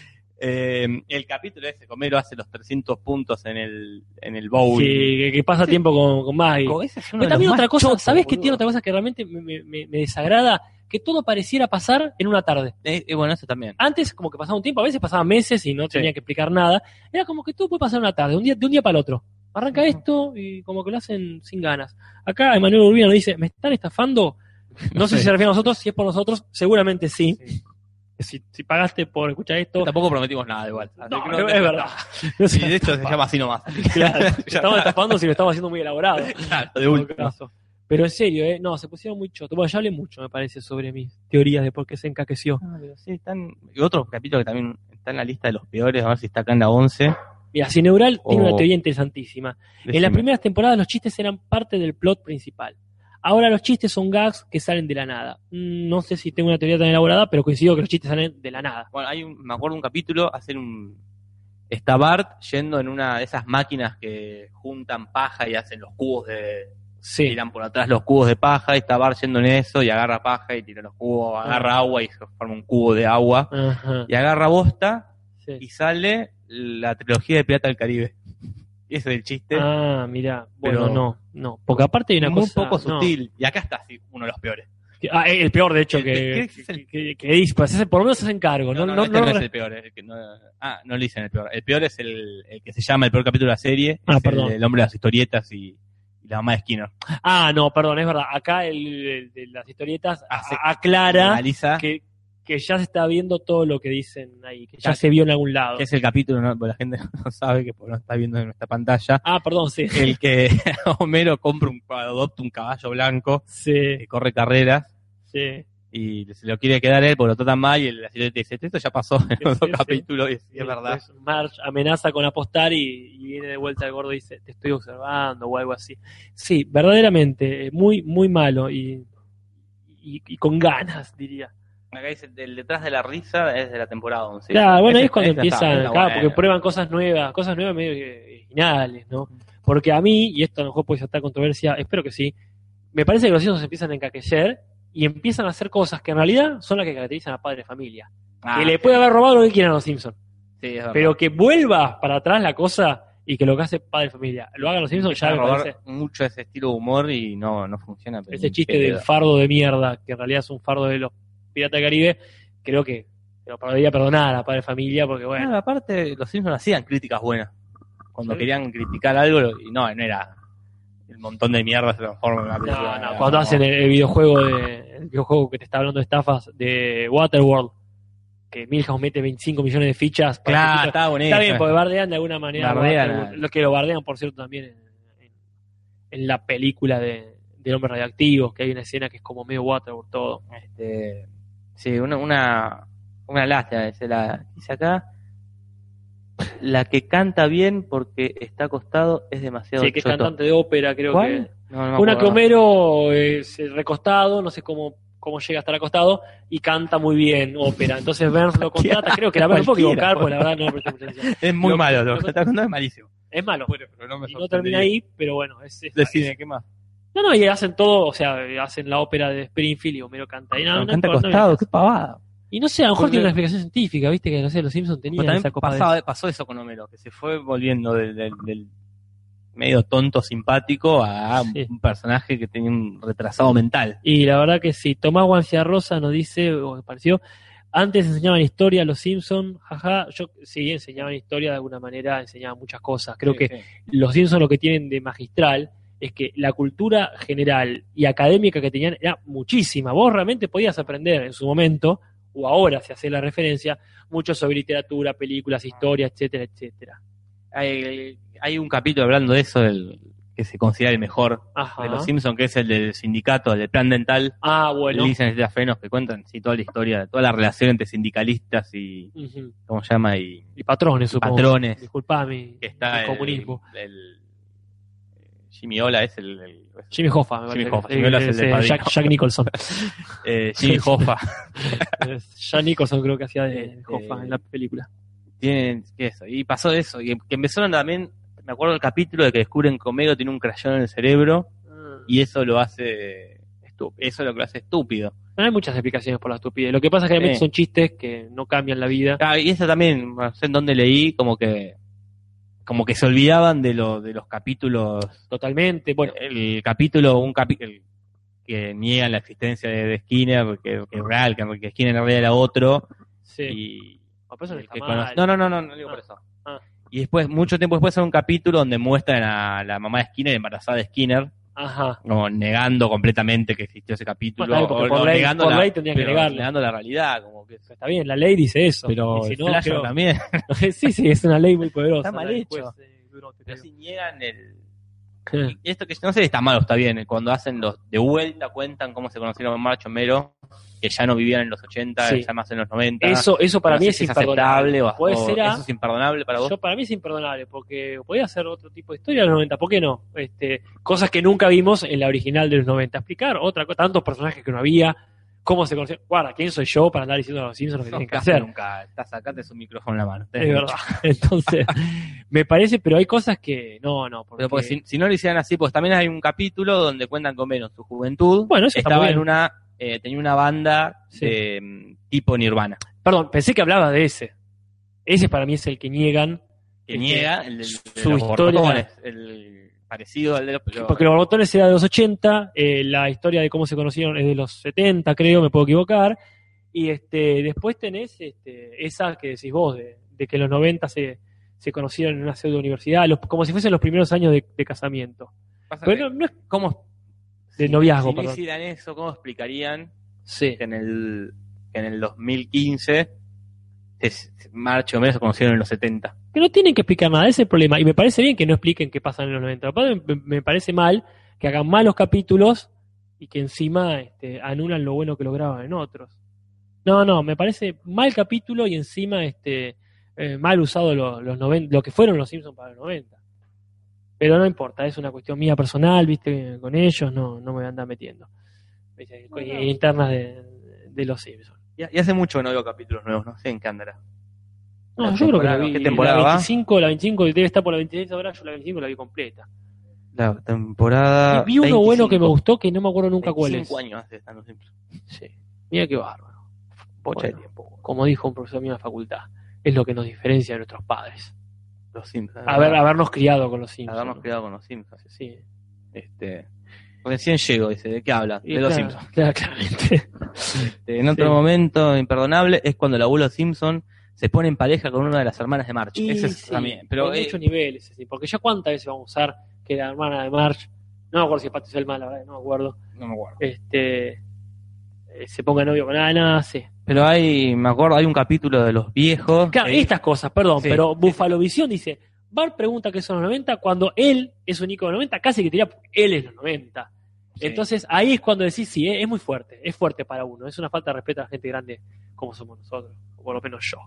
Eh, el capítulo ese, Homero hace los trescientos puntos en el, en el bowl. Sí, que, que pasa tiempo con, con Maggie. Ese es uno Pero de los también más otra cosa, chotos, ¿sabés qué boludo. tiene otra cosa que realmente me, me- me- me desagrada? Que todo pareciera pasar en una tarde. Eh, eh, bueno, eso también. Antes, como que pasaba un tiempo, a veces pasaban meses y no Sí. tenía que explicar nada. Era como que todo puede pasar en una tarde, un día, de un día para el otro. Arranca Ujú. esto y como que lo hacen sin ganas. Acá Emanuel Urbina nos dice, ¿me están estafando? No sé si se refiere a nosotros, si es por nosotros, seguramente sí. Sí. Si, si pagaste por escuchar esto, Tampoco prometimos nada igual. Así no, que no, es verdad. No Sí, sé. de hecho se llama así nomás. Claro, Ya estamos está. estafando si lo estamos haciendo muy elaborado. Claro, de En todo último. caso. Pero en serio, ¿eh? No, se pusieron muy chotos. Bueno, ya hablé mucho, me parece, sobre mis teorías de por qué se encaqueció. Ah, pero sí, están... Y otro capítulo que también está en la lista de los peores, a ver si está acá en la once. Mira, Cineural tiene Oh. una teoría interesantísima. En Decime. las primeras temporadas los chistes eran parte del plot principal. Ahora los chistes son gags que salen de la nada. Mm, No sé si tengo una teoría tan elaborada, pero coincido que los chistes salen de la nada. Bueno, hay un, me acuerdo de un capítulo, hacer un... Está Bart yendo en una de esas máquinas que juntan paja y hacen los cubos de... Sí. Tiran por atrás los cubos de paja, y está Bart yendo en eso y agarra paja y tira los cubos, agarra agua y se forma un cubo de agua. Ajá. Y agarra bosta Sí. y sale la trilogía de Pirata del Caribe. Y ese es el chiste. Ah, mira. Bueno, Pero- no, no. Porque aparte hay una muy cosa... poco no. sutil. Y acá está sí, uno de los peores. Que- Ah, el peor, de hecho, El- que, ¿qué es que, el- que, que dice, pues, ese por lo menos se hacen cargo. No, No, no, no, este no- no es el peor. el que no- ah, no le dicen el peor. El peor es el, el que se llama el peor capítulo de la serie. Ah, es perdón. el, el hombre de las historietas y, y la mamá de Skinner. Ah, no, perdón, es verdad. Acá el, el de las historietas Hace- a- aclara Analiza que, que ya se está viendo todo lo que dicen ahí, que ya Claro. se vio en algún lado. que es el capítulo, ¿no? Porque la gente no sabe que no está viendo en nuestra pantalla. Ah, perdón, sí. El que Homero compra un, adopta un caballo blanco Sí, que corre carreras sí. y se lo quiere quedar él porque lo tratan mal y el asistente dice, esto ya pasó en Sí, otro sí, capítulo y es, y es verdad. Después Marge amenaza con apostar y, y viene de vuelta el gordo y dice, te estoy observando o algo así. Sí, verdaderamente, eh, muy, muy malo y, y, y con ganas, diría. Acá dice, el detrás de la risa es de la temporada once. Claro, bueno, Ese- ahí es cuando ese empiezan, está- está claro, bueno. porque prueban cosas nuevas, cosas nuevas medio que originales, ¿no? Porque a mí, y esto a lo mejor puede ser controversia, espero que sí, me parece que los hijos se empiezan a encaquecer y empiezan a hacer cosas que en realidad son las que caracterizan a Padre de Familia. Ah, que le sí. puede haber robado lo que quieran a los Simpsons, Sí, es verdad. pero que vuelva para atrás la cosa y que lo que hace Padre de Familia lo hagan los Simpsons, ya Empiezan me a robar parece. mucho ese estilo de humor y no, no funciona. pero Ese ni chiste pedo. del fardo de mierda, que en realidad es un fardo de los Piratas del Caribe, creo que se lo podría perdonar a Padre de Familia, porque bueno. Claro, aparte, los Simpsons hacían críticas buenas. Cuando Sí. querían criticar algo, lo- y no, no era el montón de mierda se transforma en una película. No, no, Era cuando como- hacen el, el videojuego de, el videojuego que te está hablando de estafas de Waterworld, que Milhouse mete veinticinco millones de fichas para Claro, que- está bonito. está bien, porque bardean de alguna manera a Bardean Waterworld, a- lo que lo bardean por cierto también en, en- en la película de del hombre radioactivo, que hay una escena que es como medio Waterworld todo. Este, sí, una, una, una lástima, se la dice acá. La que canta bien porque está acostado es demasiado Sí, que es choto. cantante de ópera, creo ¿Cuál? que No, no me una que acuerdo. Homero es recostado, no sé cómo cómo llega a estar acostado y canta muy bien ópera. Entonces Burns lo contrata, creo que la verdad me puedo equivocar, porque la verdad no presté mucha atención. Es muy Lo- malo, lo- lo que está contando es malísimo. Es malo. Bueno, pero no me Y no termina ahí, pero bueno, es, es- Decime, es- ¿qué más? no, no, y hacen todo, o sea, hacen la ópera de Springfield y Homero canta ahí. No, no canta importa, no acostado, me- qué pavada. Y no sé, a lo mejor Porque- tiene una explicación científica, viste que no sé, los Simpsons Pero tenían también esa copa de- pasaba- pasó eso con Homero, que se fue volviendo del, del- del medio tonto simpático a Sí. un personaje que tenía un retrasado mental. Y la verdad que sí, Tomás Guanciarrosa nos dice, o me pareció, antes enseñaban historia los Simpsons, jaja, yo sí enseñaban historia de alguna manera, enseñaban muchas cosas. Creo Sí, que sí. los Simpsons lo que tienen de magistral es que la cultura general y académica que tenían era muchísima. Vos realmente podías aprender en su momento, o ahora si haces la referencia, mucho sobre literatura, películas, historia, etcétera, etcétera. Hay, hay un capítulo hablando de eso, el, que se considera el mejor Ajá. de los Simpsons, que es el del sindicato, el del plan dental. Ah, bueno. Dicen de frenos que cuentan sí, toda la historia, toda la relación entre sindicalistas y, Ujú. ¿cómo se llama? Y Y patrones, supongo. patrones. Disculpame, Que está el el, comunismo. el- Jimmy Ola es el, el- Jimmy Hoffa, me Jimmy parece. Hoffa, Jimmy Ola es el del Padrino. Jack, Jack Nicholson. eh, Jimmy Hoffa. Jack Nicholson creo que hacía de Este- Hoffa en la película. Tienen, ¿qué es eso? Y pasó eso, y que empezaron también, me acuerdo del capítulo de que descubren que Homero tiene un crayón en el cerebro, y eso lo hace estú- eso es lo que lo hace estúpido. No hay muchas explicaciones por la estupidez. Lo que pasa es que realmente Sí. son chistes que no cambian la vida. Ah, y eso también, no sé en dónde leí, como que como que se olvidaban de lo, de los capítulos. Totalmente. Bueno, El capítulo, un capítulo que niegan la existencia de, de Skinner, que, que es real, que, que Skinner en realidad era otro. sí. Y Ah, pero eso no el está que mal. conoce- no, no, no, no, no digo Ah, por eso. ah. Y después, mucho tiempo después, hay un capítulo donde muestran a la mamá de Skinner, embarazada de Skinner, Ajá. como negando completamente que existió ese capítulo. Bueno, porque o- por o ley- negando por la, ley tendrían que pero negarlo. negando la realidad, como que Está bien, la ley dice eso. pero Y si el no, Flash creo- también. sí, sí, es una ley muy poderosa. Está mal la del hecho. juez, eh, Durote, Pero creo. si niegan el... Eh, Y esto que no sé si está mal o está bien, cuando hacen los de vuelta cuentan cómo se conocieron March Homero, que ya no vivían en los ochenta, Sí. ya más en los noventa. Eso, eso para No mí sé es si imperdonable. aceptable o, Puede o ser a- eso es imperdonable para vos. Yo para mí es imperdonable, porque podía hacer otro tipo de historia de los noventa, ¿por qué no? Este, cosas que nunca vimos en la original de los noventa. Explicar otra cosa, tantos personajes que no había, cómo se conocieron. Guarda, ¿quién soy yo para andar diciendo a los Simpsons lo que No, tienen que casi hacer? nunca estás sacate su micrófono en la mano. Es verdad. Entonces, me parece, pero hay cosas que no, no. Porque, Pero porque si, si no lo hicieran así, pues también hay un capítulo donde cuentan con Homero en su juventud. Bueno, eso está estaba muy bien. en una, eh, tenía una banda Sí. de, mm, tipo Nirvana. Perdón, pensé que hablaba de ese. Ese para mí es el que niegan. Que Este, niega el, de- de su los historia- borbotones, el parecido al de los... pero- Porque los borbotones era de los ochenta, eh, la historia de cómo se conocieron es de los setenta, creo, me puedo equivocar. Y este después tenés este, esa que decís vos, de, de que en los noventa se, se conocieron en una pseudo universidad, los, como si fuesen los primeros años de, de casamiento. pasa Pero que- no, no es ¿Cómo? de si- noviazgo, si no perdón. hicieran eso, ¿cómo explicarían Sí. que en el, que en el dos mil quince es- March y Homero se conocieron en los setenta? Que no tienen que explicar nada, ese es el problema. Y me parece bien que no expliquen qué pasa en los noventa. Aparte, Me, me parece mal que hagan malos capítulos y que encima este, anulan lo bueno que lograban en otros. No, no, me parece mal capítulo y encima este eh, mal usado los, los noventa, lo que fueron los Simpsons para los noventa. Pero no importa, es una cuestión mía personal, viste, con ellos no, no me voy a andar metiendo. ¿Viste? No, no. Internas de, de los Simpsons. Y, y hace mucho que no veo capítulos nuevos, no sé en qué andará. No, La yo creo que la temporada, vi. ¿qué temporada la va? veinticinco, la veinticinco debe estar por la veintiséis ahora, yo la veinticinco la vi completa. La temporada. Y vi uno bueno que me veinticinco. gustó que no me acuerdo nunca cuál es. veinticinco años hace están los Simpsons. Sí. Mira qué bárbaro. Bocha de Bueno. tiempo. Como dijo un profesor mío en la facultad, es lo que nos diferencia de nuestros padres. Los Simpsons. Haber, habernos criado con los Simpsons. Habernos criado con los Simpsons. Sí. Este, recién llego, dice, ¿de qué habla? Y De los claro, Simpsons. claro, claramente. Este, en otro Sí. momento imperdonable es cuando el abuelo Simpson se pone en pareja con una de las hermanas de March. Y Ese es sí, también. Pero hay eh, muchos niveles, sí, porque ya cuántas veces vamos a usar que la hermana de Marge, no me acuerdo si es Patricia Selma, la verdad, no me acuerdo, no me acuerdo. este eh, se ponga novio con Ana, sí. Pero hay, me acuerdo, hay un capítulo de los viejos. Claro, que- estas cosas, perdón, Sí, pero sí, Buffalo Visión dice, Bart pregunta qué son los noventa cuando él es un ícono de los noventa, casi que diría, él es los noventa. Sí. Entonces ahí es cuando decís, sí, eh, es muy fuerte, es fuerte para uno, es una falta de respeto a la gente grande como somos nosotros, o por lo menos yo.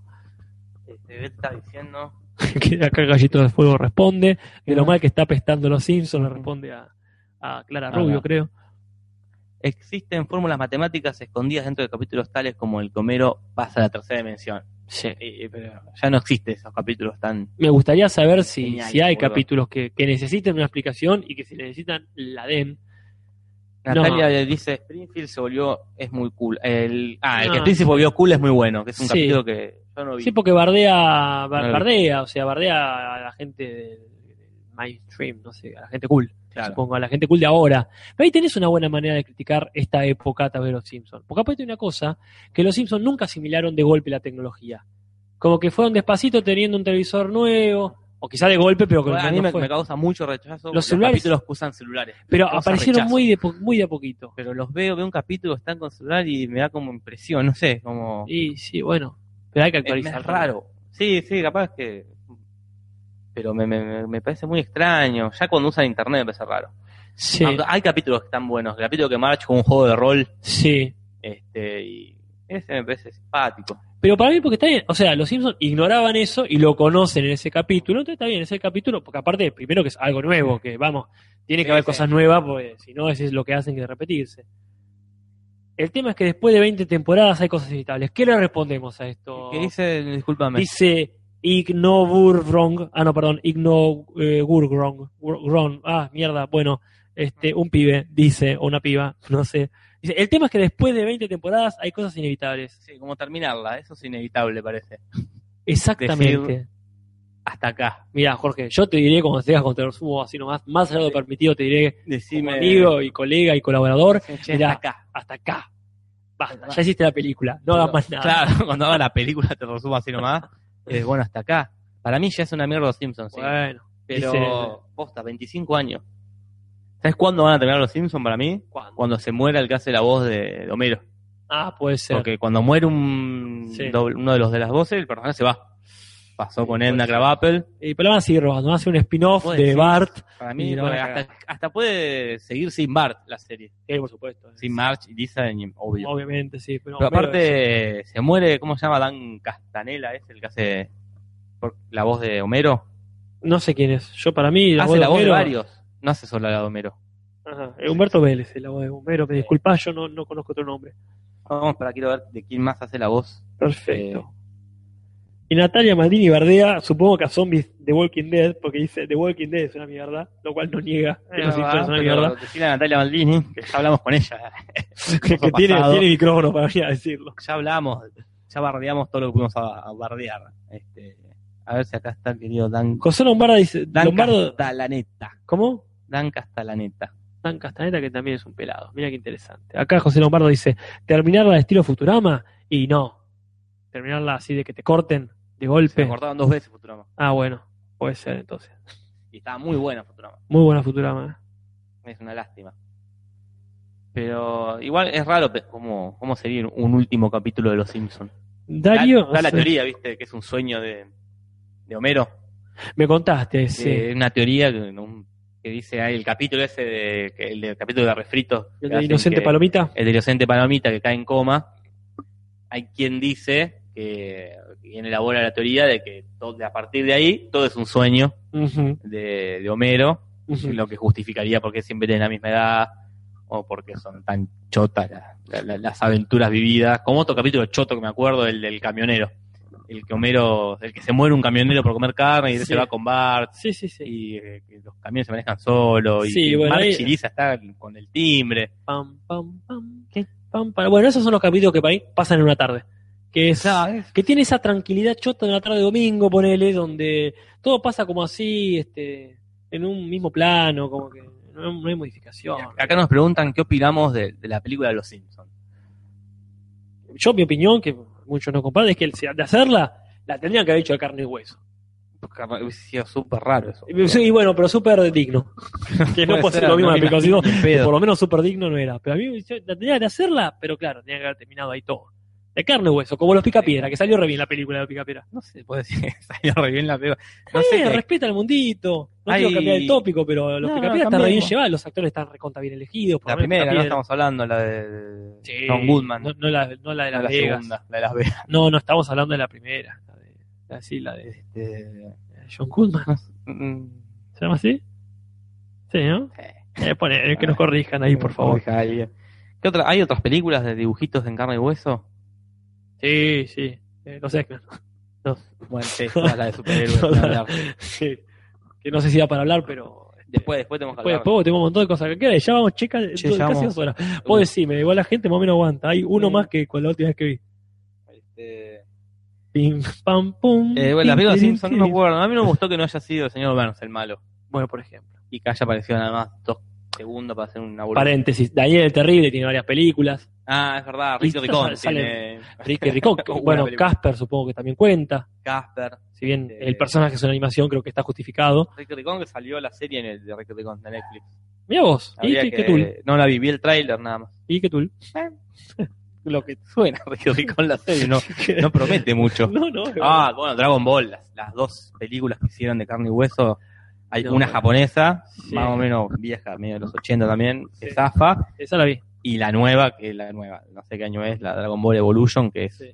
Este, Beth está diciendo. Que acá Gallito de Fuego responde, de lo mal que está apestando los Simpsons, le responde a, a Clara Ah, Rubio, va. creo. existen fórmulas matemáticas escondidas dentro de capítulos tales como el que Homero pasa a la tercera dimensión. Sí. Y- y- pero ya no existen esos capítulos tan... Me gustaría saber si, Genial, si hay boludo. capítulos que, que necesiten una explicación y que si necesitan la den. Natalia No. dice, Springfield se volvió, es muy cool. El, ah, el No, que Springfield se sí. volvió cool es muy bueno, que es un Sí. capítulo que yo no vi. Sí, porque bardea, bar- No lo vi. bardea, o sea, bardea a la gente del del mainstream, no sé, a la gente cool. Claro. Supongo, a la gente cool de ahora. Pero ahí tenés una buena manera de criticar esta época tal vez de los Simpsons. Porque aparte hay una cosa, que los Simpsons nunca asimilaron de golpe la tecnología. Como que fueron despacito teniendo un televisor nuevo, o quizá de golpe, pero que Bueno, a mí no me, fue. me causa mucho rechazo Los los celulares- capítulos que usan celulares. Pero Me causa aparecieron rechazo. muy de, po- muy de a poquito. Pero los veo, veo un capítulo, están con celular y me da como impresión, no sé, como... Y sí, bueno, pero hay que es, actualizar. es raro. Sí, sí, capaz que... Pero me, me, me parece muy extraño. Ya cuando usan internet me parece raro. Sí, Aunque hay capítulos que están buenos. El capítulo que March con un juego de rol, sí. este, y ese me parece simpático. Pero para mí, porque está bien, o sea, los Simpsons ignoraban eso y lo conocen en ese capítulo, entonces está bien, ese capítulo, porque aparte, primero que es algo nuevo, que vamos, tiene que Sí, haber sí. cosas nuevas, porque si no, eso es lo que hacen que repetirse. El tema es que después de veinte temporadas hay cosas inevitables. ¿Qué le respondemos a esto? ¿Qué dice? Discúlpame. Dice Ignoburgrong, ah no, perdón, Ignogurgrong, Grong, ah, mierda, bueno, este, un pibe dice, o una piba, no sé. Dice, el tema es que después de veinte temporadas hay cosas inevitables. Sí, como terminarla, eso es inevitable, parece. Exactamente. Decir- Hasta acá. Mira, Jorge, yo te diré como seas con te sumo así nomás, más allá de lo permitido, te diré como Decime... amigo y colega y colaborador, Che, mirá, hasta acá. hasta acá. Basta, ya hiciste la película, no hagas más nada. Claro, cuando haga la película te resumo así nomás. Eh, bueno, hasta acá. Para mí ya es una mierda los Simpsons, sí. Bueno, Pero, dice- posta, veinticinco años. ¿Sabes cuándo van a terminar los Simpsons para mí? ¿cuándo? Cuando se muera el que hace la voz de, de Homero. Ah, puede ser. Porque cuando muere un Sí. doble- uno de los de las voces, el personaje se va. Pasó con puede Edna ser. Krabappel. Y pero la van a seguir robando, van a hacer un spin-off Puede de ser. Bart. Para mí, Y la bueno, van a hasta, hasta puede seguir sin Bart la serie. Sí, por supuesto. Sin Marge y Lisa, y- obvio. Obviamente, sí. Pero, Pero Homero aparte, se muere, ¿cómo se llama? Dan Castanela, es el que hace por- la voz de Homero. es- no sé quién es. Yo para mí la hace voz de la voz de Homero- varios. No hace solo la de Homero. Ajá, eh, Humberto Vélez, la voz de Homero. Me disculpas, yo no, no conozco otro nombre. Vamos, para quiero ver de quién más hace la voz. Perfecto. Y Natalia Maldini bardea, supongo que a zombies de Walking Dead, porque dice The Walking Dead es una mierda, lo cual no niega que los Simpsons es una mierda. Decirle a Natalia Maldini, que ya hablamos con ella. que que tiene, tiene micrófono para venir a decirlo. Ya hablamos, ya bardeamos todo lo que pudimos a, a bardear. Este, a ver si acá está el querido Dan, José Lombardo dice, Dan Lombardo, Castalaneta. ¿cómo? Dan Castalaneta. Dan Castaneta, que también es un pelado. Mira qué interesante. Acá José Lombardo dice, terminarla de estilo Futurama, y no. Terminarla así de que te corten de Se golpe. me cortaban dos veces Futurama. Ah, bueno, puede ser entonces. Y estaba muy buena Futurama. Muy buena Futurama. ¿eh? Es una lástima. Pero igual es raro pe- cómo, cómo sería un último capítulo de Los Simpsons. Darío, Da, da la o sea, teoría, ¿viste? Que es un sueño de, de Homero. me contaste, sí. Eh, una teoría que, un- que dice ahí el capítulo ese, de, que el del capítulo de refritos. El que de hacen Inocente que- Palomita. El de Inocente Palomita que cae en coma. Hay quien dice que quien elabora la teoría de que todo, de a partir de ahí todo es un sueño Ujú, de, de Homero, ujú. lo que justificaría por qué siempre tienen la misma edad o por qué son tan chotas la- la- la- las aventuras vividas. Como otro capítulo choto que me acuerdo, el del camionero. El que Homero, el que se muere un camionero por comer carne y Sí. se va con Bart Sí, sí, sí. y eh, que los camiones se manejan solos y Sí, que bueno, Marge ahí- y Lisa está con el timbre. Pam, pam, pam, ¿qué? Pam, pam. Bueno, esos son los capítulos que para mí pasan en una tarde. Que es, ¿Sabes? que tiene esa tranquilidad chota de una tarde de domingo, ponele, donde todo pasa como así, este, en un mismo plano, como que no, no hay modificación. Acá nos preguntan qué opinamos de, de la película de Los Simpsons. Yo, mi opinión, que muchos no comparten, es que el- de hacerla, la tendrían que haber hecho de carne y hueso. Hubiese sido súper raro eso. Y, sí, bueno, pero súper digno. Que no Puede puede ser ser, lo mismo no en la me aplicación, imagino, ni pedo. por lo menos súper digno no era. Pero a mí yo- la tenía que hacerla, pero claro, tenía que haber terminado ahí todo. De carne y hueso, como los Picapiedra, que salió re bien la película de los Picapiedra. No sé, puede decir que salió re bien la película. No Eh, sé qué- respeta el mundito. No Hay- quiero cambiar el tópico, pero los No, no, Picapiedra están re bien cambiemos. llevados, los actores están recontra bien elegidos. por La lo menos primera, no Picapiedra. estamos hablando, la de Sí, John Goodman. No, no la, no la de No, Las la Vegas. segunda, la de Las Vegas. No, no estamos hablando de la primera. La de, la, sí, la de, Este, de John Goodman. mm, ¿Se llama así? Sí, ¿no? sí. Eh, pone, que nos corrijan ahí, por favor. Corrija a alguien. ¿Qué otra? ¿Hay otras películas de dibujitos en carne y hueso? Sí, sí. Eh, los X-Men. No. Bueno, sí, todas las de superhéroes. ni hablar. Sí. Que no sé si da para hablar, pero. Después, después tenemos que Después, hablar. después tengo un montón de cosas que queda y ya vamos, checa, Che, casi ya vamos. dos horas. Vos decime, igual la gente más o menos aguanta. Hay uno Sí. más que con la última vez que vi. Este... Pim, pam, pum. Eh, bueno, la película de tin, Simpson tin, no me tin. acuerdo. A mí no me gustó que no haya sido el señor Burns el malo. Bueno, por ejemplo. Y que haya aparecido nada más dos segundos para hacer una boludez. Paréntesis, Daniel el Terrible tiene varias películas. Ah, es verdad, Y Ricky Ricón sale- tiene... Ricky Ricón, que, Buena bueno, película. Casper supongo que también cuenta. Casper. Si bien Eh, el personaje es una animación, creo que está justificado. Ricky Ricón, que salió la serie en el de Ricky Ricón de Netflix. Mira vos, ¿y Habría qué, que- qué tul? No la vi, vi el tráiler nada más. ¿Y qué tul? Lo que suena Ricky Ricón la serie no, no promete mucho. No, no. Ah, bueno, Dragon Ball, las, las dos películas que hicieron de carne y hueso. Hay No, una bueno. japonesa, Sí. más o menos vieja, medio de los ochenta también, que Sí. zafa. Esa la vi. Y la nueva, que la nueva, no sé qué año es, la Dragon Ball Evolution, que es, Sí.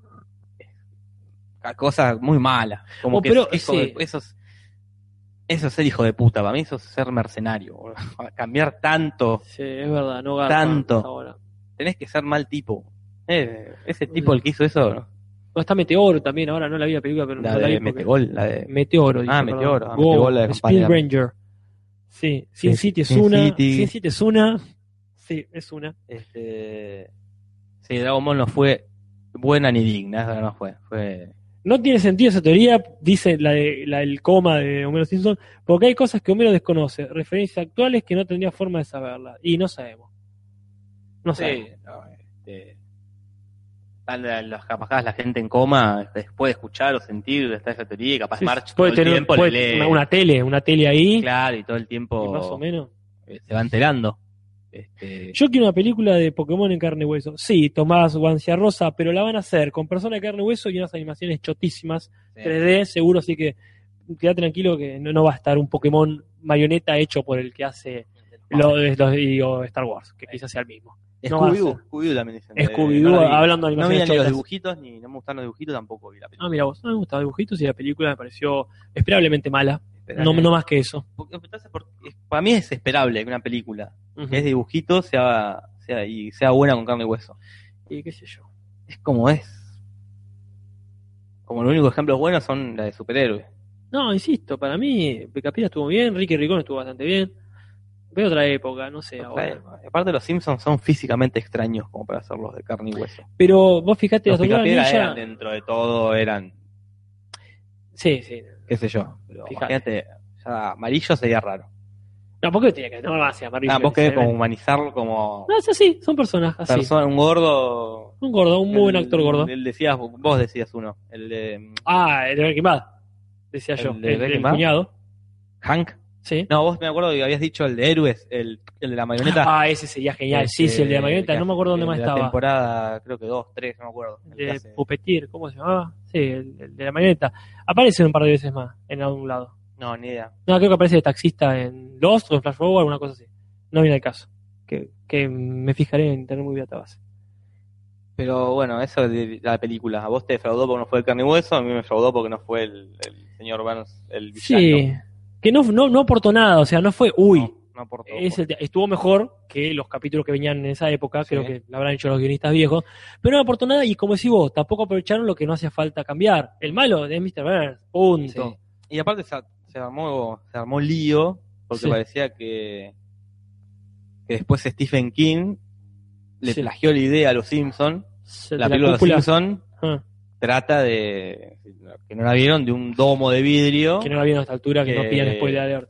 es cosa muy mala. Como Oh, que pero, es hijo sí. de- eso es, eso es ser hijo de puta, para mí eso es ser mercenario. boludo. Cambiar tanto, Sí, es verdad, no garpa Tanto. ahora. tenés que ser mal tipo. Eh, ese tipo el que hizo eso, ¿no? No, está Meteoro también, ahora no la vi la película, pero La no la vi de porque- Metegol, la de... Meteoro. dice, Ah, perdón. Meteoro, ah, Go, Metegol, la de Speed Campana. Ranger. Sí, Sin Sin- City es Sin una. City. Sin City es una. Sí, es una. Este, sí, Dragon Ball no fue buena ni digna, esa no fue. Fue No tiene sentido esa teoría, dice la, de, la del coma de Homero Simpson, porque hay cosas que Homero desconoce, referencias actuales que no tendría forma de saberlas. Y no sabemos. No sabemos. sí, no, este, tal vez los capaz la gente en coma después de escuchar o sentir está esa teoría y capaz Sí, March todo puede el tener tiempo puede- le lee, una, una tele, una tele ahí, claro, y todo el tiempo y más o menos. eh, se va enterando. Este, Yo quiero una película de Pokémon en carne y hueso. Sí, Tomás Rosa, pero la van a hacer con personas de carne y hueso y unas animaciones chotísimas, sí. tres D, seguro, así que queda tranquilo que no, no va a estar un Pokémon marioneta hecho por el que hace lo, los, y- o Star Wars, que quizás sea el mismo. no va a Scooby-Doo, ser. Scooby-Doo también dicen. eh, Scooby-Doo, no la vi. hablando de No vi animaciones ni los chotas. dibujitos, ni no me gustaron los dibujitos, tampoco vi la película. Ah, mira vos, no me gustaba dibujitos y la película me pareció esperablemente mala. Esperable. No, no más que eso. Porque, entonces, porque- para mí es esperable que una película Ujú. que es de dibujitos sea, sea, y sea buena con carne y hueso. Y qué sé yo. Es como es. Como los únicos ejemplos buenos son las de superhéroes. No, insisto, para mí Pecapira estuvo bien, Ricky Ricón estuvo bastante bien. Veo otra época, no sé ahora. Aparte los Simpsons son físicamente extraños como para hacerlos de carne y hueso. Pero vos fijate, Los las Tortugas Picapiedra Ninja. eran dentro de todo, eran, Sí, sí. qué sé yo. Pero Fíjate. imagínate, ya amarillo sería raro. No, ¿por qué tiene que no va a ser amarillo? Nada, vos querés Se como ven. humanizarlo como No, es así, son personas así. persona, un gordo. Un gordo, un muy buen El- actor gordo. El decías, vos decías uno, el de Ah, el de Breaking Bad, decía ¿El yo. de El, Breaking el Bad? cuñado. Hank. Sí. No, vos me acuerdo que habías dicho el de Héroes, el, el de la marioneta. Ah, ese sería genial. Sí, sí, el de la marioneta, que no me acuerdo dónde de más la estaba. temporada, creo que dos, tres, no me acuerdo. El que De hace- Puppeteer, ¿cómo se llamaba? Sí, el, el de la marioneta. Aparece un par de veces más en algún lado. No, ni idea. No, creo que aparece de taxista en Lost o en Flash Forward, alguna cosa así. No viene al caso. Que, que me fijaré en tener muy bien base. Pero bueno, eso de la película. A vos te defraudó porque no fue el carne y hueso, a mí me defraudó porque no fue el, el señor Burns, el villano. Sí, que no, no, no aportó nada, o sea, no fue, uy, No, no aportó. es el- estuvo mejor que los capítulos que venían en esa época, Sí. creo que lo habrán hecho los guionistas viejos, pero no aportó nada y como decís vos, tampoco aprovecharon lo que no hacía falta cambiar. El malo es míster Burns, punto. Sí. Y aparte se, se armó se armó lío porque Sí. parecía que, que después Stephen King le Sí. plagió la idea a los Simpsons. Se- La de película de los cúpula. Simpsons Ah, trata de, que no la vieron, de un domo de vidrio que no la vieron a esta altura, que, Que- no pidan spoiler alert.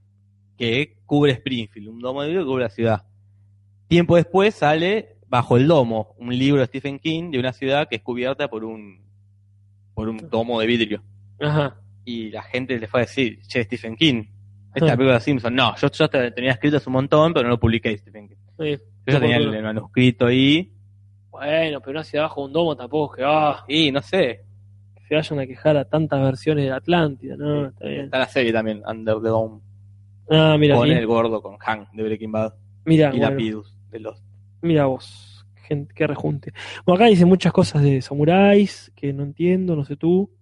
que cubre Springfield, un domo de vidrio que cubre la ciudad. Tiempo después sale Bajo el Domo, un libro de Stephen King de una ciudad que es cubierta por un por un domo de vidrio. Ajá. Y la gente le fue a decir, che, Stephen King, esta es Ah. la película de Simpson. No, yo, yo te- tenía escrito hace un montón, pero no lo publiqué, Stephen King. Sí. Yo ya tenía el, el manuscrito ahí, Bueno, pero una ciudad bajo un domo tampoco, que ah, y no sé, que se vayan a quejar a tantas versiones de la Atlántida, no, está bien. está la serie también, Under the Dome, Ah, mira, con y- el gordo, con Hank de Breaking Bad, mira, y bueno. Lapidus de los... Mira vos, gente, qué rejunte. Bueno, acá dicen muchas cosas de samuráis que no entiendo, no sé tú.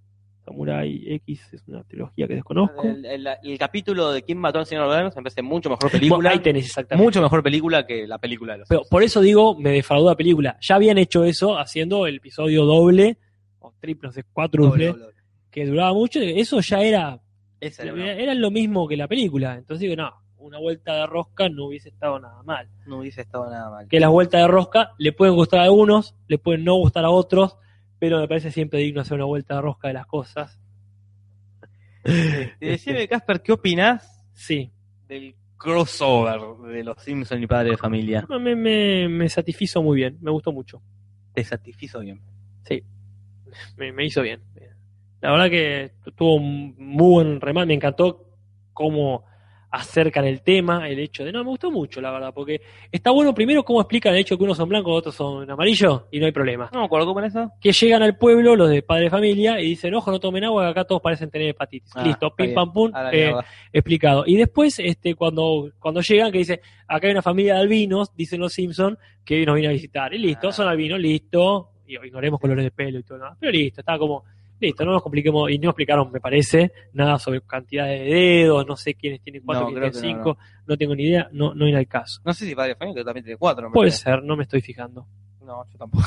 Samurai X es una trilogía que desconozco. El, el, el capítulo de ¿Quién mató al señor Burns? Me parece mucho mejor película. Bueno, ahí tenés exactamente. Mucho mejor película que la película de los Pero por eso digo, me defraudó la película. Ya habían hecho eso haciendo el episodio doble, o triple, no sé, cuádruple, Doble, doble. que duraba mucho. Eso ya era, Esa era, era una- era lo mismo que la película. Entonces digo, no, una vuelta de rosca no hubiese estado nada mal. no hubiese estado nada mal. Que las vueltas de rosca le pueden gustar a algunos, le pueden no gustar a otros, pero me parece siempre digno hacer una vuelta de rosca de las cosas. Eh, decime, Casper, ¿qué opinás Sí, del crossover de los Simpsons y Padre de Familia? me, me, me satisfizo muy bien, me gustó mucho. ¿Te satisfizo bien? Sí, me, me hizo bien. La verdad que tuvo un muy buen remate, me encantó cómo acercan el tema, el hecho de... No, me gustó mucho, la verdad, porque está bueno primero cómo explican el hecho de que unos son blancos, otros son amarillos, y no hay problema. No me acuerdo con eso. Que llegan al pueblo los de Padre de Familia y dicen, ojo, no tomen agua, que acá todos parecen tener hepatitis. Ah, Listo, está pim bien. pam pum, A la eh, mierda. explicado. Y después, este, cuando, cuando llegan, que dice, acá hay una familia de albinos, dicen los Simpsons, que nos viene a visitar. Y listo, Ah. son albinos, listo. Y ignoremos colores de pelo y todo lo demás. Pero listo, estaba como, listo, no nos compliquemos. Y no explicaron, me parece, nada sobre cantidad de dedos, no sé quiénes tienen cuatro, No, quiénes creo tienen que cinco, no, tengo ni idea, no, no viene al caso. No sé si Padre de Familia, que también tiene cuatro. me Puede parece. ser, no me estoy fijando. No, yo tampoco.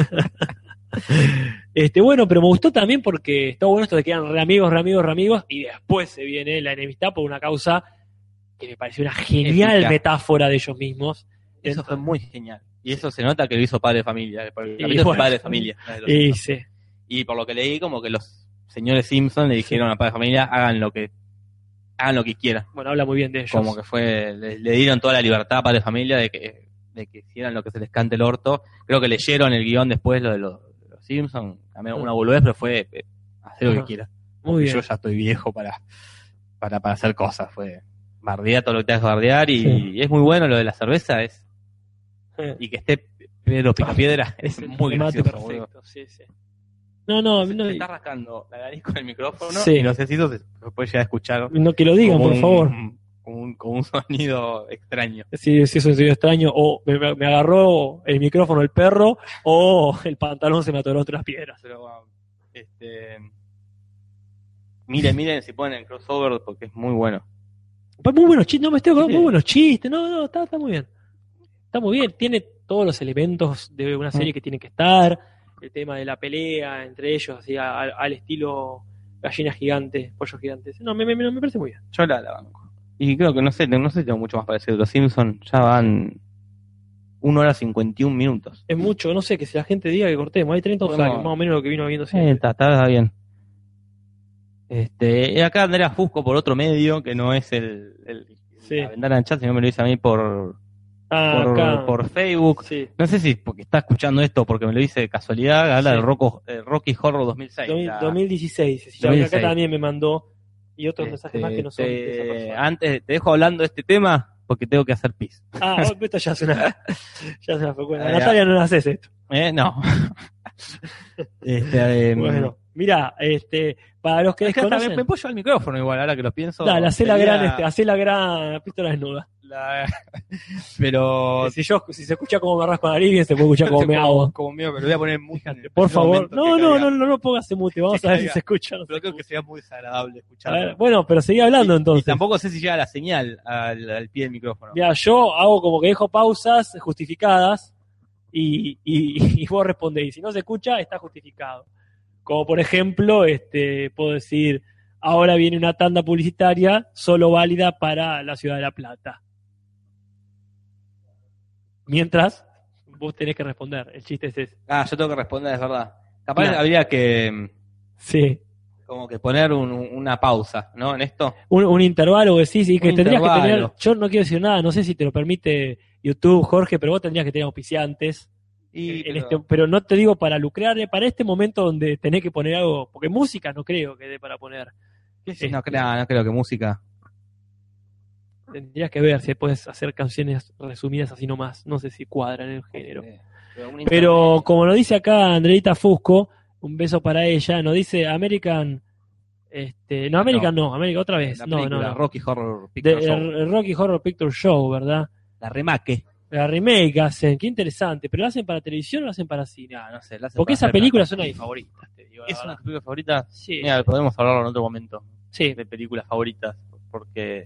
Este, bueno, pero me gustó también porque está bueno esto de que eran re amigos, re amigos, re amigos, y después se viene la enemistad por una causa que me pareció una genial Épica. metáfora de ellos mismos. Eso fue muy genial. Y eso se nota que lo hizo Padre de Familia. Porque el Y capítulo es bueno. Padre de Familia. no es de los Y Simpsons. sí, Y por lo que leí, como que los señores Simpson le dijeron a Padre de Familia, hagan lo que hagan lo que quieran. bueno, habla muy bien de ellos. Como que fue, le, le dieron toda la libertad a Padre de Familia de que, de que hicieran lo que se les cante el orto. Creo que leyeron el guión después, lo de los, de los Simpsons, también una boludez, pero fue eh, hacer lo Ajá. que quieras. Muy Porque bien. yo ya estoy viejo para, para, para hacer cosas. Fue bardear todo lo que tengas que bardear y, Sí. y es muy bueno lo de la cerveza, es Eh, y que esté Pedro Picapiedra, es el muy remate gracioso, boludo. perfecto, sí, sí. No, no, Se, no, se está rascando la nariz con el micrófono Sí. y no sé si eso se, se puede llegar a escuchar no que lo digan, como por un- favor. como un, como un sonido extraño. Si, si eso es extraño, o me, me agarró el micrófono el perro, o el pantalón se me atoró entre las piedras. Pero bueno, este miren, miren si ponen el crossover porque es muy bueno. Muy buenos chistes, no me estoy acordando, Sí. muy buenos chistes, no, no, está, está muy bien. Está muy bien, tiene todos los elementos de una serie que tienen que estar, el tema de la pelea entre ellos, así a- a- al estilo gallinas gigantes, pollos gigantes. No, me, me, me parece muy bien. Yo la, la banco. Y creo que no sé, no sé si tengo mucho más para decir de los Simpsons. Ya van una hora cincuenta y un minutos. Es mucho, no sé, que si la gente diga que cortemos, hay treinta Podemos- usuarios, más o menos lo que vino viendo Eh, siempre. está, está bien. Este, y acá Andrea Fusco por otro medio, que no es el, el Sí. la ventana en chat, sino me lo dice a mí por, Ah, por, acá. por Facebook. Sí. No sé si porque está escuchando esto porque me lo dice de casualidad, habla Sí. del Rocco- eh, Rocky Horror dos mil seis. dos mil- la- dos mil dieciséis. Si ya dos mil acá dieciséis. también me mandó y otros este, mensajes más que no son de esa te- persona. antes te dejo hablando de este tema porque tengo que hacer pis. Ah, esto ya es una, ya es una frecuencia. Ah, ya. Natalia, no haces esto. ¿Eh? No. este, em, Bueno, mira, este, para los que es que hasta desconocen, me, me puedo llevar el micrófono igual, ahora que lo pienso. dale, hacé la sería gran, este, hacé la gran pistola desnuda. la- pero Si yo, si se escucha como me rasco la nariz, bien se puede escuchar como me hago. como mío, pero lo voy a poner muy Por en el favor, momento no, que no, caiga. no, no, no pongas mute, vamos Que a ver si caiga. se escucha. No Pero se creo que escucha. sea muy desagradable A ver, escucharlo. bueno, pero seguí hablando Y entonces. tampoco sé si llega la señal al, al pie del micrófono. Mira, yo hago como que dejo pausas justificadas y, y, y vos respondés. Y si no se escucha, está justificado. Como por ejemplo, este, puedo decir, ahora viene una tanda publicitaria solo válida para la ciudad de La Plata. Mientras, vos tenés que responder. El chiste es ese. Ah, yo tengo que responder, es verdad. Capaz Claro. habría que Sí. como que poner un- una pausa, ¿no? En esto. Un, un intervalo, decís, y que Un tendrías que tener. intervalo. Yo no quiero decir nada, no sé si te lo permite YouTube, Jorge, pero vos tendrías que tener auspiciantes. Y, en pero- este, pero no te digo para lucrar, eh, para este momento donde tenés que poner algo, porque música no creo que dé para poner. ¿qué sé? No, este- creo, no creo que música. Tendrías que ver si puedes hacer canciones resumidas así nomás. No sé si cuadran en el género. Eh, pero, un Pero intermedio. como lo dice acá Andreita Fusco, un beso para ella, nos dice American. Este, no, American no, American otra vez. La No, no, película no. Rocky Horror De- Picture Show. el, el Rocky Horror Picture Show, ¿verdad? La remake. La remake hacen, qué interesante, pero ¿la hacen para televisión o la hacen para cine? Ah, no sé, la hacen Porque para esa hacer película una- es una de mis favoritas, te digo. la ¿Es una de verdad. tus películas favoritas? Sí, Mira, podemos hablarlo en otro momento. sí. De películas favoritas, porque...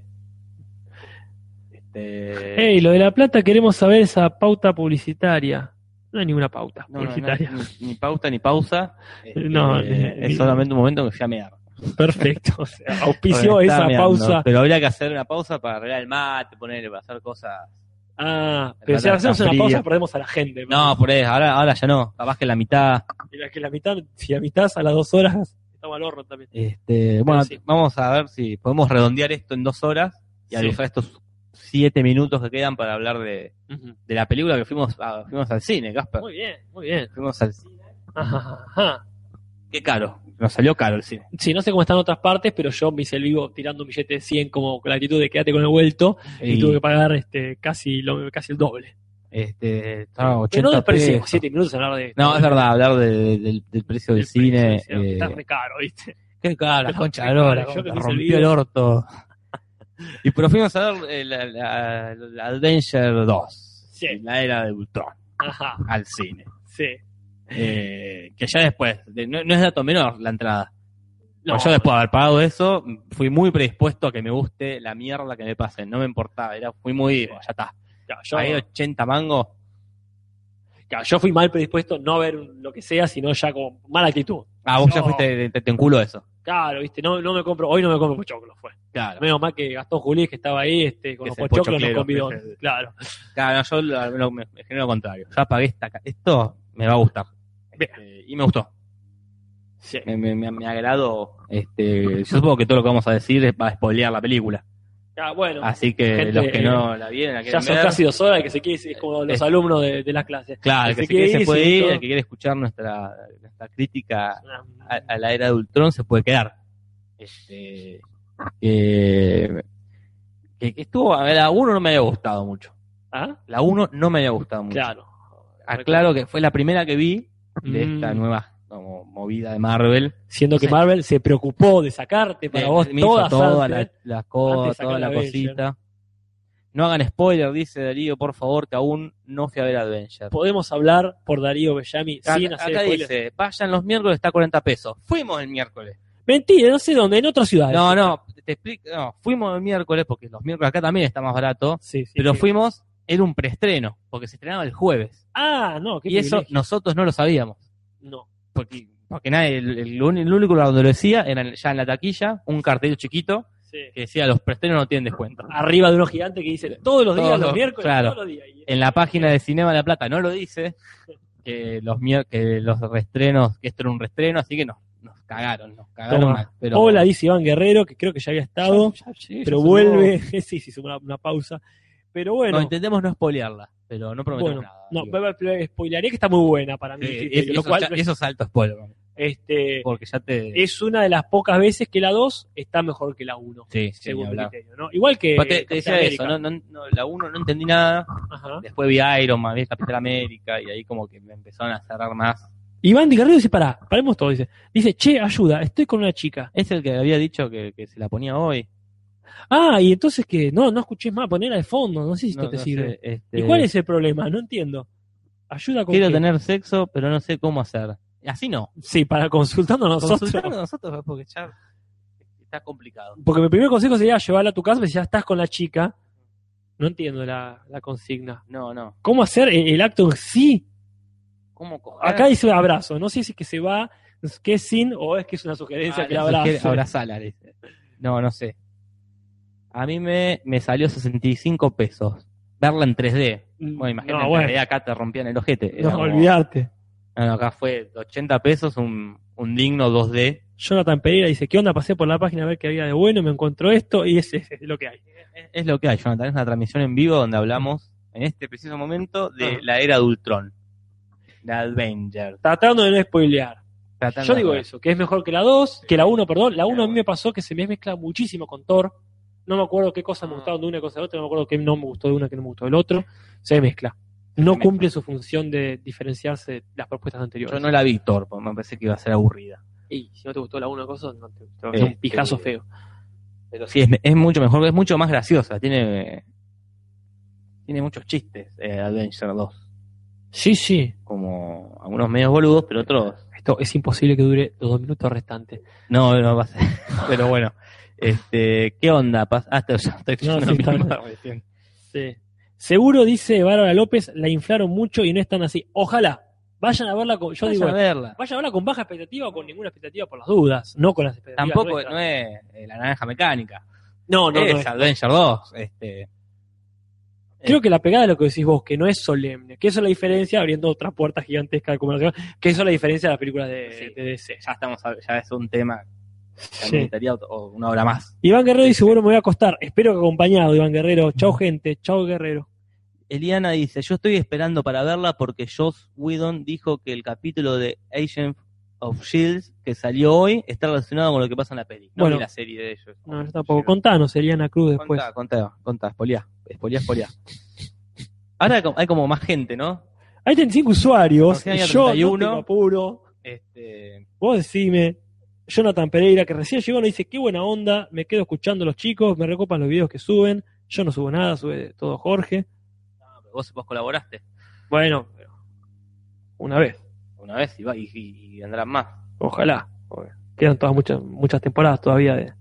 Este... Hey, lo de La Plata queremos saber esa pauta publicitaria. No hay ninguna pauta no, no, no, publicitaria. ni, ni pauta ni pausa. Este, No, es ni- solamente un momento en que fui a mear. Perfecto. O sea, auspició Porque estaba esa meando, pausa. Pero habría que hacer una pausa para arreglar el mate, ponerle, para hacer cosas. Ah, pero La si Plata hacemos está una pausa fría. perdemos a la gente. No, por eso, ahora, ahora ya no. Capaz que la mitad. Mira que la mitad, si la mitad a las dos horas, estamos al horno también. Este, bueno, sí. vamos a ver si podemos redondear esto en dos horas y Sí. usar estos siete minutos que quedan para hablar de, Ujú. de la película que fuimos, a- fuimos al cine, Gasper. Muy bien, muy bien. Fuimos al cine. Ajá, ajá. Qué caro. Nos salió caro el cine. Sí, no sé cómo están en otras partes, pero yo me hice el vivo tirando un billete de cien como con la actitud de quédate con el vuelto y, Y, tuve que pagar este casi lo, casi el doble. este, estaba Pero ochenta no desperdiciemos pesos. siete minutos en hablar de No, es verdad, hablar de- de- del, del precio del El precio, cine. decía, eh, está re caro, ¿viste? qué caro, la Está concha re de caro, lora, yo cómo que te me hice el rompió el video. orto. Y pero fuimos a ver eh, la, la, la Adventure dos, Sí. la era de Ultron, Ajá, al cine. sí. Eh, que ya después, de- no, no es dato menor la entrada. No, Pues yo después de haber pagado eso, fui muy predispuesto a que me guste la mierda que me pasen, no me importaba, era fui muy, bueno, ya está. claro, yo, Pagué ochenta mangos, claro, yo fui mal predispuesto no a ver lo que sea, sino ya con mala actitud. ah, vos ya No. fuiste, te, te enculo eso. Claro, ¿viste? No, no me compro, hoy no me compro pochoclo, fue. Claro. Menos mal que Gastón Juli, que estaba ahí, este, con Que los es el pochoclos nos pochoclero, convidó. prefiero. Claro. Claro, no, yo lo, lo- me, me genero lo contrario. Ya pagué esta, ca- esto me va a gustar. Bien. Este, y me gustó. Sí. Me, me, me, me agradó. Este, yo supongo que todo lo que vamos a decir es para spoilear la película. Ah, bueno, Así que gente, los que eh, no la vieron, la ya quieren son ver, casi dos horas, que se quiere, es como los Es- alumnos de, de las clases. claro, el que se quiere se puede ir, el que quiere escuchar nuestra, nuestra crítica a, a la era de Ultron se puede quedar. Este, que, que, que estuvo, a ver, la uno no me había gustado mucho. ¿Ah? La uno no me había gustado mucho. Claro. Aclaro que fue la primera que vi de esta Mm. nueva como, movida de Marvel. Siendo que Sí. Marvel se preocupó de sacarte para Me- vos me hizo todas toda antes. la, la antes cosa, de sacar toda la la Avenger. cosita. No hagan spoiler, dice Darío, por favor, que aún no fui a ver Adventure. Podemos hablar por Darío Bellamy sin Acá, hacer acá spoilers. dice, vayan los miércoles, está a cuarenta pesos. Fuimos el miércoles. Mentira, no sé dónde, en otra ciudad. No, no, te explico, no, fuimos el miércoles, porque los miércoles acá también está más barato, Sí, sí, pero sí. fuimos, era un preestreno, porque se estrenaba el jueves. Ah, no, qué Y eso privilegio. nosotros no lo sabíamos. No. Porque, porque nadie, el, el, uni- el único lugar donde lo decía era en- ya en la taquilla, un cartel chiquito Sí. que decía los preestrenos no tienen descuento. Arriba de uno gigante que dice todos los días, Todos los los- miércoles, claro. todos los días. Y- En la página de Cinema de la Plata no lo dice, que los mier- que los reestrenos, que esto era un reestreno, así que nos, nos cagaron, nos cagaron Toma. mal. Pero, Hola, dice Iván Guerrero, que creo que ya había estado, Ya- ya- sí, pero ya vuelve. Sí, sí, hizo una, una pausa. Pero se- bueno, No, intentemos no spoilearla, pero no prometemos bueno, nada. no, digo. pero- pero spoilearía que está muy buena para mí. Sí, sí, es- lo eso, cual ya- eso es alto spoiler, este, porque ya te... es una de las pocas veces que la dos está mejor que la uno, sí, sí, según ni mi hablar. criterio, ¿no? Igual que Pues te, te Capitán decía América. eso, no, no, no, la uno no entendí nada, Ajá. después vi Iron Man, vi Capitán América, y ahí como que me empezaron a cerrar más. Iván Di Garrido dice, pará, paremos todo, dice. Dice, che, ayuda, estoy con una chica. Es el que había dicho que, que se la ponía hoy. Ah, y entonces que, no, no escuches más, ponela de fondo, no sé si esto No, te no sirve. sé, este, ¿Y cuál es el problema? No entiendo. Ayuda con Quiero qué? tener sexo, pero no sé cómo hacer. Así no. Sí, para consultando nosotros. Consultarnos nosotros porque ya está complicado. Porque mi primer consejo sería llevarla a tu casa, pero si ya estás con la chica, no entiendo la, la consigna. No, no. ¿Cómo hacer el, el acto en sí? ¿Cómo coger? Acá dice abrazo, no sé si es que se va, que es sin, o es que es una sugerencia Ah, que le abrace. sugiere abrazala, le dice. No, no sé. A mí me, me salió sesenta y cinco pesos. Verla en tres D. Bueno, imagínate, no, en bueno, tres D acá te rompían el ojete. Era no, como- olvidarte. No, no, acá fue ochenta pesos, un, un digno dos D. Jonathan Pereira dice, ¿qué onda? Pasé por la página a ver qué había de bueno, me encontró esto, y ese es lo que hay. Es, es lo que hay, Jonathan. Es una transmisión en vivo donde hablamos en este preciso momento de Ah. la era de Ultron. La Avenger. Tratando de no spoilear. Tratando Yo de- digo eso, que es mejor que la dos, que la uno, perdón. La uno a mí me pasó que se me mezcla muchísimo con Thor. No me acuerdo qué cosas me Ah. gustaron de una cosa de otra, no me acuerdo qué no me gustó de una, que no me gustó del otro. Se mezcla. No mezcla. cumple su función de diferenciarse de las propuestas anteriores. Yo no la vi, Thor, porque me parece que iba a ser aburrida. Y si no te gustó la una cosa, no te, te va a Eh, hacer un pijazo eh, feo. Pero sí, es, es mucho mejor, es mucho más graciosa. Tiene tiene muchos chistes, eh, Adventure dos. Sí, sí. Como algunos medios boludos, pero otros... Esto es imposible que dure los dos minutos restantes. No, no va a ser. Pero bueno, este, ¿qué onda? Pas- Ah, te, ya estoy No, escuchando sí, mi está mamá bien. recién. Sí. Seguro, dice Bárbara López, la inflaron mucho y no están así. Ojalá. Vayan a verla con, yo Vayan digo, a verla. vayan a verla con baja expectativa o con ninguna expectativa por las dudas, no con las expectativas. Tampoco nuestras. no es eh, la naranja mecánica. No, no, es no es. Adventure dos. Este, Creo que la pegada de lo que decís vos, que no es solemne, que eso es la diferencia, abriendo otra puerta gigantesca de conversación, que eso es la diferencia de las películas de, Sí. de D C. ya estamos, a- ya es un tema que Sí. ameritaría ot- o una hora más. Iván Guerrero Sí, dice, sí. bueno, me voy a acostar. Espero que acompañado, Iván Guerrero. Chau, gente. Chau, Guerrero. Eliana dice, yo estoy esperando para verla porque Joss Whedon dijo que el capítulo de Agent of Shield que salió hoy está relacionado con lo que pasa en la peli. No Bueno. vi la serie de ellos. No, yo tampoco. Contanos, Eliana Cruz, después. Contá, contá, contá, espoliá, espoliá, espoliá. Ahora hay como- hay como más gente, ¿no? Hay treinta y cinco usuarios. Recién había Yo no treinta y uno. tengo apuro. Este, Vos decime. Jonathan Pereira, que recién llegó, nos dice, qué buena onda, me quedo escuchando a los chicos, me recopan los videos que suben. Yo no subo nada, sube todo Jorge. vos, vos colaboraste Bueno, pero una vez. una vez y, va, y, y, y vendrán más. Ojalá. Quedan todas muchas muchas temporadas todavía de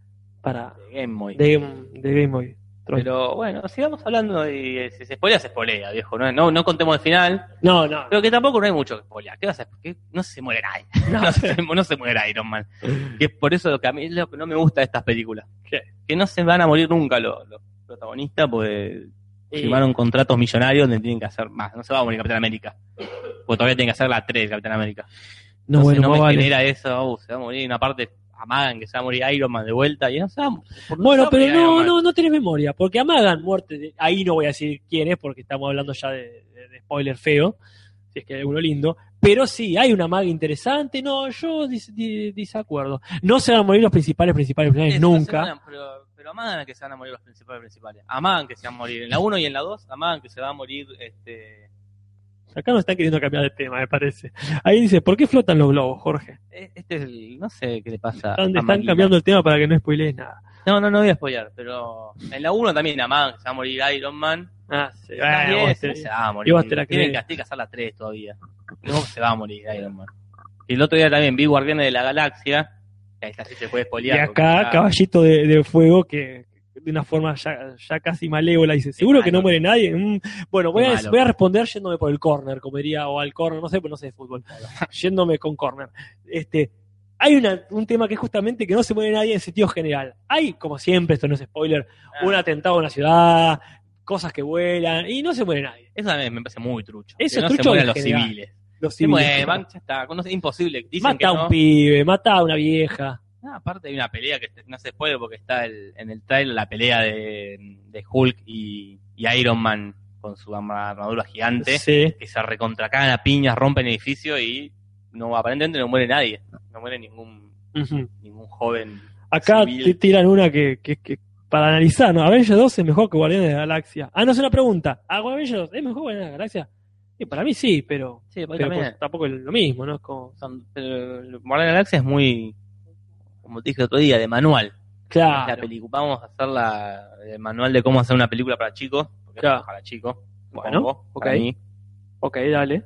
para De Game Boy. de, Game- de Game Boy. Pero bueno, sigamos hablando y eh, si se spoilea, se spoilea, viejo. No, no, no contemos el final. No, no. Pero que tampoco no hay mucho que spoilear. ¿Qué vas a qué? No se muere nadie. No, se, no se muere Iron Man. Y es por eso lo que a mí es lo que no me gusta de estas películas. ¿Qué? Que no se van a morir nunca los, los protagonistas, pues Y- firmaron contratos millonarios donde tienen que hacer más. No se va a morir Capitán América. Porque todavía tienen que hacer la tres de Capitán América. No, Entonces, bueno, no más me vale. genera eso. Uh, se va a morir. Una parte amagan que se va a morir Iron Man de vuelta. Y no se va, por- no Bueno, se va a pero morir Iron no, Man. no, no tenés memoria, porque amagan muerte. de- ahí no voy a decir quién es, porque estamos hablando ya de, de- de spoiler feo, si es que hay uno lindo. Pero sí, hay una maga interesante. No, yo dis, di- desacuerdo. No se van a morir los principales, principales, principales, Eso, no se nunca. van a- pero, pero amagan que se van a morir los principales principales. Amagan que se van a morir. En la uno y en la dos, amagan que se va a morir este. Acá nos están queriendo cambiar de tema, me parece. Ahí dice, ¿por qué flotan los globos, Jorge? Este es el. No sé qué le pasa. Están, a están Maguila. cambiando el tema para que no spoilees nada. No, no, no voy a spoilear, pero en la uno también amagan que se va a morir Iron Man. Ah, sí. Está Bueno, bien, vos se te- va a morir. y vos te la Tienen crees. que tienen que hacer la tres todavía. ¿Cómo se va a morir Iron Man? Y el otro día también vi Guardianes de la Galaxia. Que ahí sí se puede Y spoilear. porque acá, ya- Caballito de, de Fuego, que de una forma ya, ya casi malévola dice, ¿seguro que no muere nadie? Mm, bueno, voy Qué a, malo. voy a responder yéndome por el corner, como diría, o al corner, no sé, pues no sé de fútbol. Yéndome con corner. Este, hay una, un tema que es justamente que no se muere nadie en sentido general. Hay, como siempre, esto no es spoiler, Ah, un atentado en una ciudad, cosas que vuelan, y no se muere nadie. Eso también me parece muy trucho. Eso que es no trucho se mueran en los general. civiles. Los Se civiles. mueren, van, ya está. No es imposible. Dicen Mata que a no. un pibe, mata a una vieja. No, aparte hay una pelea que no se puede porque está el- en el trailer la pelea de, de Hulk y, y Iron Man con su armadura gigante, Sí. que se recontracagan a piñas, rompen edificio y no aparentemente no muere nadie, no muere ningún Ujú. ningún joven. Acá Civil. te tiran una que, que, que para analizar, ¿no? Avengers dos es mejor que Guardianes de la Galaxia. Ah, no es una pregunta. ¿Ah, Avengers dos es mejor que Guardianes de la Galaxia? Sí, para mí sí, pero, Sí, porque pero también pues, tampoco es lo mismo, ¿no? Es como, son, pero el Guardián de la Galaxia es muy, como te dije el otro día, de manual. Es la claro. película. Vamos a hacer la, el manual de cómo hacer una película para chicos, porque Claro. es para chicos. Bueno, supongo, ok. para mí. Ok, dale.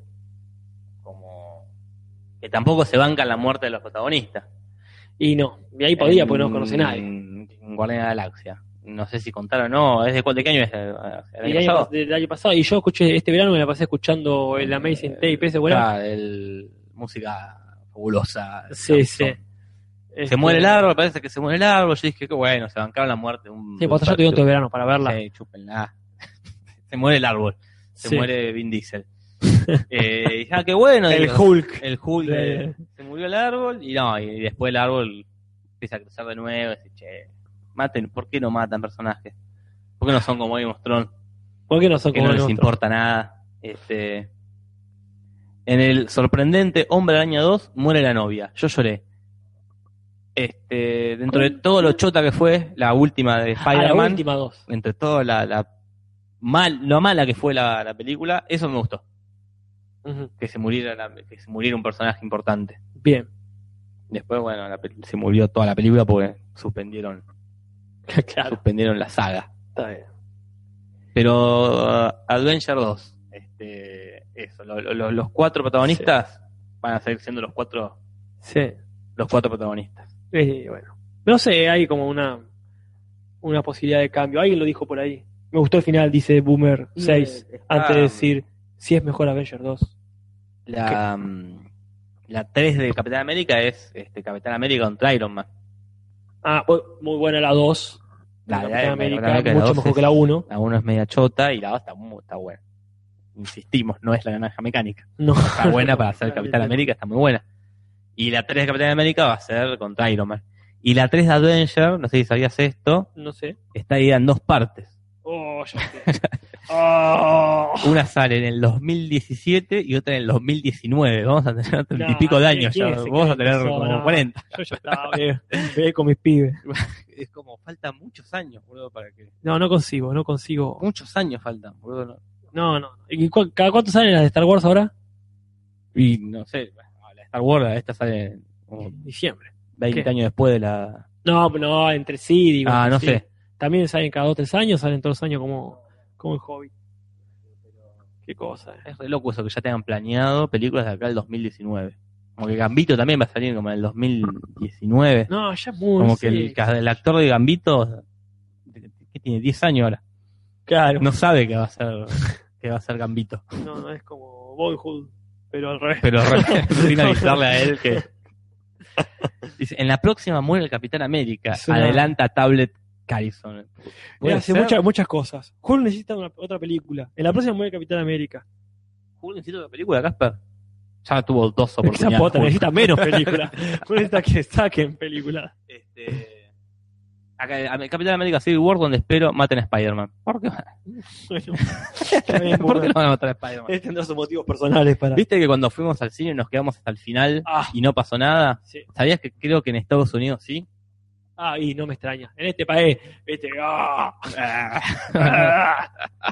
Como que tampoco se bancan la muerte de los protagonistas. Y no, y ahí podía, En- porque no conoce nadie. En Guardián de la Galaxia. No sé si contaron o no. ¿Es de, cuál- de qué año es? ¿El año El año, pasado? pas- del año pasado, y yo escuché, este verano me la pasé escuchando el Amazing Tape ese, bueno. Claro, el, música fabulosa. Sí, sí. Se Este, muere el árbol, parece que se muere el árbol. Yo dije que bueno, se bancaron la muerte. Un, Sí, pues ya tuvieron todo el verano para verla. Sí, chúpenla. Se muere el árbol. Se Sí. muere Vin Diesel. eh, y ya, qué bueno. El digo, Hulk. El Hulk. De- eh, se murió el árbol y no, y después el árbol empieza a crecer de nuevo. Y dice, che, maten, ¿por qué no matan personajes? ¿Por qué no son como Game of Thrones? ¿Por qué no son Que como no les nosotros? importa nada. Este, en el sorprendente Hombre Araña dos muere la novia. Yo lloré. Este, dentro de todo lo chota que fue la última de Ah, la Spider-Man, última dos. entre todo la, la mal, lo mala que fue la, la película, eso me gustó. Ujú. Que se muriera la- que se muriera un personaje importante. Bien. Después, bueno, la pel- se murió toda la película porque suspendieron, Claro, suspendieron la saga. está bien. Pero uh, Adventure dos, este, eso, lo, lo, los cuatro protagonistas sí. van a seguir siendo los cuatro, sí. los cuatro protagonistas. Eh, bueno, no sé, hay como una, una posibilidad de cambio. Alguien lo dijo por ahí. Me gustó el final, dice Boomer seis, eh, está, antes de decir si es mejor Avenger dos. La, la tres de Capitán América es este, Capitán América contra Iron Man. Ah, muy buena la dos. La, la Capitán América, América mucho mejor es, que la uno. La uno es media chota y la dos está, está buena. Insistimos, no es la naranja mecánica. No. Está buena para ser Capitán América, está muy buena. Y la tres de Capitán América va a ser contra Iron Man. Y la tres de Avenger, no sé si sabías esto, no sé. Está dividida en dos partes. Oh, ya sé. Oh. Una sale en el dos mil diecisiete y otra en el dos mil diecinueve. Vamos a tener treinta y pico de años ya. Vamos a tener como no, cuarenta. Yo ya estaba bien. Voy con mis pibes. Es como, faltan muchos años, boludo, para que... No, no consigo, no consigo. Muchos años faltan, boludo. No, no. no. ¿Y cu- cada cuánto salen las de Star Wars ahora? Y no sé, la de Star Wars, esta sale como en diciembre. veinte ¿Qué? años después de la... No, no, entre sí, digo. Ah, no sí. sé. También salen cada dos o tres años, salen todos los años como, como el Hobbit. Qué cosa. Eh. Es re loco eso que ya tengan planeado películas de acá al dos mil diecinueve. Como que Gambito también va a salir como en el dos mil diecinueve. No, ya es muy... Como sí. que el, el actor de Gambito, que tiene diez años ahora. Claro. No sabe que va a ser, que va a ser Gambito. No, no es como Boyhood, pero al revés. Pero al revés, sin avisarle a él que... Dice, en la próxima muere el Capitán América. Una... Adelanta Tablet Carison. Hace muchas, muchas cosas. Hulk necesita una, otra película. En la próxima muere el Capitán América. ¿Hulk necesita otra película, Casper? Ya tuvo dos oportunidades. Pota, necesita menos películas. necesita que saquen películas. Este, acá, Capitán América Civil War, donde espero maten a Spider-Man. ¿Por qué? Bueno, ¿Por qué no van a matar a Spider-Man? Él tendrá sus motivos personales para... ¿Viste que cuando fuimos al cine nos quedamos hasta el final ah, y no pasó nada? Sí. ¿Sabías que creo que en Estados Unidos sí? Ah, y no me extraña. En este país, viste, ¡ah! ¡ah!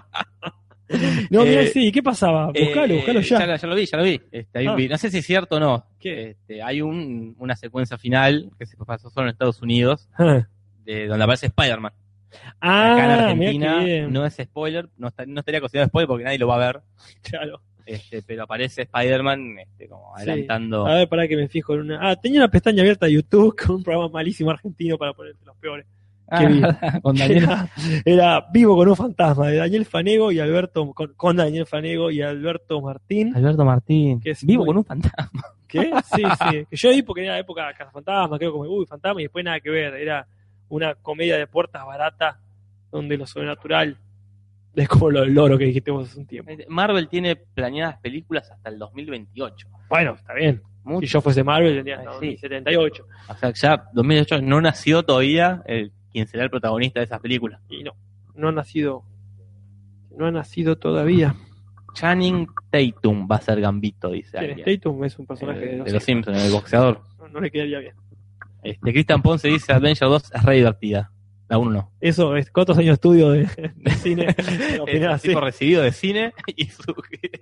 No, mira, eh, sí, ¿qué pasaba? Buscalo, eh, buscalo ya. ya. Ya lo vi, ya lo vi. Este, hay, ah. No sé si es cierto o no. ¿Qué? Este, hay un, una secuencia final que se pasó solo en Estados Unidos, ah. de, donde aparece Spider-Man. Ah, acá en Argentina no es spoiler, no, está, no estaría considerado spoiler porque nadie lo va a ver. Claro. Este, pero aparece Spider-Man este, como adelantando. Sí. A ver, para que me fijo en una. Ah, tenía una pestaña abierta de YouTube con un programa malísimo argentino para ponerte los peores. Ah, con Daniel. Era, era Vivo con un fantasma de Daniel Fanego y Alberto con, con Daniel Fanego y Alberto Martín. Alberto Martín. Que es Vivo muy... con un fantasma. ¿Qué? Sí, sí. Que yo vi porque era la época de Cazafantasma, creo como uy, fantasma y después nada que ver. Era una comedia de puertas barata donde lo sobrenatural es como lo del loro que dijiste vos hace un tiempo. Marvel tiene planeadas películas hasta el dos mil veintiocho. Bueno, está bien. Mucho. Si yo fuese Marvel tendría hasta sí. dos mil setenta y ocho. O sea, ya dos mil ocho no nació todavía el quien será el protagonista de esas películas. Y no, no ha nacido. No ha nacido todavía. Channing Tatum va a ser Gambito, dice alguien. Tatum es un personaje eh, de los, de los Simpsons, el boxeador. No, no le quedaría bien. Este, Cristian Ponce dice Adventure dos es re divertida. La uno no. Eso es, ¿cuántos años de estudio de, de cine? Es tipo recibido de cine y su,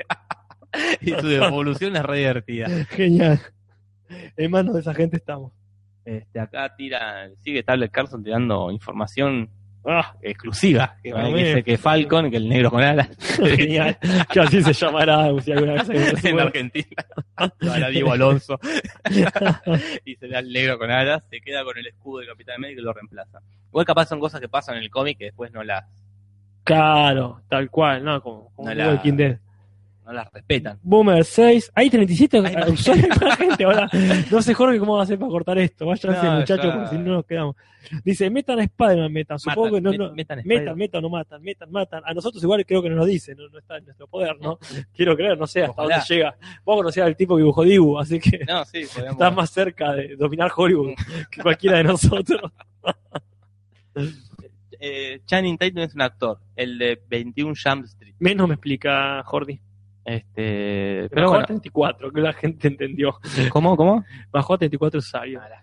y su evolución es re divertida. Genial. En manos de esa gente estamos. Este, acá tira, sigue Tablet Carson tirando información ah, exclusiva. Que, no, que dice que Falcon, que el negro con alas. Genial. Que así se llamará si alguna vez en Argentina. Ahora Diego Alonso. Y será el negro con alas, se queda con el escudo del Capitán América y lo reemplaza. Igual capaz son cosas que pasan en el cómic que después no las... Claro, tal cual, ¿no? Como, como no, la, Dead. no las respetan. Boomer seis, hay treinta y siete usuarios para gente ahora. No sé, Jorge, cómo va a hacer para cortar esto. Váyanse, no, muchachos, ya... porque si no nos quedamos. Dice, metan a Spider-Man, metan. Supongo matan, que no, no metan, metan, metan, no matan, metan, matan. A nosotros igual creo que no nos dicen, no, no está en nuestro poder, ¿no? Quiero creer, no sé hasta Ojalá. dónde llega. Vos conocías al tipo que dibujó Dibu, así que no, sí, podemos... estás más cerca de dominar Hollywood que cualquiera de nosotros. eh, Channing Tatum es un actor, el de veintiuno Jump Street. Menos me explica Jordi. Este, pero bajó bueno. a treinta y cuatro, que la gente entendió. ¿Cómo? ¿Cómo? Bajó a treinta y cuatro sabio. Ah,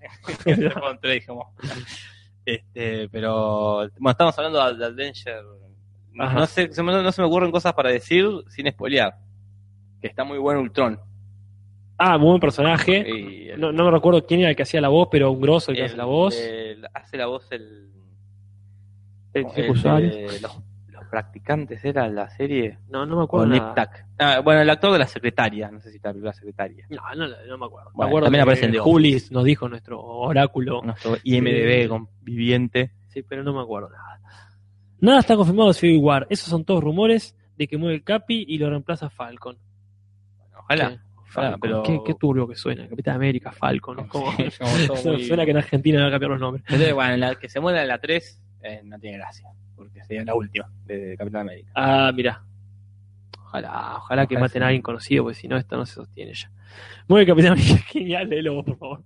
este, pero bueno, estamos hablando de Adventure. No, no sé, no se me ocurren cosas para decir sin spoilear. Que está muy bueno Ultron. Ah, muy buen personaje. El, no, no me recuerdo quién era el que hacía la voz, pero un grosso el que hace la voz. El, hace la voz el. El, el, el de los, los practicantes era la serie. No, no me O acuerdo nada. Nip-Tuck. Ah, bueno, el actor de la secretaria. No sé si está la secretaria. No, no, no me acuerdo. Bueno, me acuerdo también que aparece en The Juli Office. nos dijo nuestro oráculo. Nuestro I M D B Eh, conviviente. Sí, pero no me acuerdo nada. Nada está confirmado de Civil War. Esos son todos rumores de que mueve el Capi y lo reemplaza Falcon. Ojalá. ¿Qué? ojalá Falcon. pero... ¿Qué, qué turbio que suena. Capitán América, Falcon. Es como... Sí, como todo muy- Suena que en Argentina van a cambiar los nombres. Entonces, bueno, la que se muera en la tres eh, no tiene gracia. Porque sería la última de Capitán América. Ah, mira. Ojalá, ojalá que Ojalá maten sí. a alguien conocido, porque si no, esto no se sostiene ya. Mueve el Capitán América. Genial, léelo vos, por favor.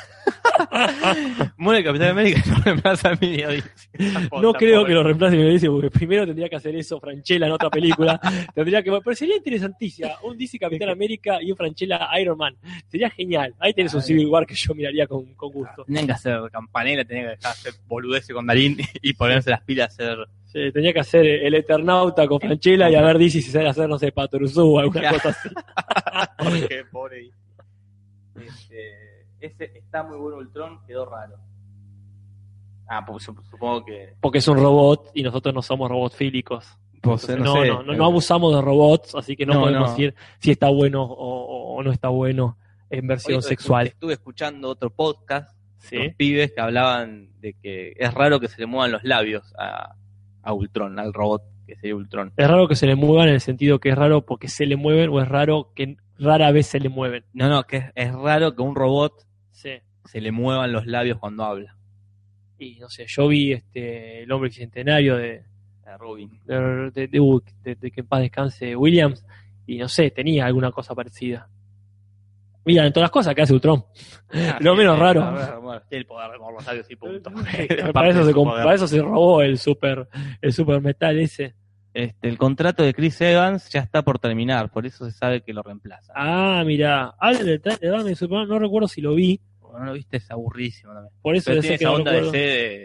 Muere el Capitán América y no reemplaza a Emilio Dizzy. No creo que lo reemplace, me dice, porque primero tendría que hacer eso Franchella en otra película. Tendría que, pero sería interesantísima. Un D C Capitán América y un Franchella Iron Man. Sería genial. Ahí tenés un Civil War que yo miraría con, con gusto. Tenían que hacer campanela, tenían que dejar de hacer boludeces con Darín y ponerse las pilas a hacer. Sí, tenía que hacer el Eternauta con Franchella y a ver D C si sabe hacer, no sé, Patoruzú o alguna cosa así. Porque pobre. Este, ese está muy bueno Ultron, quedó raro. Ah, pues sup- supongo que. Porque es un robot y nosotros no somos robots fílicos. Pues, Entonces, no no, sé, no, no, no abusamos de robots, así que no, No, podemos no. decir si está bueno o, o no está bueno en versión Hoy sexual. Estuve escuchando otro podcast, ¿Sí? los pibes que hablaban de que es raro que se le muevan los labios a, a Ultron, al robot que sería Ultron. Es raro que se le muevan en el sentido que es raro porque se le mueven o es raro que rara vez se le mueven. No, no, que es, es raro que un robot Sí. se le muevan los labios cuando habla. Y no sé, yo vi este El Hombre Bicentenario de, A Robin. de, de, de, uy, de- de que en paz descanse Williams y no sé, tenía alguna cosa parecida. Mira, en todas las cosas que hace Ultron. Lo menos raro. A ver, bueno, tiene el poder de mover los labios y punto. para, eso se, Su comp- poder. para eso se robó el super, el super metal ese. Este, el contrato de Chris Evans ya está por terminar, por eso se sabe que lo reemplaza. Ah, mira, hablan del trailer de Batman y Superman, no recuerdo si lo vi, Bueno, no lo viste, es aburrísimo también. por eso Pero decía tiene que esa no onda de, recuerdo.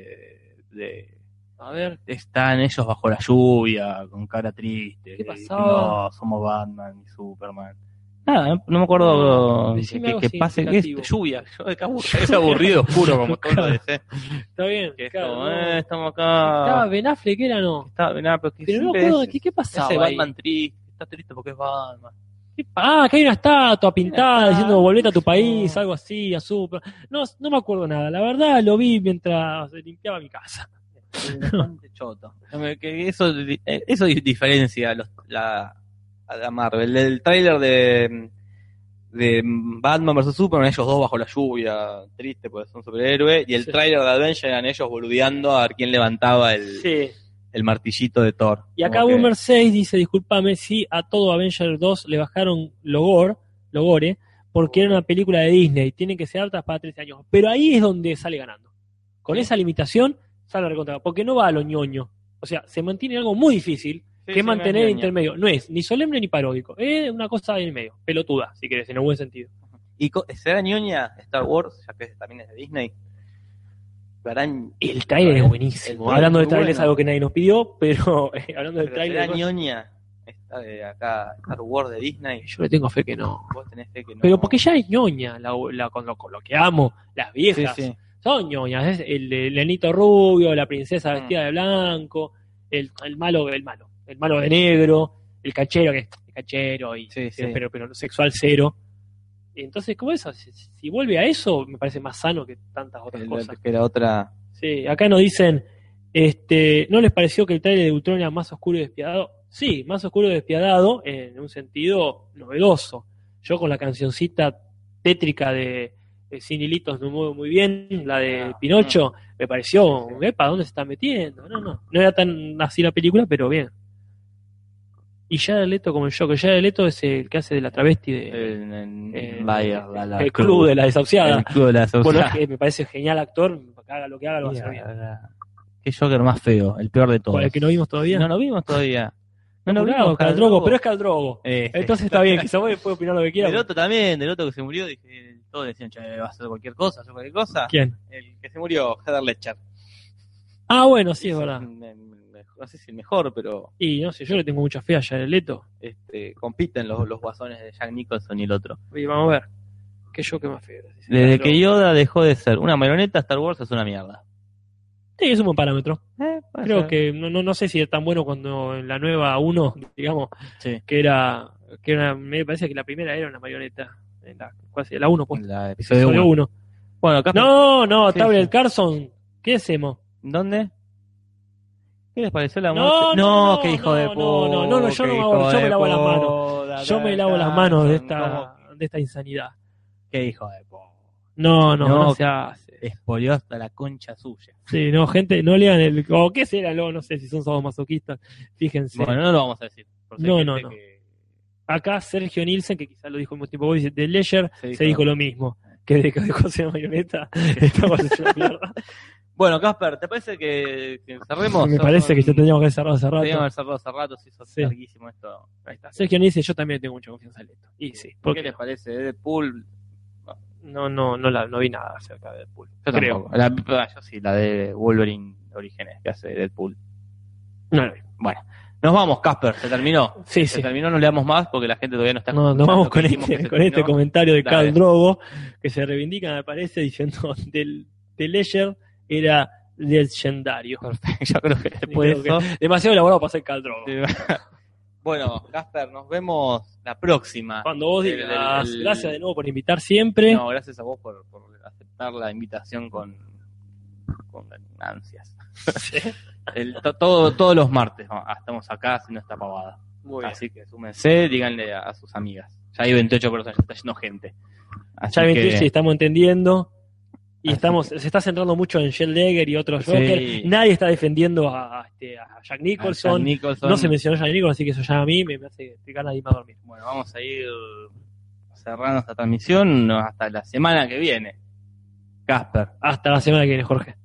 de, de- A ver, están ellos bajo la lluvia, con cara triste. ¿Qué y pasaba? No, somos Batman y Superman. Nada, no, no me acuerdo No, que, decime que, algo que pase. ¿Qué es? significativo. Lluvia. Yo- Es aburrido, es aburrido, oscuro, como todo lo de D C. está bien. Que es claro, como, no. eh, estamos Estaba acá. Ben Affleck, era no. Está, nada, pero que Pero no me siempre acuerdo de es- qué, qué pasaba ese ahí. Batman triste, está triste porque es Batman. ¿Qué pa- Ah, que hay una estatua pintada estatua, diciendo volvete a tu país, no. algo así, a Super. No, no me acuerdo nada. La verdad lo vi mientras limpiaba mi casa. Es bastante choto. Que eso, eso diferencia a, los, la, a la Marvel. El tráiler de, de Batman versus Superman, ellos dos bajo la lluvia, triste porque son superhéroes, y el Sí. tráiler de Avengers eran ellos boludeando a ver quién levantaba el, Sí. el martillito de Thor. Y acá Como que- Boomer seis dice, discúlpame si a todo Avengers dos le bajaron lo gore, lo gore, porque era una película de Disney, tienen que ser aptas para trece años. Pero ahí es donde sale ganando. Con Sí. esa limitación sale recontra, porque no va a lo ñoño. O sea, se mantiene algo muy difícil, Sí, que sí, mantener no el es ñoña. intermedio. No es ni solemne ni paródico, es una cosa en el medio, pelotuda, si querés, en el buen sentido. ¿Y co- será ñoña Star Wars, ya que también es de Disney? Harán- El trailer es El buenísimo. trailer Hablando es de muy trailer es bueno. algo que nadie nos pidió, pero eh, hablando del Pero trailer, será ñoña esta de acá, Star Wars de Disney. yo le tengo fe que no. Vos tenés fe que no. Pero porque ya es ñoña, la, la- con, lo, con lo que amo, las Sí, viejas sí. son ñoñas, es el, el nenito rubio, la princesa Mm. vestida de blanco, el, el malo, el malo, el malo de negro, el cachero que es cachero y Sí, sí. pero pero sexual cero. Y entonces, ¿cómo eso? Si, si vuelve a eso, me parece más sano que tantas otras El- cosas. que la otra. Sí, acá nos dicen, este, ¿no les pareció que el trailer de Ultron era más oscuro y despiadado? Sí, más oscuro y despiadado en un sentido novedoso. Yo con la cancioncita tétrica de, de Sin Hilitos no muevo muy bien, la de Ah, Pinocho, me pareció, Sí, sí. ¿epa, dónde se está metiendo? No, no, no era tan así la película, pero bien. Y Jared Leto como el Joker, Jared Leto es el que hace de la travesti de El, el, eh, vaya, la- la- el club de la desahuciada. El club de la Bueno, desahuciada. es que me parece genial actor, que haga lo que haga lo va a hacer bien. Qué Joker más feo, el peor de todos. ¿Cuál, el que no vimos todavía? No lo vimos todavía. No lo Jurado, vimos, Khal Drogo, pero es Khal Drogo. Eh, Entonces está bien, quizá vos puede opinar lo que quiera. Del otro también, del otro que se murió, dije, todos decían, che, va a hacer cualquier cosa, hacer cualquier cosa. ¿Quién? El que se murió, Heather Ledger. Ah, bueno, sí, es verdad. Me- me- No sé si el mejor, pero Y no sé, yo le tengo mucha fe a Jared Leto. este, compiten los, los guasones de Jack Nicholson y el otro. Y vamos a ver. ¿Qué yo qué más feo? Desde Khal que Drogo. Yoda dejó de ser una marioneta, Star Wars es una mierda. Sí, es un buen parámetro. Eh, puede Creo ser. que no, no, no sé si es tan bueno cuando en la nueva uno, digamos, Sí. que era, que era, me parece que la primera era una marioneta. En la, ¿cuál sería? La uno, pues. La episodio Episodio uno. uno. Bueno, Casper, No, no, Sí, Tablet sí. Carson, ¿qué hacemos? ¿dónde? ¿Qué les pareció la No, muerte? no, no, qué hijo no, de no, puta. no, no, no, yo no qué me hago- hijo yo me de lavo las manos. puta, Yo me lavo las manos de esta, de esta insanidad. Qué hijo de puta. No, no, no, No, se hace. Espolió hasta la concha suya. Sí, no, gente, no lean el. O qué será, no, no sé si son sadomasoquistas. Fíjense. Bueno, no lo vamos a decir. por si hay No, gente no, no. que- Acá Sergio Nielsen, que quizás lo dijo al mismo tiempo, vos dices, de Ledger, Se se dijo dijo, lo mismo. Que de que dejó ser marioneta, estamos hecho una mierda. Bueno, Casper, ¿te parece que, que cerremos? Me parece que ya Son- tendríamos que haber cerrado hace Teníamos que rato. haber cerrado hace rato, se hizo Sí. larguísimo esto. Ahí está. Sergio Nielsen, yo también tengo mucha confianza en esto. Y sí, ¿Qué porque les parece? Deadpool. no, no, no, la, no vi nada acerca de Deadpool. Yo creo. tampoco. La, ah, yo sí, la de Wolverine Orígenes, que hace Deadpool. No la vi. Bueno, nos vamos, Casper, se terminó. Sí, Se sí. terminó, no le damos más porque la gente todavía no está No, nos escuchando vamos que con dijimos que este, se con este terminó. comentario de Dale. Khal Drogo, que se reivindica, me parece, diciendo del de Ledger era legendario. Perfecto, yo creo que después de Creo eso. que demasiado elaborado para ser Khal Drogo. Bueno, Casper, nos vemos la próxima. Cuando vos El- digas, el- el- gracias de nuevo por invitar siempre. No, gracias a vos por, por aceptar la invitación con, con ansias. El- to- todo, todos los martes ¿no? estamos acá haciendo esta pavada. Muy bien. Así que súmense, díganle a, a sus amigas. Ya hay veintiocho personas, ya está yendo gente. Así Ya veintiocho, que- sí, estamos entendiendo. Y Así estamos, se está centrando mucho en Shell Dagger y otros Sí. Joker. Nadie está defendiendo a, a este, a Jack a Nicholson. Jack Nicholson. No se mencionó a Jack Nicholson, así que eso ya a mí me, me hace ganas de irme a dormir. Bueno, vamos a ir cerrando esta transmisión hasta la semana que viene. Casper. Hasta la semana que viene, Jorge.